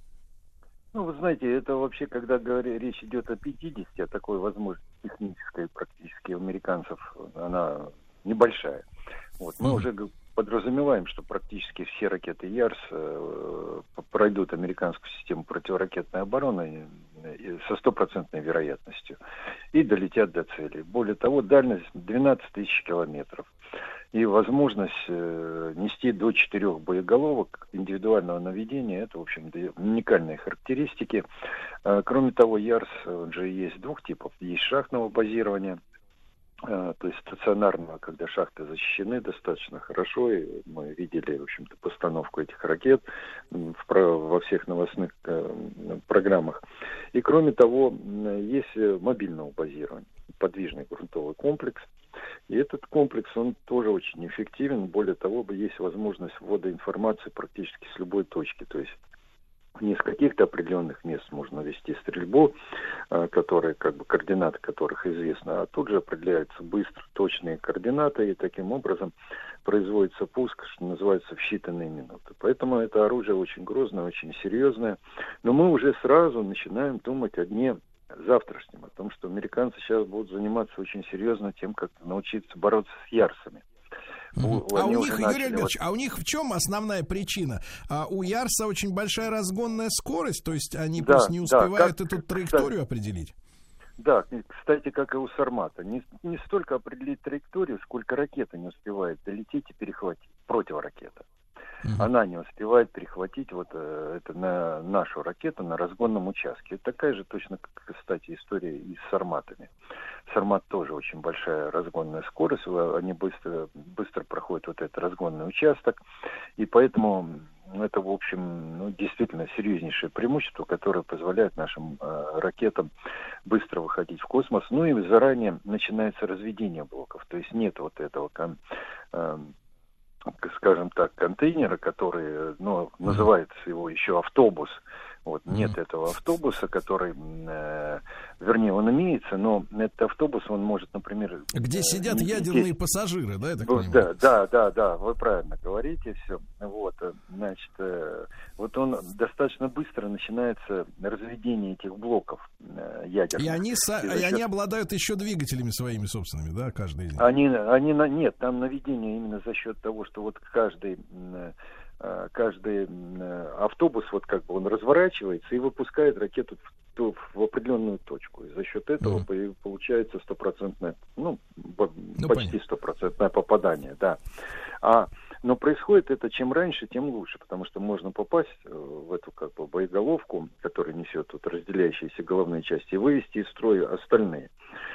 Ну, вы знаете, это вообще, когда говоря, речь идет о пятидесяти, а такой возможность технической практически у американцев, она небольшая. Вот, мы mm. уже подразумеваем, что практически все ракеты ЯРС э, пройдут американскую систему противоракетной обороны э, со стопроцентной вероятностью и долетят до цели. Более того, дальность двенадцать тысяч километров. И возможность э, нести до четырех боеголовок индивидуального наведения, это, в общем, уникальные характеристики. Э, кроме того, ЯРС, он же есть двух типов. Есть шахтного базирования, э, то есть стационарного, когда шахты защищены достаточно хорошо, и мы видели, в общем-то, постановку этих ракет в, во всех новостных э, программах. И, кроме того, есть мобильного базирования, подвижный грунтовый комплекс. И этот комплекс, он тоже очень эффективен. Более того, есть возможность ввода информации практически с любой точки. То есть не с каких-то определенных мест можно вести стрельбу, которые, как бы, координаты которых известны, а тут же определяются быстро точные координаты, и таким образом производится пуск, что называется, в считанные минуты. Поэтому это оружие очень грозное, очень серьезное. Но мы уже сразу начинаем думать о дне завтрашнем, о том, что американцы сейчас будут заниматься очень серьезно тем, как научиться бороться с ярсами. Mm-hmm. У, а у них, Юрий Альбертович, вот... а у них в чем основная причина? А у ярса очень большая разгонная скорость, то есть они да, просто не успевают да, как, эту траекторию кстати, определить? Да, кстати, как и у Сармата. Не, не столько определить траекторию, сколько ракета не успевает долететь и перехватить, противоракета. Uh-huh. Она не успевает перехватить вот э, это на нашу ракету на разгонном участке. Это такая же точно, кстати, история и с «Сарматами». «Сармат» тоже очень большая разгонная скорость, они быстро, быстро проходят вот этот разгонный участок, и поэтому это, в общем, ну, действительно серьезнейшее преимущество, которое позволяет нашим э, ракетам быстро выходить в космос. Ну и заранее начинается разведение блоков, то есть нет вот этого кон, э, скажем так, контейнера, который, ну, называется его еще автобус. Вот, нет mm-hmm. этого автобуса, который, э, вернее, он имеется, но этот автобус, он может, например... Где э, сидят не, ядерные здесь... пассажиры, да, я так да, понимаю? Да, да, да, вы правильно говорите, все. Вот, значит, э, вот он достаточно быстро начинается разведение этих блоков э, ядерных. И они, со... и, и они обладают еще двигателями своими собственными, да, каждый из них? Они, они, нет, там наведение именно за счет того, что вот каждый... Э, каждый автобус, вот как бы он разворачивается и выпускает ракету в, в определенную точку. И за счет этого mm. получается стопроцентное, ну, ну почти стопроцентное попадание, да. А, но происходит это чем раньше, тем лучше, потому что можно попасть в эту как бы боеголовку, которая несет тут разделяющиеся головные части, и вывести из строя остальные.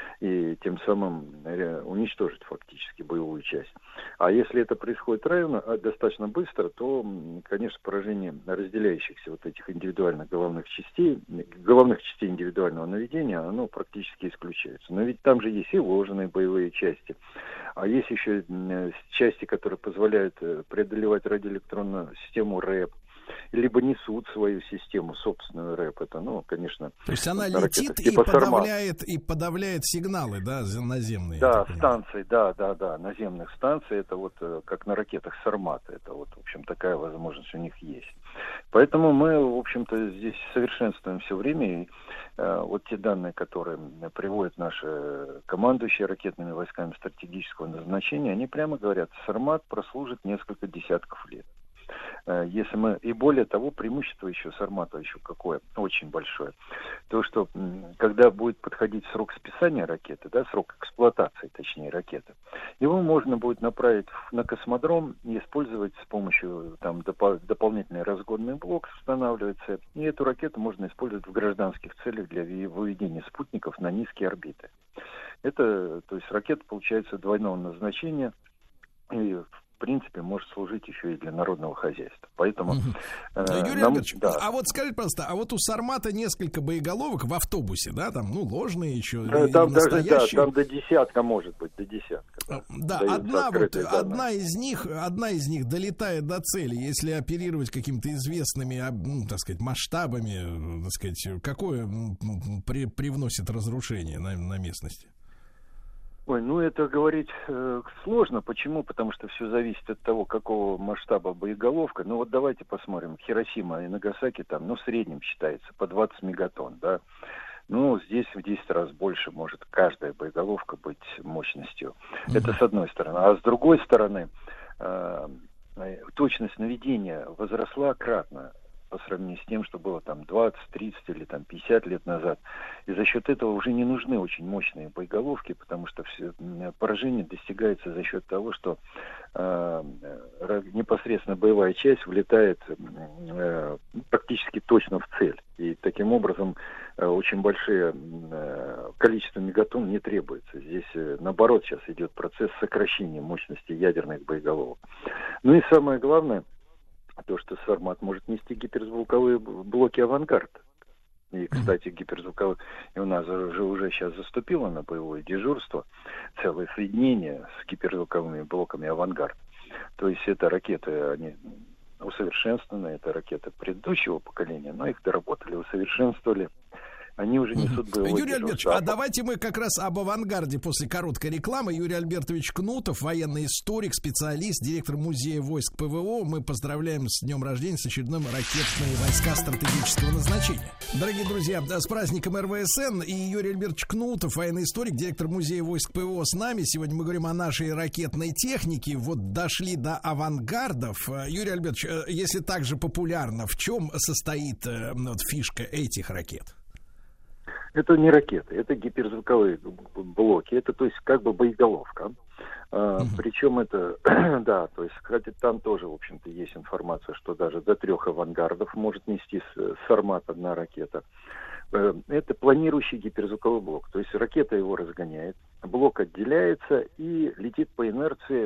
И тем самым уничтожить фактически боевую часть. А если это происходит равно, достаточно быстро, то, конечно, поражение разделяющихся вот этих индивидуальных головных частей, головных частей индивидуального наведения, оно практически исключается. Но ведь там же есть и вложенные боевые части, а есть еще части, которые позволяют преодолевать радиоэлектронную систему РЭП, либо несут свою систему, собственную РЭП. Это, ну, конечно... То есть она летит и типа подавляет, и подавляет сигналы, да, наземные? Да, станции, да, да, да, наземных станций. Это вот как на ракетах «Сармат». Это вот, в общем, такая возможность у них есть. Поэтому мы, в общем-то, здесь совершенствуем все время. И э, вот те данные, которые приводят наши командующие ракетными войсками стратегического назначения, они прямо говорят, «Сармат» прослужит несколько десятков лет. Если мы, и более того, преимущество еще «Сармата» еще какое, очень большое. То, что когда будет подходить срок списания ракеты, да, срок эксплуатации, точнее, ракеты, его можно будет направить на космодром и использовать с помощью там доп- дополнительный разгонный блок устанавливается, и эту ракету можно использовать в гражданских целях для выведения спутников на низкие орбиты. Это, то есть ракета получается двойного назначения, и в принципе, может служить еще и для народного хозяйства. Поэтому... Э, Юрий нам, Альбертович, да. а вот скажите, пожалуйста, а вот у «Сармата» несколько боеголовок в автобусе, да, там, ну, ложные еще, да, там даже, да, там до десятка, может быть, до десятка. Да, да одна, вот, одна, из них, одна из них долетает до цели, если оперировать какими-то известными, ну, так сказать, масштабами, так сказать, какое ну, при, привносит разрушение на, на местности? Ой, ну это говорить э, сложно. Почему? Потому что все зависит от того, какого масштаба боеголовка. Ну вот давайте посмотрим. Хиросима и Нагасаки там, ну в среднем считается по двадцать мегатонн, да. Ну здесь в десять раз больше может каждая боеголовка быть мощностью. Mm-hmm. Это с одной стороны. А с другой стороны, э, точность наведения возросла кратно по сравнению с тем, что было там двадцать, тридцать или там пятьдесят лет назад. И за счет этого уже не нужны очень мощные боеголовки, потому что все, поражение достигается за счет того, что э, непосредственно боевая часть влетает э, практически точно в цель. И таким образом э, очень большое э, количество мегатонн не требуется. Здесь, э, наоборот, сейчас идет процесс сокращения мощности ядерных боеголовок. Ну и самое главное, то, что «Сармат» может нести гиперзвуковые блоки «Авангард». И, кстати, гиперзвуковые... И у нас же уже сейчас заступило на боевое дежурство целое соединение с гиперзвуковыми блоками «Авангард». То есть это ракеты, они усовершенствованы, это ракеты предыдущего поколения, но их доработали, усовершенствовали. Они уже несут боевой Юрий Альбертович, а давайте мы как раз об «Авангарде» после короткой рекламы. Юрий Альбертович Кнутов, военный историк, специалист, директор музея войск ПВО. Мы поздравляем с днем рождения, с очередным ракетные войска стратегического назначения. Дорогие друзья, с праздником эр вэ эс эн. И Юрий Альбертович Кнутов, военный историк, директор музея войск ПВО с нами. Сегодня мы говорим о нашей ракетной технике. Вот дошли до авангардов. Юрий Альбертович, если так же популярно, в чем состоит вот, фишка этих ракет? Это не ракеты, это гиперзвуковые блоки. Это, то есть, как бы боеголовка. Uh, причем это, да, то есть, кстати, там тоже, в общем-то, есть информация, что даже до трех авангардов может нести Сармат одна ракета. Uh, это планирующий гиперзвуковой блок, то есть ракета его разгоняет, блок отделяется и летит по инерции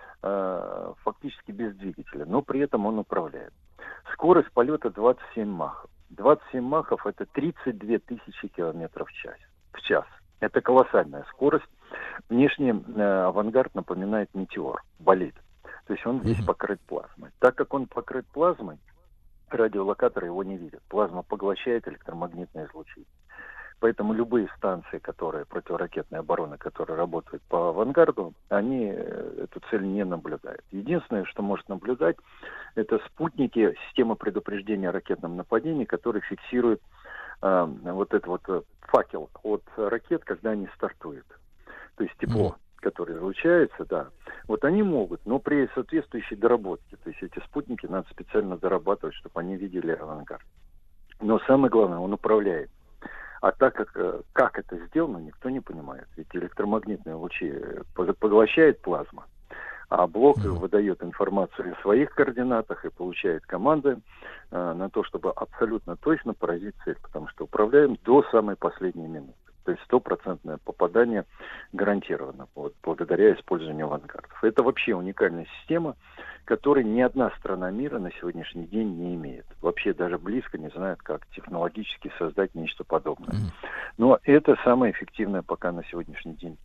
uh, фактически без двигателя, но при этом он управляет. Скорость полета двадцать семь махов. двадцать семь махов это тридцать две тысячи километров в час. В час. Это колоссальная скорость. Внешне э, авангард напоминает метеор, болид. То есть он весь покрыт плазмой. Так как он покрыт плазмой, радиолокаторы его не видят. Плазма поглощает электромагнитное излучение. Поэтому любые станции, которые противоракетной обороны, которые работают по авангарду, они эту цель не наблюдают. Единственное, что может наблюдать, это спутники системы предупреждения о ракетном нападении, которые фиксируют э, вот этот вот факел от ракет, когда они стартуют. То есть тепло, mm-hmm. которое излучается, да. Вот они могут, но при соответствующей доработке. То есть эти спутники надо специально дорабатывать, чтобы они видели авангард. Но самое главное, он управляет. А так как, как это сделано, никто не понимает. Ведь электромагнитные лучи поглощает плазма, а блок mm-hmm. выдает информацию о своих координатах и получает команды э, на то, чтобы абсолютно точно поразить цель. Потому что управляем до самой последней минуты. То есть стопроцентное попадание гарантировано, вот, благодаря использованию авангардов. Это вообще уникальная система, которой ни одна страна мира на сегодняшний день не имеет. Вообще даже близко не знают, как технологически создать нечто подобное. Но это самое эффективное пока на сегодняшний день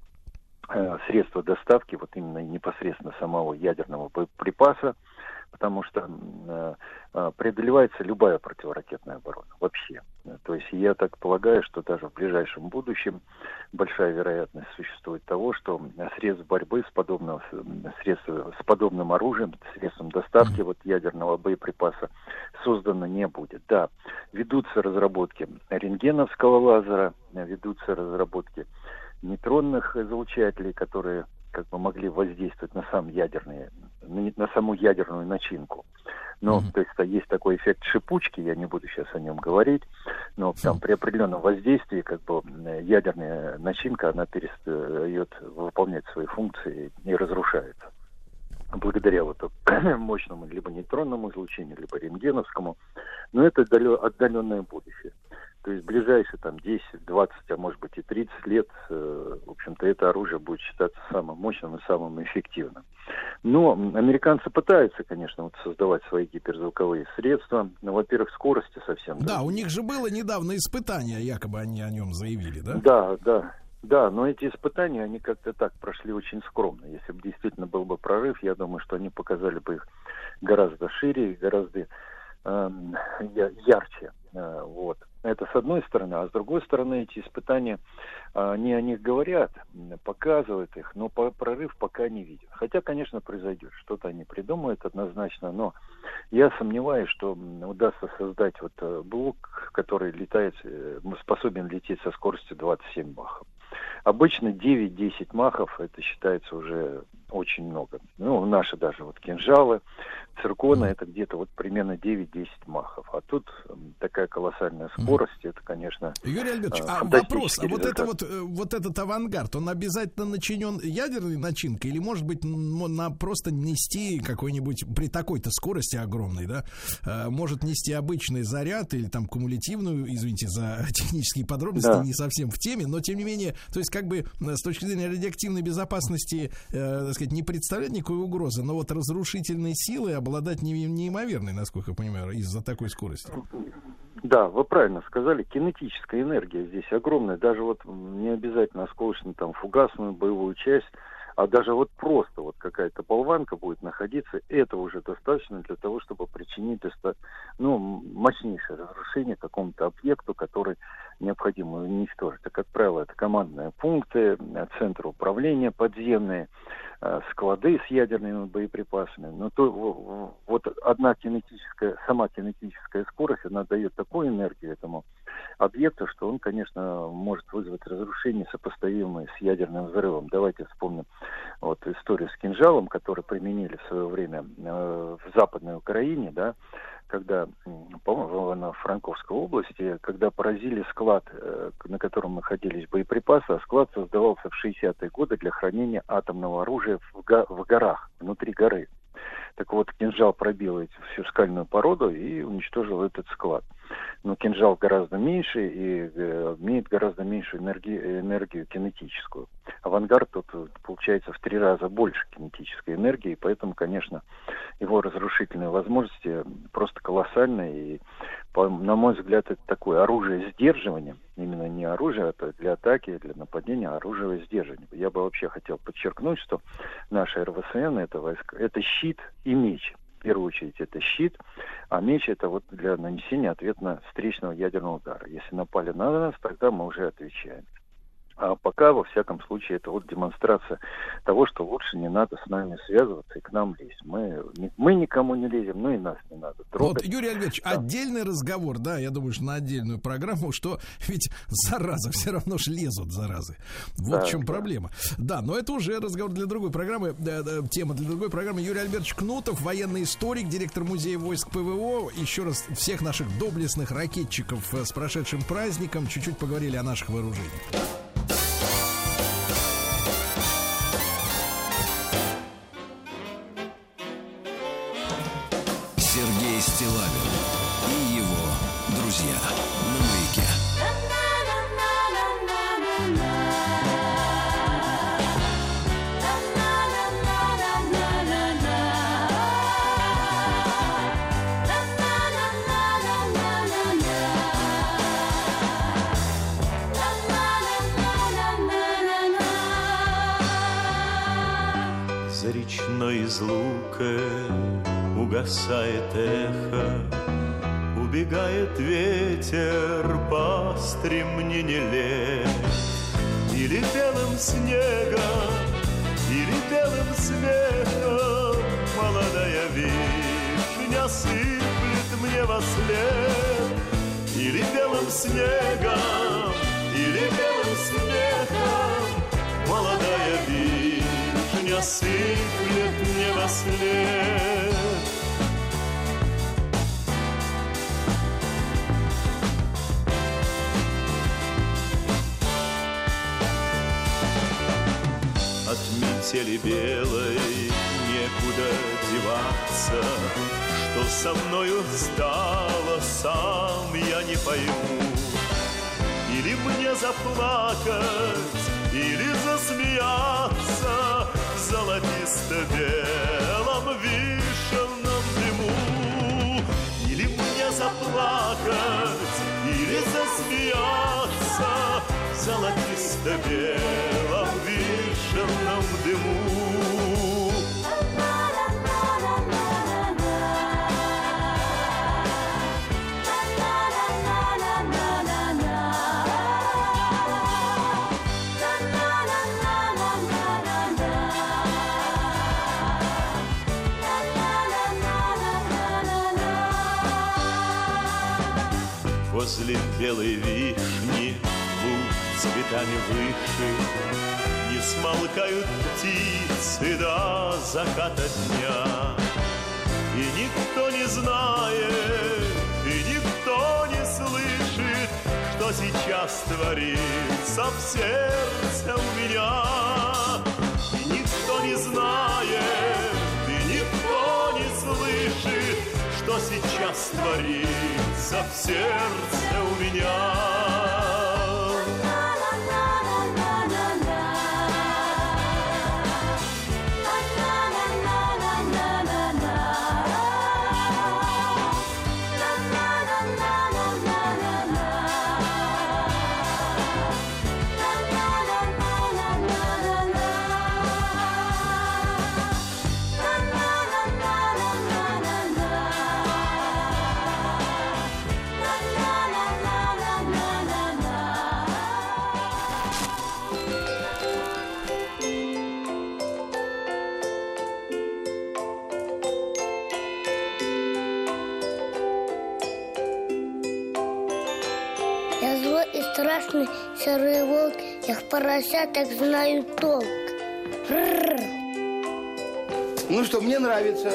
э, средство доставки, вот именно непосредственно самого ядерного боеприпаса, потому что э, э, преодолевается любая противоракетная оборона вообще. То есть я так полагаю, что даже в ближайшем будущем большая вероятность существует того, что средств борьбы с, подобного, средств, с подобным оружием, средством доставки вот, ядерного боеприпаса создано не будет. Да, ведутся разработки рентгеновского лазера, ведутся разработки нейтронных излучателей, которые как бы могли воздействовать на сам ядерный, на, на саму ядерную начинку. Но, mm-hmm. то есть, есть такой эффект шипучки, я не буду сейчас о нем говорить, но там при определенном воздействии, как бы, ядерная начинка, она перестает выполнять свои функции и разрушается. Благодаря вот мощному либо нейтронному излучению, либо рентгеновскому. Но это отдаленное будущее. То есть ближайшие там десять, двадцать, а может быть и тридцать лет, э, в общем-то, это оружие будет считаться самым мощным и самым эффективным. Но американцы пытаются, конечно, вот создавать свои гиперзвуковые средства. Но, во-первых, скорости совсем... Да, другие. У них же было недавно испытание, якобы они о нем заявили, да? Да, да. Да, но эти испытания, они как-то так прошли очень скромно. Если бы действительно был бы прорыв, я думаю, что они показали бы их гораздо шире, гораздо э, ярче. Э, вот. Это с одной стороны, а с другой стороны эти испытания, они о них говорят, показывают их, но прорыв пока не виден. Хотя, конечно, произойдет, что-то они придумают однозначно, но я сомневаюсь, что удастся создать вот блок, который летает, способен лететь со скоростью двадцать семь махов. Обычно девять-десять махов, это считается уже очень много. Ну, наши даже вот кинжалы, цирконы, это где-то вот примерно девять-десять махов. А тут такая колоссальная скорость, mm. это, конечно, Юрий Альбертович, а вопрос, а вот, это вот, вот этот авангард, он обязательно начинен ядерной начинкой или, может быть, на просто нести какой-нибудь, при такой-то скорости огромной, да, может нести обычный заряд или там кумулятивную, извините за технические подробности, да. не совсем в теме, но тем не менее, то есть как бы с точки зрения радиоактивной безопасности, э, так сказать, не представляет никакой угрозы, но вот разрушительной силой обладать не, неимоверной, насколько я понимаю, из-за такой скорости. Да, вы правильно сказали, кинетическая энергия здесь огромная, даже вот не обязательно осколочную там фугасную боевую часть, а даже вот просто вот какая-то болванка будет находиться, это уже достаточно для того, чтобы причинить ну, мощнейшее разрушение какому-то объекту, который необходимо уничтожить. А, как правило, это командные пункты, центры управления подземные, склады с ядерными боеприпасами. Но то, вот одна кинетическая, сама кинетическая скорость, она дает такую энергию этому объекта, что он, конечно, может вызвать разрушение, сопоставимое с ядерным взрывом. Давайте вспомним вот историю с кинжалом, который применили в свое время э, в Западной Украине, да, когда, по-моему, на Франковской области, когда поразили склад, э, на котором находились боеприпасы, а склад создавался в шестидесятые годы для хранения атомного оружия в, го- в горах, внутри горы. Так вот, кинжал пробил эти, всю скальную породу и уничтожил этот склад. Но кинжал гораздо меньше и э, имеет гораздо меньшую энергию, энергию кинетическую. Авангард тут получается в три раза больше кинетической энергии, поэтому, конечно, его разрушительные возможности просто колоссальные. И, по, на мой взгляд, это такое оружие сдерживания. Именно не оружие, это для атаки, для нападения, а оружие сдерживания. Я бы вообще хотел подчеркнуть, что наши эр вэ эс эн это, войска, это щит и меч. В первую очередь это щит, а меч это вот для нанесения ответно-встречного ядерного удара. Если напали на нас, тогда мы уже отвечаем. А пока, во всяком случае, это вот демонстрация того, что лучше не надо с нами связываться и к нам лезть. Мы, мы никому не лезем, ну и нас не надо трогать. Вот, Юрий Альбертович, да. Отдельный разговор, да, я думаю, что на отдельную программу, что ведь зараза, все равно ж лезут заразы. Вот да, в чем да. проблема. Да, но это уже разговор для другой программы, да, да, тема для другой программы. Юрий Альбертович Кнутов, военный историк, директор музея войск ПВО. Еще раз всех наших доблестных ракетчиков с прошедшим праздником. Чуть-чуть поговорили о наших вооружениях. Сергей Стиллавин и его друзья на Маяке. За речной излукой угасает эхо, убегает ветер по стремнине лет. Или белым снегом, или белым смехом молодая вишня сыплет мне во след. Или белым снегом, или белым смехом молодая вишня сыплет мне во след. От метели белой некуда деваться, что со мною стало, сам я не пойму. Или мне заплакать, или засмеяться в золотисто-белом вишенном дыму. Или мне заплакать, или засмеяться в золотисто-белом вишенном дыму. Возле белой вишни, луг цветами выше, не смолкают птицы до заката дня. И никто не знает, и никто не слышит, что сейчас творится в сердце у меня. И никто не знает, и никто не слышит, что сейчас творится в сердце у меня. La злой и страшный серый волк. Я в поросятах знаю толк. Рррр. Ну что, мне нравится.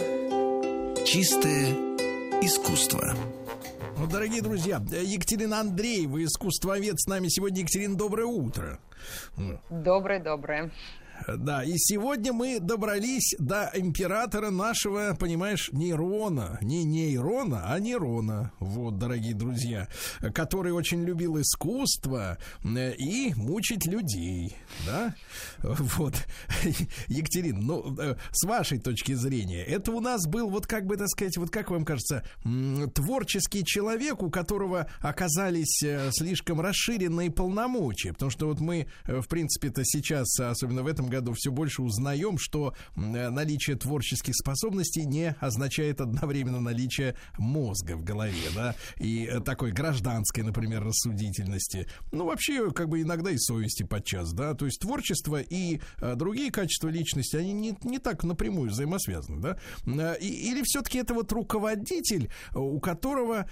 Чистое искусство. Ну, дорогие друзья, Екатерина Андреева, искусствовед, с нами сегодня. Екатерина, доброе утро. Доброе-доброе. Да, и сегодня мы добрались до императора нашего, понимаешь, Нерона. Не нейрона, а Нерона. Вот, дорогие друзья, который очень любил искусство и мучить людей. Да? Вот. Екатерина, ну, с вашей точки зрения, это у нас был, вот как бы, так сказать, вот как вам кажется, творческий человек, у которого оказались слишком расширенные полномочия. Потому что вот мы, в принципе-то, сейчас, особенно в этом году, все больше узнаем, что наличие творческих способностей не означает одновременно наличие мозга в голове, да, и такой гражданской, например, рассудительности. Ну, вообще, как бы иногда и совести подчас, да, то есть творчество и а, другие качества личности, они не, не так напрямую взаимосвязаны, да, и, или все-таки это вот руководитель, у которого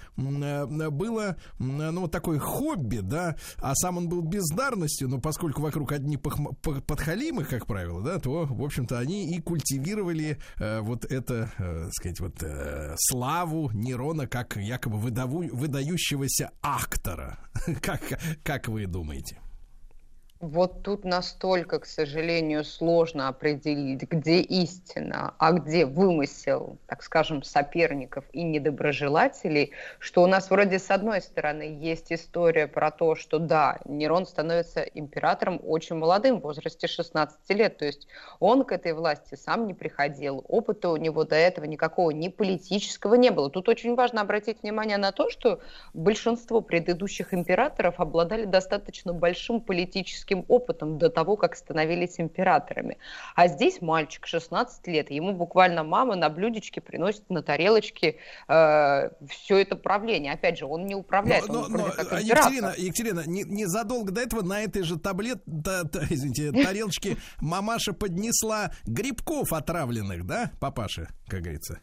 было, ну, вот такое хобби, да, а сам он был бездарностью, но поскольку вокруг одни подхалимы, как правило, да, то, в общем-то, они и культивировали э, вот это, э, так сказать, вот э, славу Нерона как якобы выдаву, выдающегося актора. как, как вы думаете? Вот тут настолько, к сожалению, сложно определить, где истина, а где вымысел, так скажем, соперников и недоброжелателей, что у нас вроде с одной стороны есть история про то, что да, Нерон становится императором очень молодым, в возрасте шестнадцати лет, то есть он к этой власти сам не приходил, опыта у него до этого никакого ни политического не было. Тут очень важно обратить внимание на то, что большинство предыдущих императоров обладали достаточно большим политическим опытом до того, как становились императорами. А здесь мальчик, шестнадцать лет, ему буквально мама на блюдечке приносит на тарелочке э, все это правление. Опять же, он не управляет, но, он но, вроде но, как император. Екатерина, Екатерина, не, незадолго до этого на этой же таблет, та, та, извините, тарелочке мамаша поднесла грибков отравленных, да, папаше, как говорится?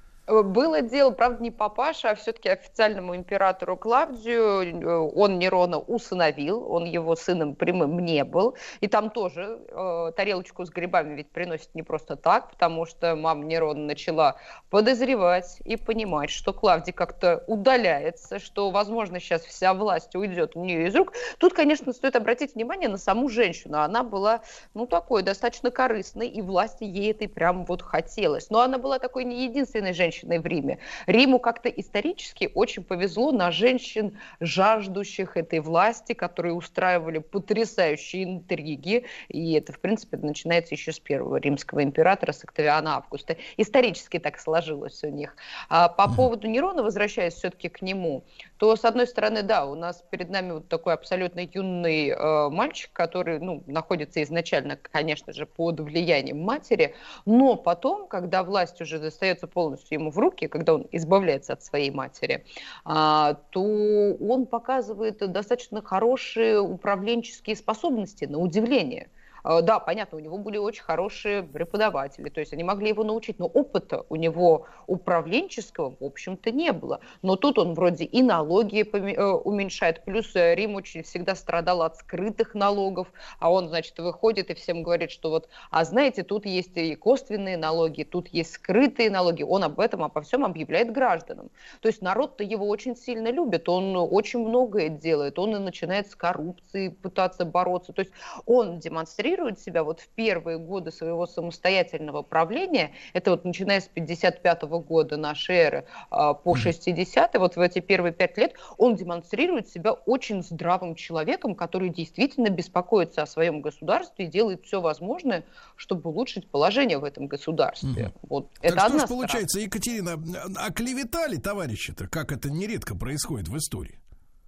Было дело, правда, не папаша, а все-таки официальному императору Клавдию. Он Нерона усыновил, он его сыном прямым не был. И там тоже э, тарелочку с грибами ведь приносит не просто так, потому что мама Нерона начала подозревать и понимать, что Клавдий как-то удаляется, что, возможно, сейчас вся власть уйдет у нее из рук. Тут, конечно, стоит обратить внимание на саму женщину. Она была, ну, такой, достаточно корыстной, и власти ей этой прям вот хотелось. Но она была такой не единственной женщиной в Риме. Риму как-то исторически очень повезло на женщин, жаждущих этой власти, которые устраивали потрясающие интриги. И это, в принципе, начинается еще с первого римского императора, с Октавиана Августа. Исторически так сложилось у них. А по поводу Нерона, возвращаясь все-таки к нему, то, с одной стороны, да, у нас перед нами вот такой абсолютно юный э, мальчик, который, ну, находится изначально, конечно же, под влиянием матери, но потом, когда власть уже достается полностью ему в руки, когда он избавляется от своей матери, а, то он показывает достаточно хорошие управленческие способности, на удивление. Да, понятно, у него были очень хорошие преподаватели, то есть они могли его научить, но опыта у него управленческого, в общем-то, не было. Но тут он вроде и налоги уменьшает, плюс Рим очень всегда страдал от скрытых налогов, а он, значит, выходит и всем говорит, что вот, а знаете, тут есть и косвенные налоги, тут есть скрытые налоги, он об этом, обо всем объявляет гражданам. То есть народ-то его очень сильно любит, он очень многое делает, он и начинает с коррупцией пытаться бороться, то есть он демонстрирует себя вот в первые годы своего самостоятельного правления, это вот начиная с пятьдесят пятого года нашей эры по шестидесятый, вот в эти первые пять лет он демонстрирует себя очень здравым человеком, который действительно беспокоится о своем государстве и делает все возможное, чтобы улучшить положение в этом государстве. Mm-hmm. Вот. Так это что одна ж получается, Екатерина, оклеветали товарищи-то, как это нередко происходит в истории?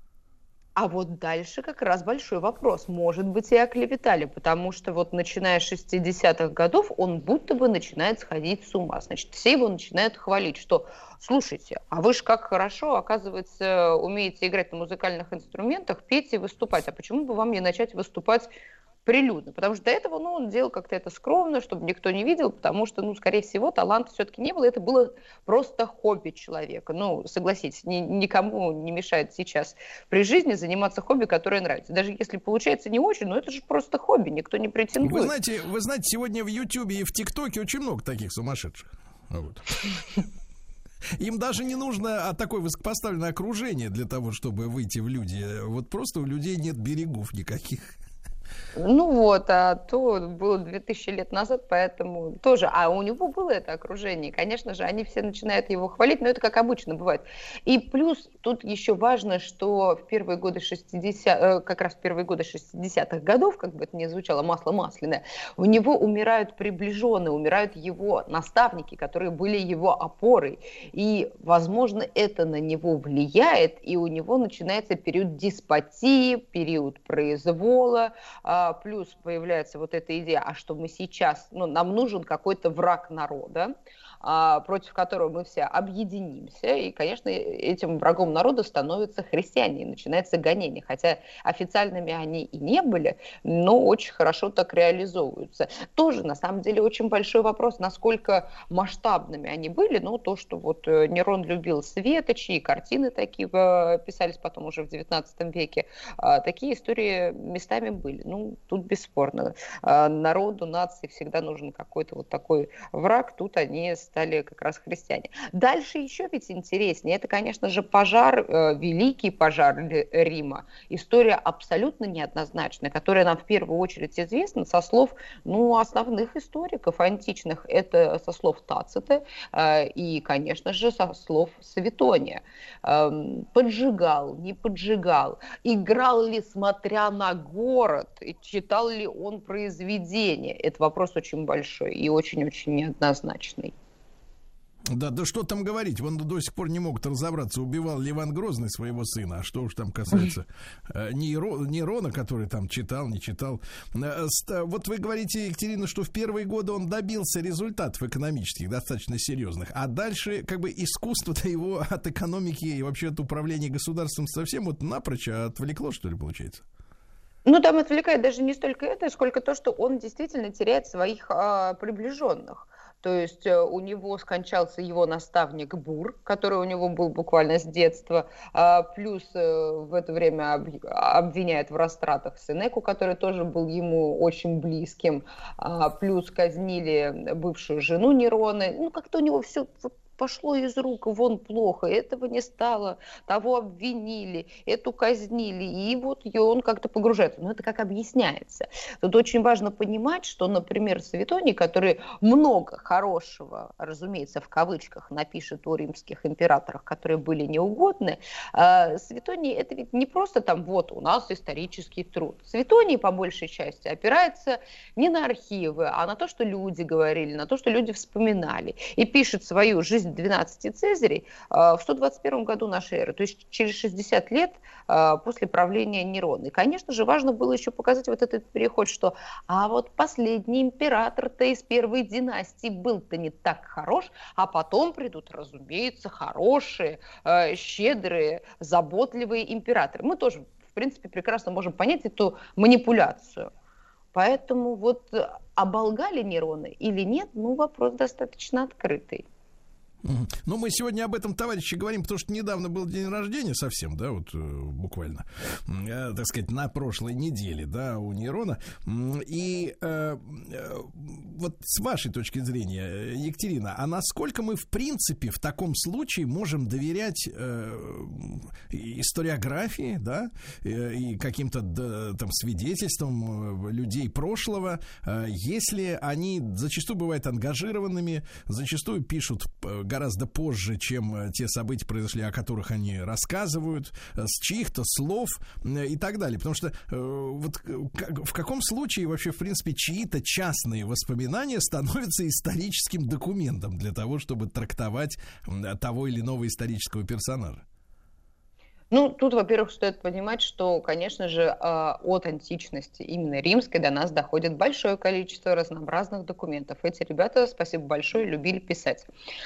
А вот дальше как раз большой вопрос. Может быть, и оклеветали, потому что вот начиная с шестидесятых годов он будто бы начинает сходить с ума. Значит, все его начинают хвалить, что слушайте, а вы же как хорошо, оказывается, умеете играть на музыкальных инструментах, петь и выступать. А почему бы вам не начать выступать прилюдно, потому что до этого, ну, он делал как-то это скромно, чтобы никто не видел, потому что, ну, скорее всего, таланта все-таки не было, это было просто хобби человека. Ну, согласитесь, ни, никому не мешает сейчас при жизни заниматься хобби, которое нравится. Даже если получается не очень, но это же просто хобби, никто не претендует. Вы знаете, вы знаете, сегодня в Ютьюбе и в ТикТоке очень много таких сумасшедших. Вот. Им даже не нужно такое высокопоставленное окружение для того, чтобы выйти в люди. Вот просто у людей нет берегов никаких. Ну вот, а то было две тысячи лет назад, поэтому тоже, а у него было это окружение, конечно же, они все начинают его хвалить, но это как обычно бывает. И плюс тут еще важно, что в первые годы шестидесятых, как раз в первые годы шестидесятых годов, как бы это ни звучало, масло масляное, у него умирают приближенные, умирают его наставники, которые были его опорой, и, возможно, это на него влияет, и у него начинается период деспотии, период произвола. Плюс появляется вот эта идея, а что мы сейчас, ну, нам нужен какой-то враг народа, против которого мы все объединимся, и, конечно, этим врагом народа становятся христиане, и начинается гонение, хотя официальными они и не были, но очень хорошо так реализовываются. Тоже, на самом деле, очень большой вопрос, насколько масштабными они были, но то, что вот Нерон любил светочи, и картины такие писались потом уже в девятнадцатом веке, такие истории местами были, ну, тут бесспорно. Народу, нации всегда нужен какой-то вот такой враг, тут они стали как раз христиане. Дальше еще ведь интереснее. Это, конечно же, пожар, э, великий пожар Рима. История абсолютно неоднозначная, которая нам в первую очередь известна со слов, ну, основных историков античных. Это со слов Тацита э, и, конечно же, со слов Светония. Э, поджигал, не поджигал, играл ли, смотря на город, и читал ли он произведения. Это вопрос очень большой и очень-очень неоднозначный. Да, да что там говорить, он до сих пор не могут разобраться, убивал ли Иван Грозный своего сына, а что уж там касается Нерона, который там читал, не читал. Вот вы говорите, Екатерина, что в первые годы он добился результатов экономических, достаточно серьезных, а дальше как бы искусство-то его от экономики и вообще от управления государством совсем вот напрочь отвлекло, что ли, получается? Ну, там отвлекает даже не столько это, сколько то, что он действительно теряет своих а, приближенных. То есть у него скончался его наставник Бур, который у него был буквально с детства, плюс в это время обвиняет в растратах Сенеку, который тоже был ему очень близким, плюс казнили бывшую жену Нерона. Ну, как-то у него все пошло из рук вон плохо, этого не стало, того обвинили, эту казнили, и вот он как-то погружается. Но это как объясняется. Тут очень важно понимать, что, например, Светоний, который много хорошего, разумеется, в кавычках, напишет о римских императорах, которые были неугодны, Светоний это ведь не просто там вот у нас исторический труд. Светоний по большей части опирается не на архивы, а на то, что люди говорили, на то, что люди вспоминали, и пишет свою жизнь двенадцати Цезарей в сто двадцать первом году нашей эры, то есть через шестьдесят лет после правления Нерона. И, конечно же, важно было еще показать вот этот переход, что а вот последний император-то из первой династии был-то не так хорош, а потом придут, разумеется, хорошие, щедрые, заботливые императоры. Мы тоже, в принципе, прекрасно можем понять эту манипуляцию. Поэтому вот оболгали Нерона или нет, ну, вопрос достаточно открытый. Ну, мы сегодня об этом, товарищи, говорим, потому что недавно был день рождения совсем, да, вот буквально, э, так сказать, на прошлой неделе, да, у Нерона. И э, вот с вашей точки зрения, Екатерина, а насколько мы, в принципе, в таком случае можем доверять э, историографии, да, э, и каким-то да, там свидетельствам людей прошлого, э, если они зачастую бывают ангажированными, зачастую пишут гораздо позже, чем те события произошли, о которых они рассказывают, с чьих-то слов и так далее. Потому что вот в каком случае вообще, в принципе, чьи-то частные воспоминания становятся историческим документом для того, чтобы трактовать того или иного исторического персонажа? Ну, тут, во-первых, стоит понимать, что, конечно же, от античности, именно римской, до нас доходит большое количество разнообразных документов. Эти ребята, спасибо большое, любили писать.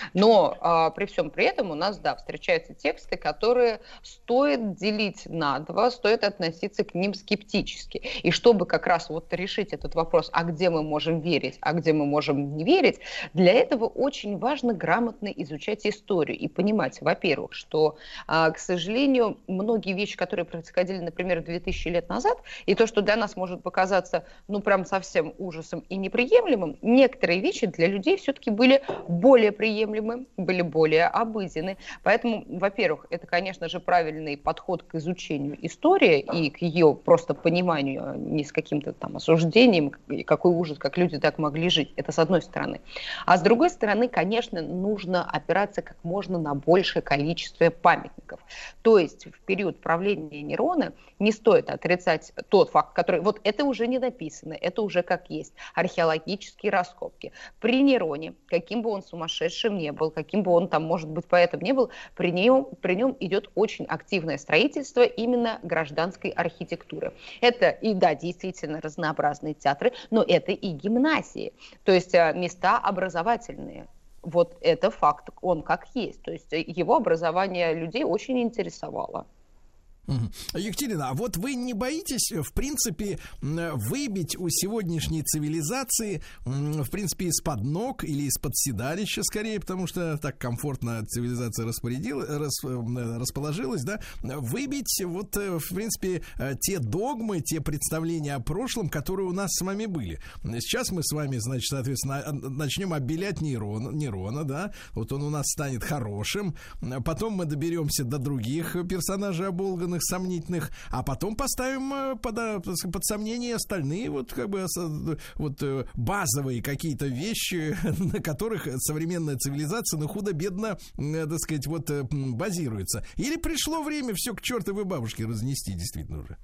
Но при всем при этом у нас, да, встречаются тексты, которые стоит делить на два, стоит относиться к ним скептически. И чтобы как раз вот решить этот вопрос, а где мы можем верить, а где мы можем не верить, для этого очень важно грамотно изучать историю и понимать, во-первых, что, к сожалению, многие вещи, которые происходили, например, две тысячи лет назад, и то, что для нас может показаться, ну, прям совсем ужасом и неприемлемым, некоторые вещи для людей все-таки были более приемлемы, были более обыденны. Поэтому, во-первых, это, конечно же, правильный подход к изучению истории и к ее просто пониманию, не с каким-то там осуждением, какой ужас, как люди так могли жить. Это с одной стороны. А с другой стороны, конечно, нужно опираться как можно на большее количество памятников. То есть в период правления Нерона не стоит отрицать тот факт, который... Вот это уже не написано, это уже как есть. Археологические раскопки. При Нероне, каким бы он сумасшедшим не был, каким бы он там, может быть, поэтом не был, при нем, при нем идет очень активное строительство именно гражданской архитектуры. Это и, да, действительно разнообразные театры, но это и гимназии, то есть места образовательные. Вот это факт, он как есть. То есть его образование людей очень интересовало. Екатерина, а вот вы не боитесь, в принципе, выбить у сегодняшней цивилизации, в принципе, из-под ног или из-под седалища, скорее, потому что так комфортно цивилизация распорядилась, рас, расположилась, да, выбить, вот, в принципе, те догмы, те представления о прошлом, которые у нас с вами были. Сейчас мы с вами, значит, соответственно, начнем обелять Нерона, Нерона, да, вот он у нас станет хорошим, потом мы доберемся до других персонажей оболганных, сомнительных, а потом поставим под, под сомнение остальные вот как бы вот базовые какие-то вещи, на которых современная цивилизация, ну, худо-бедно, так сказать, вот базируется. Или пришло время все к чертовой бабушке разнести действительно уже?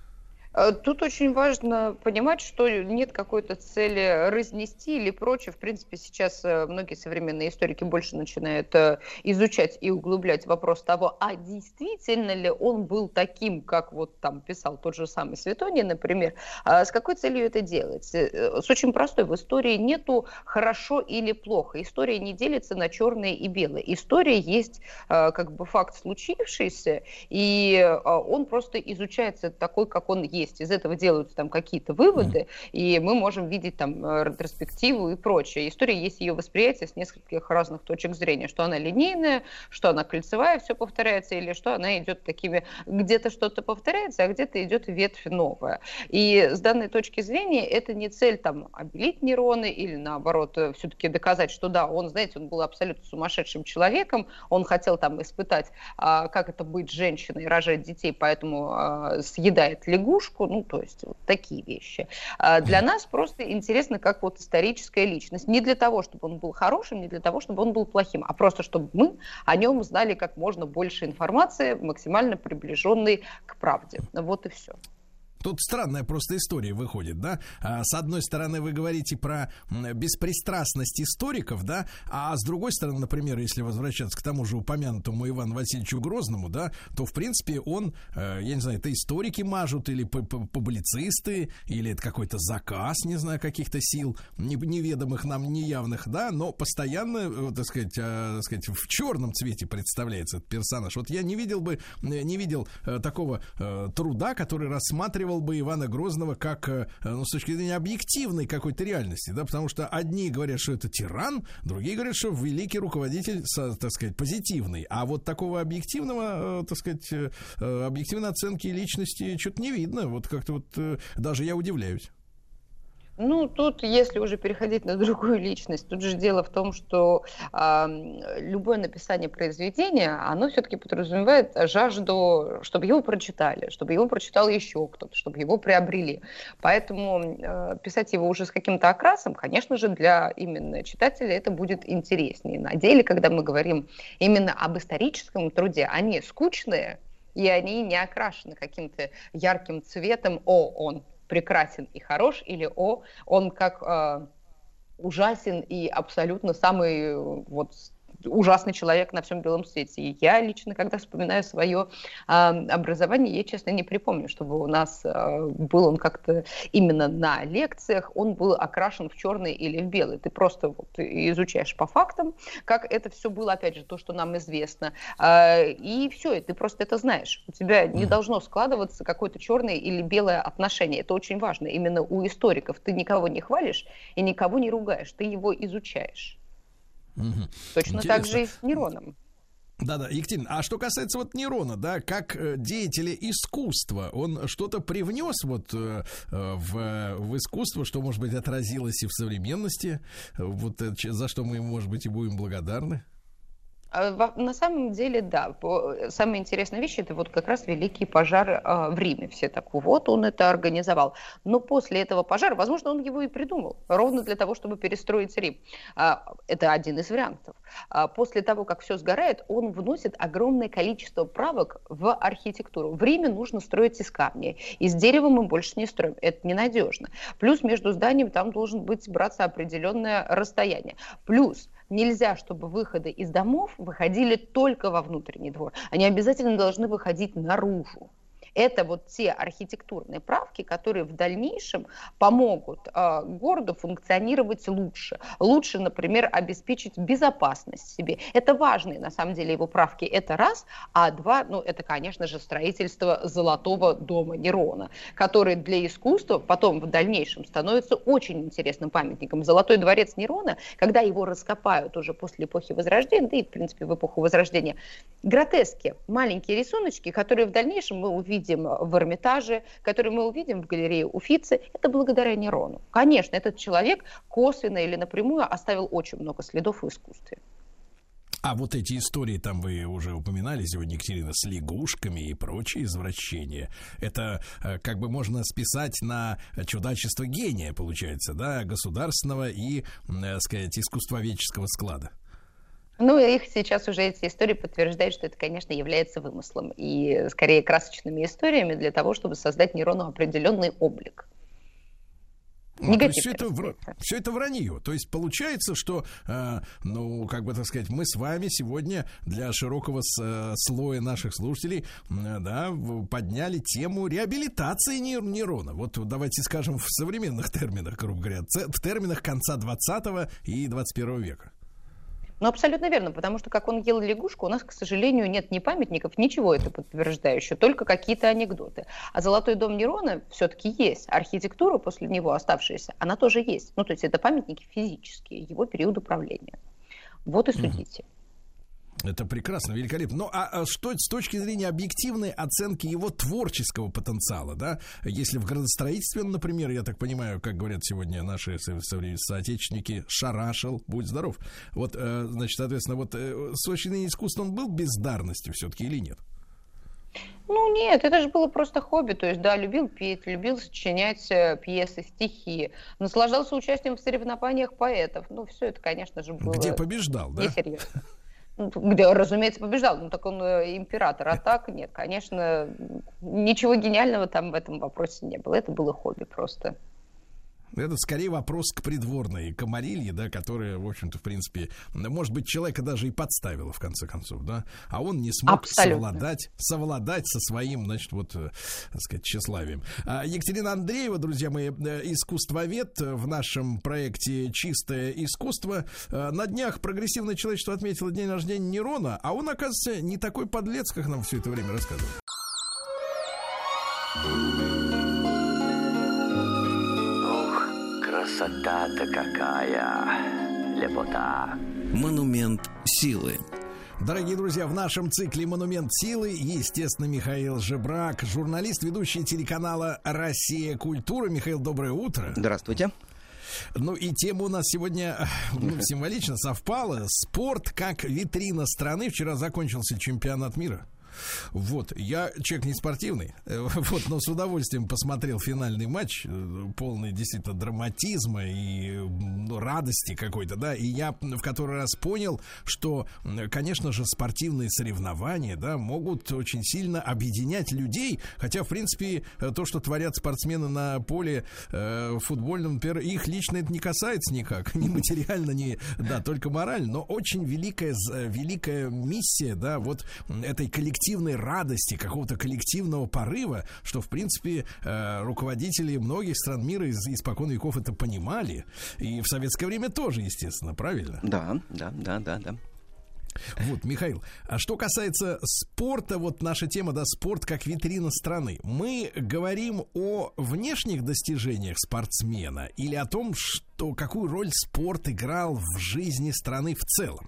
Тут очень важно понимать, что нет какой-то цели разнести или прочее. В принципе, сейчас многие современные историки больше начинают изучать и углублять вопрос того, а действительно ли он был таким, как вот там писал тот же самый Светоний, например. С какой целью это делать? С очень простой. В истории нету хорошо или плохо. История не делится на черное и белое. История есть как бы факт случившийся, и он просто изучается такой, как он есть. Из этого делаются там какие-то выводы, и мы можем видеть там ретроспективу и прочее. История есть ее восприятие с нескольких разных точек зрения, что она линейная, что она кольцевая, все повторяется, или что она идет такими, где-то что-то повторяется, а где-то идет ветвь новая. И с данной точки зрения это не цель там обелить Нерона или наоборот все-таки доказать, что да, он, знаете, он был абсолютно сумасшедшим человеком, он хотел там испытать, а, как это быть женщиной, рожать детей, поэтому а, съедает лягушку. Ну, то есть вот такие вещи. А для нас просто интересно, как вот историческая личность. Не для того, чтобы он был хорошим, не для того, чтобы он был плохим, а просто, чтобы мы о нем знали как можно больше информации, максимально приближенной к правде. Вот и все. Тут странная просто история выходит, да? С одной стороны, вы говорите про беспристрастность историков, да? А с другой стороны, например, если возвращаться к тому же упомянутому Ивану Васильевичу Грозному, да, то, в принципе, он, я не знаю, это историки мажут, или публицисты, или это какой-то заказ, не знаю, каких-то сил неведомых нам, неявных, да? Но постоянно, так сказать, так сказать, в черном цвете представляется этот персонаж. Вот я не видел бы, не видел такого труда, который рассматривал бы Ивана Грозного как, ну, с точки зрения объективной какой-то реальности, да, потому что одни говорят, что это тиран, другие говорят, что великий руководитель, так сказать, позитивный, а вот такого объективного, так сказать, объективной оценки личности что-то не видно, вот как-то вот даже я удивляюсь. Ну, тут, если уже переходить на другую личность, тут же дело в том, что э, любое написание произведения, оно все-таки подразумевает жажду, чтобы его прочитали, чтобы его прочитал еще кто-то, чтобы его приобрели. Поэтому э, писать его уже с каким-то окрасом, конечно же, для именно читателя это будет интереснее. На деле, когда мы говорим именно об историческом труде, они скучные, и они не окрашены каким-то ярким цветом, о, он прекрасен и хорош, или о, он как э, ужасен и абсолютно самый вот ужасный человек на всем белом свете. И я лично, когда вспоминаю свое э, образование, я, честно, не припомню, чтобы у нас э, был он как-то именно на лекциях, он был окрашен в черный или в белый. Ты просто вот изучаешь по фактам, как это все было, опять же, то, что нам известно. Э, и все, и ты просто это знаешь. У тебя не должно складываться какое-то черное или белое отношение. Это очень важно. Именно у историков ты никого не хвалишь и никого не ругаешь. Ты его изучаешь. Угу. Точно Интересно. Так же и с Нероном. Да-да, Екатерина, а что касается вот Нерона, да, как э, деятеля искусства, он что-то привнес вот э, в, в искусство, что, может быть, отразилось и в современности, вот э, за что мы, может быть, и будем благодарны? На самом деле, да. Самая интересная вещь — это вот как раз Великий пожар в Риме. Все так, вот он это организовал. Но после этого пожара, возможно, он его и придумал, ровно для того, чтобы перестроить Рим. Это один из вариантов. После того, как все сгорает, он вносит огромное количество правок в архитектуру. В Риме нужно строить из камня. Из дерева мы больше не строим. Это ненадежно. Плюс между зданиями там должен быть браться определенное расстояние. Плюс нельзя, чтобы выходы из домов выходили только во внутренний двор. Они обязательно должны выходить наружу. Это вот те архитектурные правки, которые в дальнейшем помогут э, городу функционировать лучше. Лучше, например, обеспечить безопасность себе. Это важные, на самом деле, его правки. Это раз. А два, ну, это, конечно же, строительство Золотого дома Нерона, который для искусства потом в дальнейшем становится очень интересным памятником. Золотой дворец Нерона, когда его раскопают уже после эпохи Возрождения, да и, в принципе, в эпоху Возрождения, гротески, маленькие рисуночки, которые в дальнейшем мы увидим в Эрмитаже, которые мы увидим в галерее Уффици, это благодаря Нерону. Конечно, этот человек косвенно или напрямую оставил очень много следов в искусстве. А вот эти истории, там вы уже упоминали сегодня, Екатерина, с лягушками и прочие извращения, это как бы можно списать на чудачество гения, получается, да, государственного и, так сказать, искусствоведческого склада. Ну, их сейчас уже эти истории подтверждают, что это, конечно, является вымыслом. И скорее красочными историями для того, чтобы создать Нерону определенный облик. Ну, то есть все это, вр... все это вранье. То есть получается, что, э, ну, как бы так сказать, мы с вами сегодня для широкого с, слоя наших слушателей, э, да, подняли тему реабилитации Нерона. Вот давайте скажем в современных терминах, грубо говоря, в терминах конца двадцатого и двадцать первого века. Ну, абсолютно верно, потому что, как он ел лягушку, у нас, к сожалению, нет ни памятников, ничего это подтверждающего, только какие-то анекдоты. А Золотой дом Нерона все-таки есть. Архитектура после него оставшаяся, она тоже есть. Ну, то есть это памятники физические, его периода правления. Вот и судите. Это прекрасно, великолепно. Ну, а, а что с точки зрения объективной оценки его творческого потенциала, да? Если в градостроительстве, например, я так понимаю, как говорят сегодня наши со- со- соотечественники, шарашил, будь здоров. Вот, э, значит, соответственно, вот э, с точки зрения искусства он был бездарностью все-таки или нет? Ну, нет, это же было просто хобби. То есть, да, любил петь, любил сочинять пьесы, стихи, наслаждался участием в соревнованиях поэтов. Ну, все это, конечно же, было... Где побеждал, да? Несерьезно. Где, разумеется, побеждал, но так он император, а так нет, конечно, ничего гениального там в этом вопросе не было, это было хобби просто. Это скорее вопрос к придворной Камарилье, да, которая, в общем-то, в принципе, может быть, человека даже и подставила, в конце концов, да, а он не смог совладать, совладать со своим, значит, вот, так сказать, тщеславием. Екатерина Андреева, друзья мои, искусствовед в нашем проекте «Чистое искусство». На днях прогрессивное человечество отметило день рождения Нерона, а он, оказывается, не такой подлец, как нам все это время рассказывали. Красота-то какая, лепота. Монумент силы. Дорогие друзья, в нашем цикле «Монумент силы», естественно, Михаил Жебрак, журналист, ведущий телеканала «Россия. Культура». Михаил, доброе утро. Здравствуйте. Ну и тема у нас сегодня, ну, символично совпала. Спорт как витрина страны. Вчера закончился чемпионат мира. Вот, я человек не спортивный, вот, но с удовольствием посмотрел финальный матч, полный действительно драматизма и ну, радости какой-то, да, и я в который раз понял, что, конечно же, спортивные соревнования, да, могут очень сильно объединять людей, хотя, в принципе, то, что творят спортсмены на поле э, футбольном, например, их лично это не касается никак, ни материально, ни, да, только морально, но очень великая, великая миссия, да, вот этой коллективной радости, какого-то коллективного порыва, что, в принципе, э, руководители многих стран мира из, испокон веков это понимали, и в советское время тоже, естественно, правильно? Да, да, да, да, да. Вот, Михаил, а что касается спорта, вот наша тема, да, спорт как витрина страны. Мы говорим о внешних достижениях спортсмена или о том, что какую роль спорт играл в жизни страны в целом?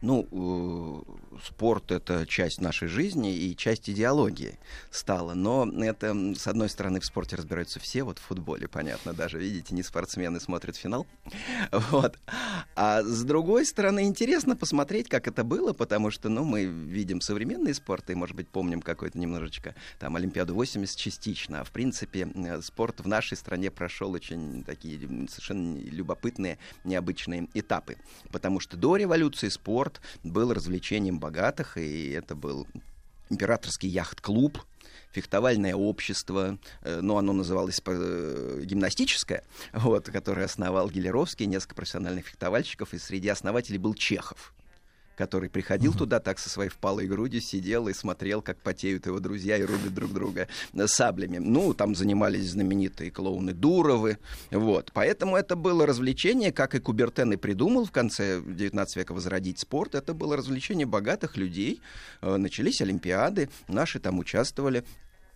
Ну, спорт — это часть нашей жизни и часть идеологии стала. Но это, с одной стороны, в спорте разбираются все. Вот в футболе, понятно, даже, видите, не спортсмены смотрят финал. Вот. А с другой стороны, интересно посмотреть, как это было, потому что, ну, мы видим современный спорт и, может быть, помним какой-то немножечко, там, Олимпиаду восемьдесят частично. А, в принципе, спорт в нашей стране прошел очень такие совершенно любопытные, необычные этапы. Потому что до революции спорт был развлечением богатых, и это был императорский яхт-клуб, фехтовальное общество, но оно называлось гимнастическое, вот, которое основал Гелеровский, несколько профессиональных фехтовальщиков, и среди основателей был Чехов, который приходил uh-huh. туда так со своей впалой грудью, сидел и смотрел, как потеют его друзья и рубят друг друга саблями. Ну, там занимались знаменитые клоуны Дуровы, вот. Поэтому это было развлечение, как и Кубертен и придумал в конце девятнадцатого века возродить спорт, это было развлечение богатых людей. Начались олимпиады, наши там участвовали.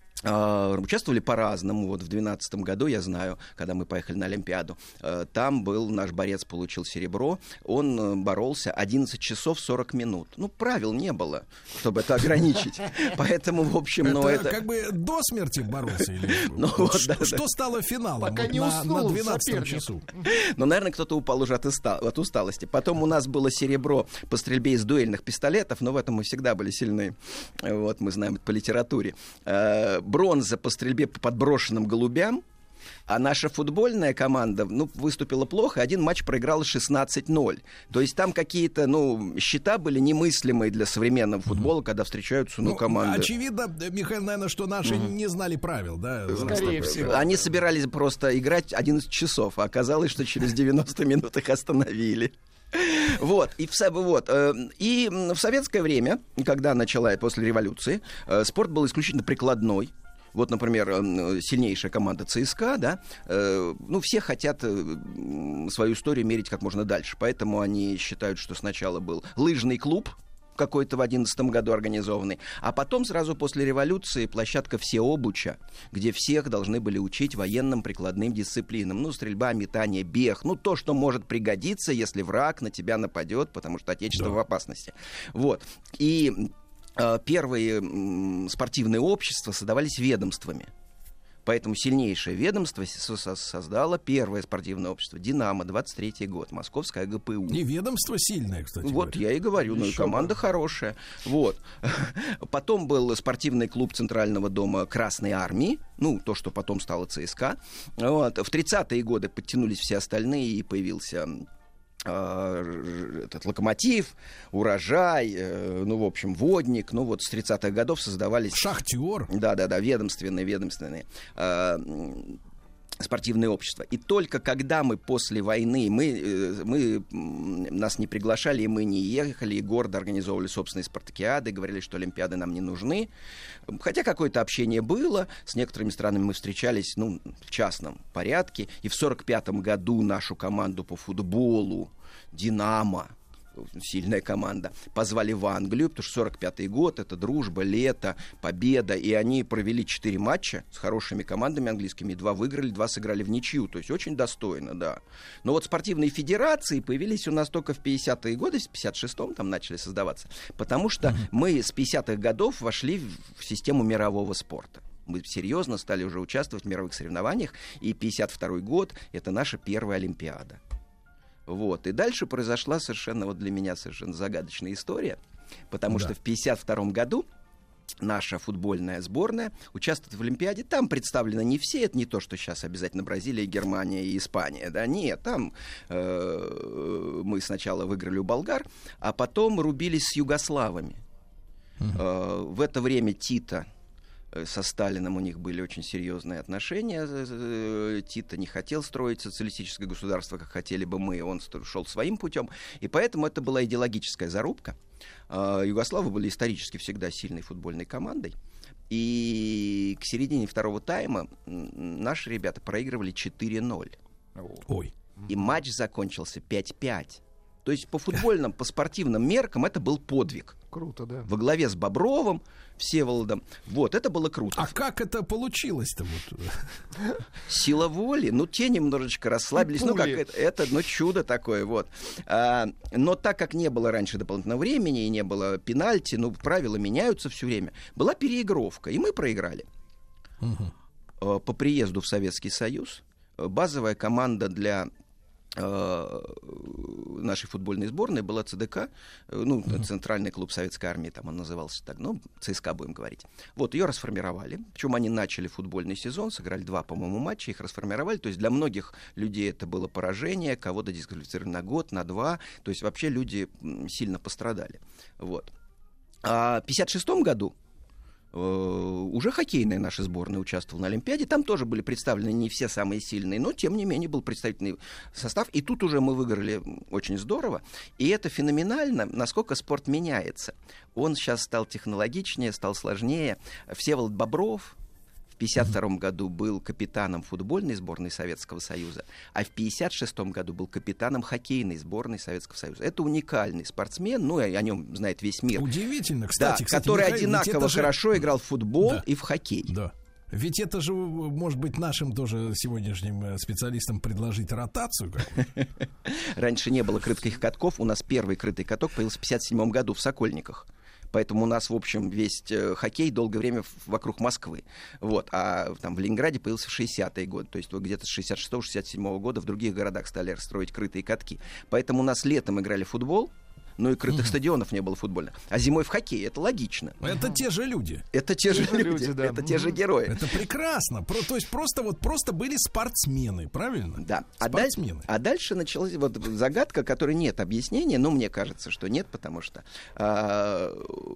Uh, участвовали по-разному. Вот в двенадцатом году, я знаю, когда мы поехали на Олимпиаду, uh, там был наш борец, получил серебро. Он uh, боролся одиннадцать часов сорок минут. Ну, правил не было, чтобы это ограничить. Поэтому, в общем, ну это... как бы до смерти боролся? Что стало финалом на двенадцатом часу? Ну, наверное, кто-то упал уже от усталости. Потом у нас было серебро по стрельбе из дуэльных пистолетов, но в этом мы всегда были сильны. Вот, мы знаем это по литературе. Бронза по стрельбе по подброшенным голубям, а наша футбольная команда, ну, выступила плохо, один матч проиграла шестнадцать ноль. То есть там какие-то, ну, счета были немыслимые для современного футбола, mm-hmm. когда встречаются, ну, ну, команды. Очевидно, Михаил, наверное, что наши mm-hmm. не знали правил, да? Скорее всего. Они собирались просто играть одиннадцать часов, а оказалось, что через девяносто минут их остановили. Вот, и в, вот, э, и в советское время, когда начала, после революции, э, спорт был исключительно прикладной. Вот, например, сильнейшая команда ЦСКА, да, э, ну, все хотят э, свою историю мерить как можно дальше, поэтому они считают, что сначала был лыжный клуб, какой-то в одиннадцатом году организованный, а потом сразу после революции площадка Всеобуча, где всех должны были учить военным прикладным дисциплинам. Ну, стрельба, метание, бег, ну, то, что может пригодиться, если враг на тебя нападет, потому что отечество да. в опасности. Вот. И э, первые м, спортивные общества создавались ведомствами. Поэтому сильнейшее ведомство создало первое спортивное общество «Динамо», двадцать третий год, Московская ГПУ. И ведомство сильное, кстати. Вот говоря. Я и говорю, ну и команда бы. Хорошая. Вот. Потом был спортивный клуб Центрального дома Красной Армии, ну, то, что потом стало ЦСКА. Вот. В тридцатые годы подтянулись все остальные, и появился... этот Локомотив, Урожай, ну, в общем, Водник, ну, вот с тридцатых годов создавались... Шахтер. Да-да-да, ведомственные, ведомственные э, спортивные общества. И только когда мы после войны, мы, мы, нас не приглашали, и мы не ехали, и гордо организовывали собственные спартакиады, говорили, что Олимпиады нам не нужны. Хотя какое-то общение было, с некоторыми странами мы встречались, ну, в частном порядке. И в сорок пятом году нашу команду по футболу «Динамо», сильная команда, позвали в Англию, потому что сорок пятый год, это дружба, лето, победа, и они провели четыре матча с хорошими командами английскими, два выиграли, два сыграли в ничью, то есть очень достойно, да. Но вот спортивные федерации появились у нас только в пятидесятые годы, в пятьдесят шестом там начали создаваться, потому что mm-hmm. мы с пятидесятых годов вошли в систему мирового спорта. Мы серьезно стали уже участвовать в мировых соревнованиях, и пятьдесят второй год — это наша первая Олимпиада. Вот. И дальше произошла совершенно вот для меня совершенно загадочная история, потому да. что в пятьдесят втором году наша футбольная сборная участвует в Олимпиаде. Там представлены не все, это не то, что сейчас обязательно Бразилия, Германия и Испания. Да? Нет, там э, мы сначала выиграли у болгар, а потом рубились с югославами. Uh-huh. Э, в это время Тита со Сталином у них были очень серьезные отношения. Тита не хотел строить социалистическое государство, как хотели бы мы. Он шел своим путем. И поэтому это была идеологическая зарубка. Югославы были исторически всегда сильной футбольной командой. И к середине второго тайма наши ребята проигрывали четыре ноль. Ой. И матч закончился пять пять. То есть по футбольным, по спортивным меркам это был подвиг. Круто, да. Во главе с Бобровым, Всеволодом. Вот, это было круто. А как это получилось-то? Вот? Сила воли. Ну, те немножечко расслабились. Ну, как это, это, ну, чудо такое, вот. А, но так как не было раньше дополнительного времени и не было пенальти, ну, правила меняются все время, была переигровка, и мы проиграли. Угу. По приезду в Советский Союз базовая команда для нашей футбольной сборной была ЦДК, ну, uh-huh. Центральный клуб Советской Армии, там он назывался так, ну, ЦСКА будем говорить. Вот, ее расформировали, причем они начали футбольный сезон, сыграли два, по-моему, матча, их расформировали, то есть для многих людей это было поражение, кого-то дисквалифицировали на год, на два, то есть вообще люди сильно пострадали. Вот. А в пятьдесят шестом году уже хоккейная наша сборная участвовала на Олимпиаде. Там тоже были представлены не все самые сильные, но, тем не менее, был представительный состав. И тут уже мы выиграли очень здорово. И это феноменально, насколько спорт меняется. Он сейчас стал технологичнее, стал сложнее. Всеволод Бобров в пятьдесят втором году был капитаном футбольной сборной Советского Союза, а в пятьдесят шестом году был капитаном хоккейной сборной Советского Союза. Это уникальный спортсмен, ну, и о нем знает весь мир. Удивительно, кстати. Да, кстати который Михаил, одинаково хорошо же... играл в футбол да. и в хоккей. Да. Ведь это же, может быть, нашим тоже сегодняшним специалистам предложить ротацию какую-то. Раньше не было крытых катков. У нас первый крытый каток появился в пятьдесят седьмом году в Сокольниках. Поэтому у нас, в общем, весь хоккей долгое время вокруг Москвы. Вот. А там в Ленинграде появился в шестидесятые годы. То есть вот где-то с шестьдесят шестого — шестьдесят седьмого года в других городах стали строить крытые катки. Поэтому у нас летом играли в футбол, но и крытых mm-hmm. стадионов не было футбольных. А зимой в хоккей. Это логично. Это те же люди. Это те, те же люди, люди да. Это mm-hmm. те же герои. Это прекрасно. Про, то есть просто вот просто были спортсмены, правильно? Да. Спортсмены. А, даль, а дальше началась вот загадка, которой нет объяснения. Но мне кажется, что нет, потому что а,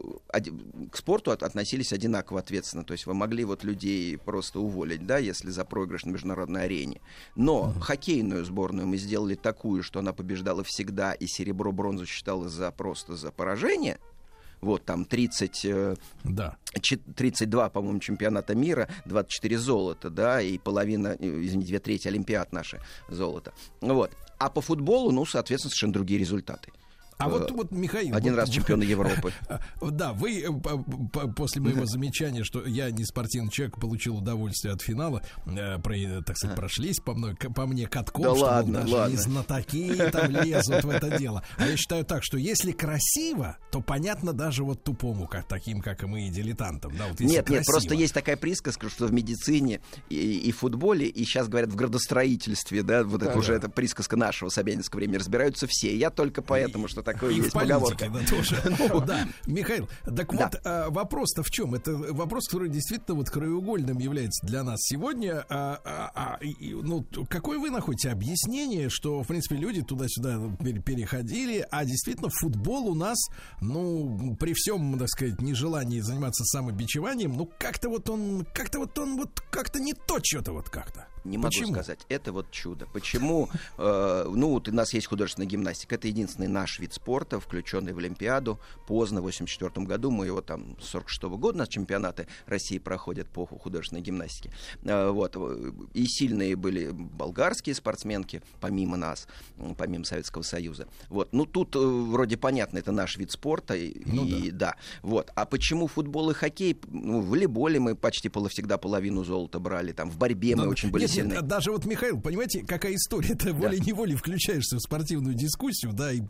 к спорту от, относились одинаково ответственно. То есть вы могли вот людей просто уволить, да, если за проигрыш на международной арене. Но mm-hmm. хоккейную сборную мы сделали такую, что она побеждала всегда, и серебро, бронзу считалось за просто за поражение. Вот там тридцать, да. тридцать два, по-моему, чемпионата мира, двадцать четыре золота, да, и половина, извините, две трети олимпиад наши золото. Вот. А по футболу, ну, соответственно, совершенно другие результаты. А вот, вот, Михаил... Один вот, раз чемпионы Европы. Да, вы после моего замечания, что я не спортивный человек, получил удовольствие от финала, так сказать, прошлись по мне катком, да что ладно, даже ладно. не знатоки там лезут в это дело. А я считаю так, что если красиво, то понятно даже вот тупому, как таким, как и мы, и дилетантам. Да, вот нет, красиво. Нет, просто есть такая присказка, что в медицине и, и в футболе, и сейчас говорят в градостроительстве, да, вот да, это да. уже эта присказка нашего собянинского времени, разбираются все. Я только поэтому, что такое и есть в политике, поговорка. Да, тоже. Ну, да, Михаил, так да. вот а, вопрос-то в чем? Это вопрос, который действительно вот краеугольным является для нас сегодня. А, а, а, и, ну, какое вы находите объяснение, что, в принципе, люди туда-сюда переходили, а действительно футбол у нас, ну, при всем, так сказать, нежелании заниматься самобичеванием, ну, как-то вот он, как-то вот он вот как-то не то что-то вот как-то. Не могу Почему? сказать. Это вот чудо. Почему? Э, ну, вот у нас есть художественная гимнастика. Это единственный наш вид спорта, включенный в Олимпиаду. Поздно, в восемьдесят четвёртом году. Мы его там с сорок шестого года, у нас чемпионаты России проходят по художественной гимнастике. Э, вот. И сильные были болгарские спортсменки, помимо нас, помимо Советского Союза. Вот. Ну, тут э, вроде понятно, это наш вид спорта. И, ну, и, да. да. Вот. А почему футбол и хоккей? Ну, в волейболе мы почти поло, всегда половину золота брали. Там, в борьбе да, мы очень были Нет, нет, даже вот, Михаил, понимаете, какая история? Ты да. волей-неволей включаешься в спортивную дискуссию, да, и начинаешь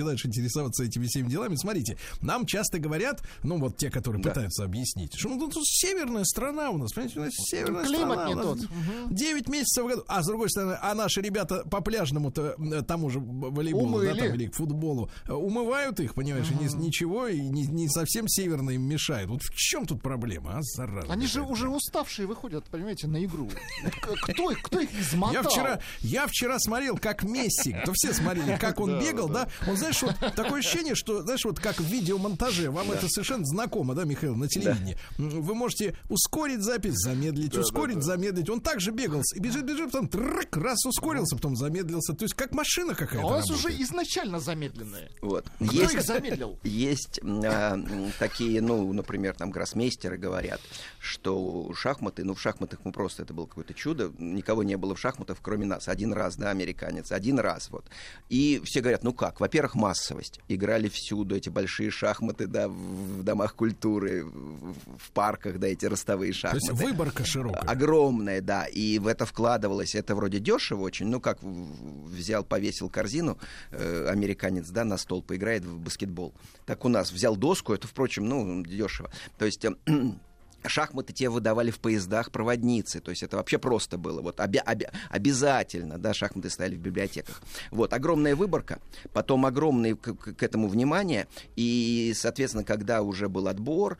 начинаешь интересоваться этими всеми делами. Смотрите, нам часто говорят, ну вот те, которые да. пытаются объяснить, что ну, тут северная страна у нас, понимаете, у нас северная климат страна. Не тот. девять месяцев в году. А с другой стороны, а наши ребята по пляжному-то, тому же волейболу, да, там, или к футболу, умывают их, понимаешь, uh-huh. и ни, ничего, и не, не совсем северно им мешает. Вот в чем тут проблема, а, зараза? Они же уже уставшие выходят, понимаете, на игру. Кто их, кто их измотал? Я вчера, я вчера смотрел, как Месси, то все смотрели, как он бегал, да. Он, знаешь, вот такое ощущение, что, знаешь, вот как в видеомонтаже, вам это совершенно знакомо, да, Михаил, на телевидении. Вы можете ускорить запись, замедлить, ускорить, замедлить. Он также бегал, и бежит, бежит, потом трррк, раз ускорился, потом замедлился. То есть как машина какая-то. А у вас уже изначально замедленные. Вот. Кто есть, их замедлил? Есть а, такие, ну, например, там гроссмейстеры говорят, что шахматы, ну, в шахматах мы просто, это было какое-то чудо, никого не было в шахматах, кроме нас. Один раз, да, американец, один раз, вот. И все говорят, ну как, во-первых, массовость. Играли всюду эти большие шахматы, да, в, в домах культуры, в, в парках, да, эти ростовые шахматы. То есть выборка широкая. Огромная, да, и в это вкладывалось, это вроде дешево очень, ну как взял, повесил корзину, э, американец, да, на стол поиграет в баскетбол. Так у нас взял доску, это, впрочем, ну, дешево. То есть... Э, шахматы тебе выдавали в поездах проводницы, то есть это вообще просто было, вот обя- обя- обязательно, да, шахматы стояли в библиотеках. Вот, огромная выборка, потом огромное к, к этому внимание, и, соответственно, когда уже был отбор,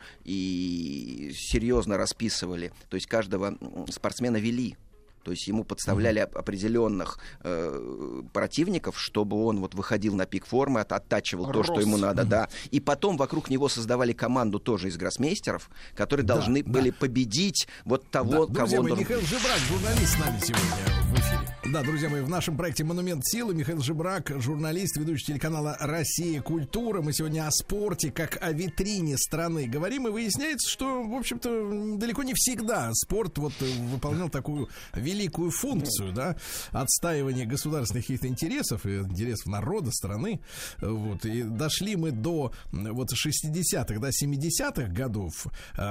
и серьезно расписывали, то есть каждого спортсмена вели. То есть ему подставляли mm-hmm. определенных э, противников, чтобы он вот выходил на пик формы, от, оттачивал Рос. то, что ему надо, mm-hmm. да. И потом вокруг него создавали команду тоже из гроссмейстеров, которые да, должны да. были победить вот того, да. Друзья кого мои, он... Михаил Жебрак, журналист, с нами сегодня в эфире. Да, друзья мои, в нашем проекте «Монумент силы» Михаил Жебрак, журналист, ведущий телеканала «Россия. Культура». Мы сегодня о спорте, как о витрине страны говорим, и выясняется, что, в общем-то, далеко не всегда спорт вот выполнял такую великую функцию, да, отстаивания государственных каких-то интересов, интересов народа, страны. Вот. И дошли мы до вот шестидесятых, да, семидесятых годов.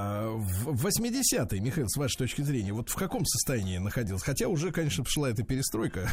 В восьмидесятые, Михаил, с вашей точки зрения, вот в каком состоянии находился? Хотя уже, конечно, пошла эта перестройка.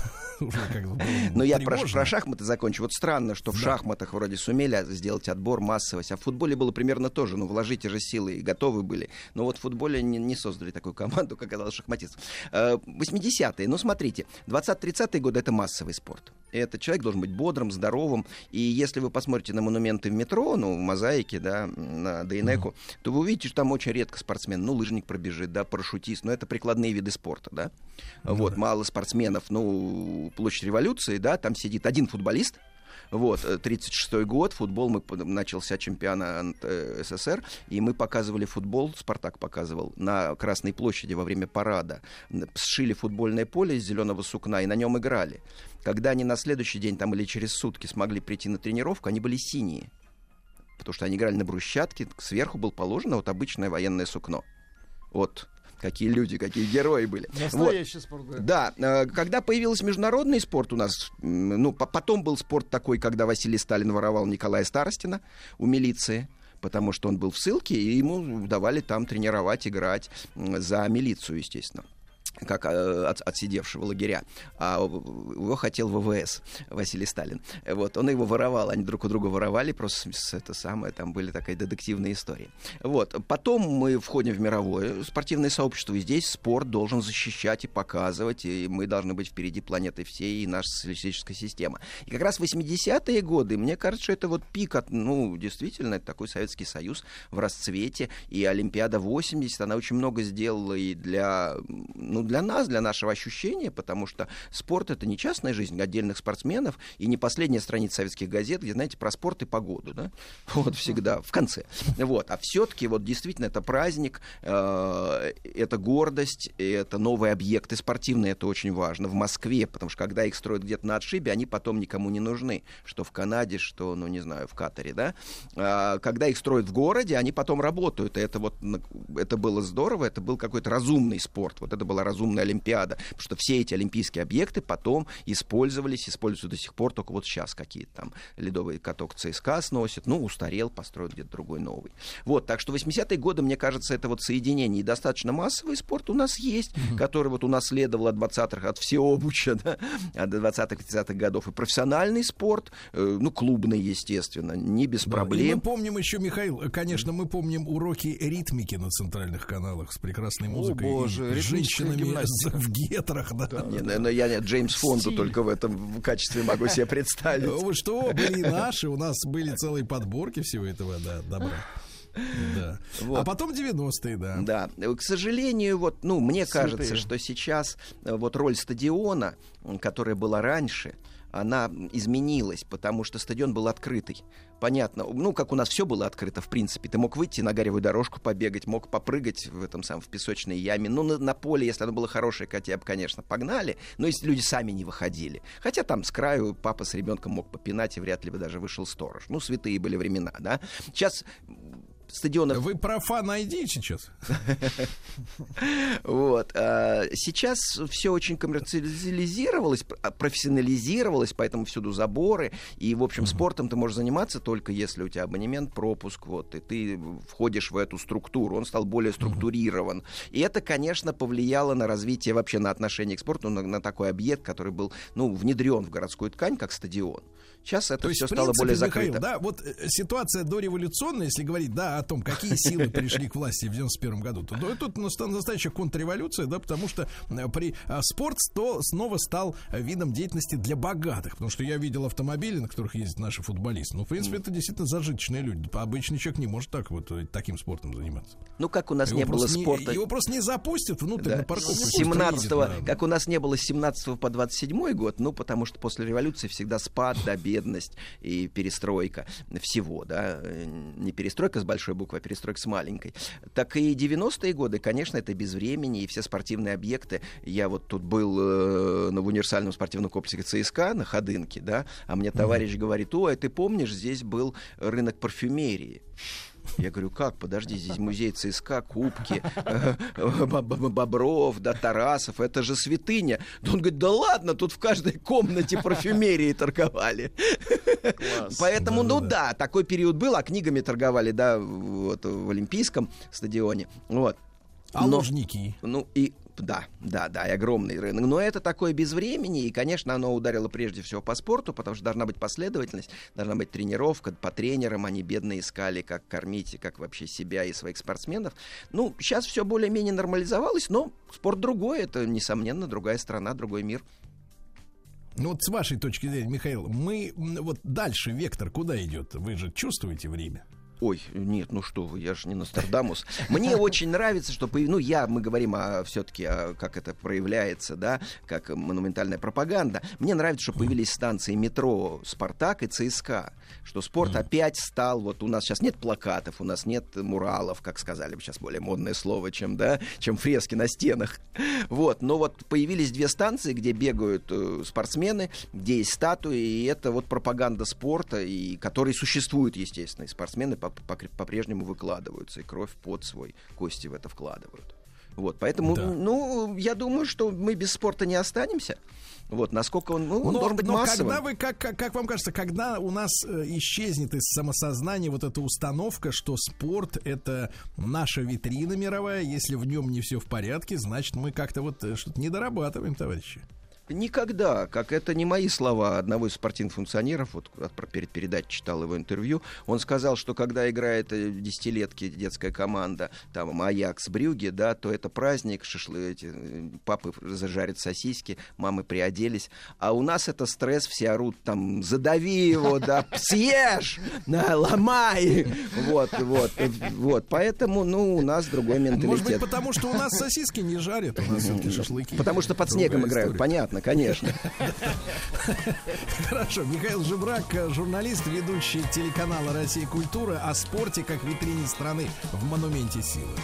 Но я про, про шахматы закончу. Вот странно, что в да. шахматах вроде сумели сделать отбор, массовость, а в футболе было примерно тоже. Ну, вложите же силы и готовы были. Но вот в футболе не, не создали такую команду, как оказалось шахматистов. восьмидесятые, ну, смотрите, двадцатые-тридцатые годы — это массовый спорт. Этот человек должен быть бодрым, здоровым. И если вы посмотрите на монументы в метро, ну, в Мозаике, да, на Дейнеку, mm-hmm. то вы увидите, что там очень редко спортсмен. Ну, лыжник пробежит, да, парашютист. Но это прикладные виды спорта, да. Mm-hmm. Вот, мало спортсменов. Ну, Площадь Революции, да, там сидит один футболист. Вот, тридцать шестой год, футбол, мы, начался чемпионат э, СССР, и мы показывали футбол, Спартак показывал, на Красной площади во время парада. Сшили футбольное поле из зеленого сукна и на нем играли. Когда они на следующий день там, или через сутки смогли прийти на тренировку, они были синие, потому что они играли на брусчатке, сверху было положено вот обычное военное сукно. Вот. Какие люди, какие герои были. Настоящий вот. спорт. Да, когда появился международный спорт у нас, ну, потом был спорт такой, когда Василий Сталин воровал Николая Старостина у милиции, потому что он был в ссылке, и ему давали там тренировать, играть за милицию, естественно, как от, отсидевшего лагеря. А его хотел ВВС, Василий Сталин. Вот, он его воровал, они друг у друга воровали, просто с, это самое, там были такая детективная история. Вот, потом мы входим в мировое спортивное сообщество, и здесь спорт должен защищать и показывать, и мы должны быть впереди планеты всей и наша социалистическая система. И как раз восьмидесятые годы, мне кажется, что это вот пик, от, ну, действительно, это такой Советский Союз в расцвете, и Олимпиада восемьдесят, она очень много сделала и для, ну, для нас, для нашего ощущения, потому что спорт — это не частная жизнь отдельных спортсменов, и не последняя страница советских газет, где, знаете, про спорт и погоду, да, вот всегда в конце. Вот, а все-таки вот действительно это праздник, э, это гордость, это новые объекты спортивные, это очень важно. В Москве, потому что когда их строят где-то на отшибе, они потом никому не нужны, что в Канаде, что, ну, не знаю, в Катаре, да. А, когда их строят в городе, они потом работают, и это вот, это было здорово, это был какой-то разумный спорт, вот это была разумная разумная Олимпиада, потому что все эти олимпийские объекты потом использовались, используются до сих пор, только вот сейчас какие-то там ледовый каток ЦСКА сносят, ну, устарел, построят где-то другой новый. Вот, так что восьмидесятые годы, мне кажется, это вот соединение, и достаточно массовый спорт у нас есть, mm-hmm. который вот унаследовал от двадцатых, от всеобуча, да, от двадцатых-тридцатых годов, и профессиональный спорт, э, ну, клубный, естественно, не без да, проблем. И мы помним еще, Михаил, конечно, мы помним уроки ритмики на центральных каналах с прекрасной музыкой. О, боже, и женщинами в гетрах, да. да. Не, но я нет, Джеймс Фонду только в этом в качестве могу себе представить. Вы что, были и наши, у нас были целые подборки всего этого, да, добра. Да. Вот. А потом девяностые, да. Да. К сожалению, вот, ну, мне Святые. кажется, что сейчас вот роль стадиона, которая была раньше, она изменилась, потому что стадион был открытый. Понятно, ну, как у нас все было открыто, в принципе. Ты мог выйти на гаревую дорожку побегать, мог попрыгать в этом самом, в песочной яме. Ну, на, на поле, если оно было хорошее, хотя бы, конечно, погнали. Но если люди сами не выходили. Хотя там с краю папа с ребенком мог попинать, и вряд ли бы даже вышел сторож. Ну, святые были времена, да. Сейчас... стадионов... Вы профан ай ди сейчас? Вот. Сейчас все очень коммерциализировалось, профессионализировалось, поэтому всюду заборы. И, в общем, спортом ты можешь заниматься только если у тебя абонемент, пропуск, вот, и ты входишь в эту структуру. Он стал более структурирован. И это, конечно, повлияло на развитие, вообще на отношение к спорту, на, на такой объект, который был, ну, внедрен в городскую ткань, как стадион. Сейчас это все стало более закрыто. Михаил, да, вот ситуация дореволюционная, если говорить, да, о том, какие силы пришли к власти в девяносто первом году, то тут настоящая контрреволюция, да, потому что при спорт то снова стал видом деятельности для богатых, потому что я видел автомобили, на которых ездят наши футболисты. Ну, в принципе, это действительно зажиточные люди. Обычный человек не может так вот таким спортом заниматься. Ну, как у нас его не было не, спорта... Его просто не запустят внутрь, да, на парковку. С семнадцатого, как у нас не было с семнадцатого по двадцать седьмой год, ну, потому что после революции всегда спад, да, бедность и перестройка всего, да, не перестройка с большой буквы, а перестройка с маленькой. Так и девяностые годы, конечно, это без времени, и все спортивные объекты. Я вот тут был э, в универсальном спортивном комплексе ЦСКА на Ходынке, да, а мне товарищ mm-hmm. говорит: ой, ты помнишь, здесь был рынок парфюмерии. Я говорю: как, подожди, здесь музей ЦСКА, кубки, Бобров, да, Тарасов, это же святыня. Он говорит: да ладно, тут в каждой комнате парфюмерии торговали. Класс. Поэтому, да, ну да. да, такой период был, а книгами торговали, да, вот, в Олимпийском стадионе. Вот. А Но, Лужники? Ну и да, да, да, и огромный рынок. Но это такое без времени, и, конечно, оно ударило прежде всего по спорту, потому что должна быть последовательность, должна быть тренировка по тренерам. Они бедно искали, как кормить, и как вообще себя и своих спортсменов. Ну, сейчас все более-менее нормализовалось, но спорт другой, это, несомненно, другая страна, другой мир. Ну вот с вашей точки зрения, Михаил, мы вот дальше вектор куда идет? Вы же чувствуете время? Ой, нет, ну что вы, я же не Нострадамус. Мне очень нравится, что, ну, я, мы говорим о, все-таки, о, как это проявляется, да, как монументальная пропаганда. Мне нравится, что появились станции метро «Спартак» и ЦСКА, что спорт mm. опять стал, вот у нас сейчас нет плакатов, у нас нет муралов, как сказали бы сейчас более модное слово, чем, да, чем фрески на стенах. Вот, но вот появились две станции, где бегают э, спортсмены, где есть статуи, и это вот пропаганда спорта, и который существует, естественно, и спортсмены по по-прежнему выкладываются, и кровь, пот свой, кости в это вкладывают. Вот, поэтому, да. ну, я думаю, что мы без спорта не останемся. Вот, насколько он, ну, он но, должен быть но массовым. Когда вы, как, как, как вам кажется, когда у нас э, исчезнет из самосознания вот эта установка, что спорт — это наша витрина мировая, если в нем не все в порядке, значит, мы как-то вот э, что-то не дорабатываем, товарищи? Никогда, как это не мои слова, одного из спортивных функционеров, вот перед передачей читал его интервью, он сказал, что когда играет десятилетки детская команда, там, Аякс, Брюгге, да, то это праздник, шашлы, эти, папы зажарят сосиски, мамы приоделись, а у нас это стресс, все орут там: задави его, да, съешь, да, ломай, вот, вот, вот, поэтому, ну, у нас другой менталитет. Может быть, потому что у нас сосиски не жарят, у нас все-таки шашлыки. Потому что под снегом играют, понятно. Конечно. Хорошо. Михаил Жебрак, журналист, ведущий телеканала «Россия. Культура», о спорте как витрине страны в «Монументе силы».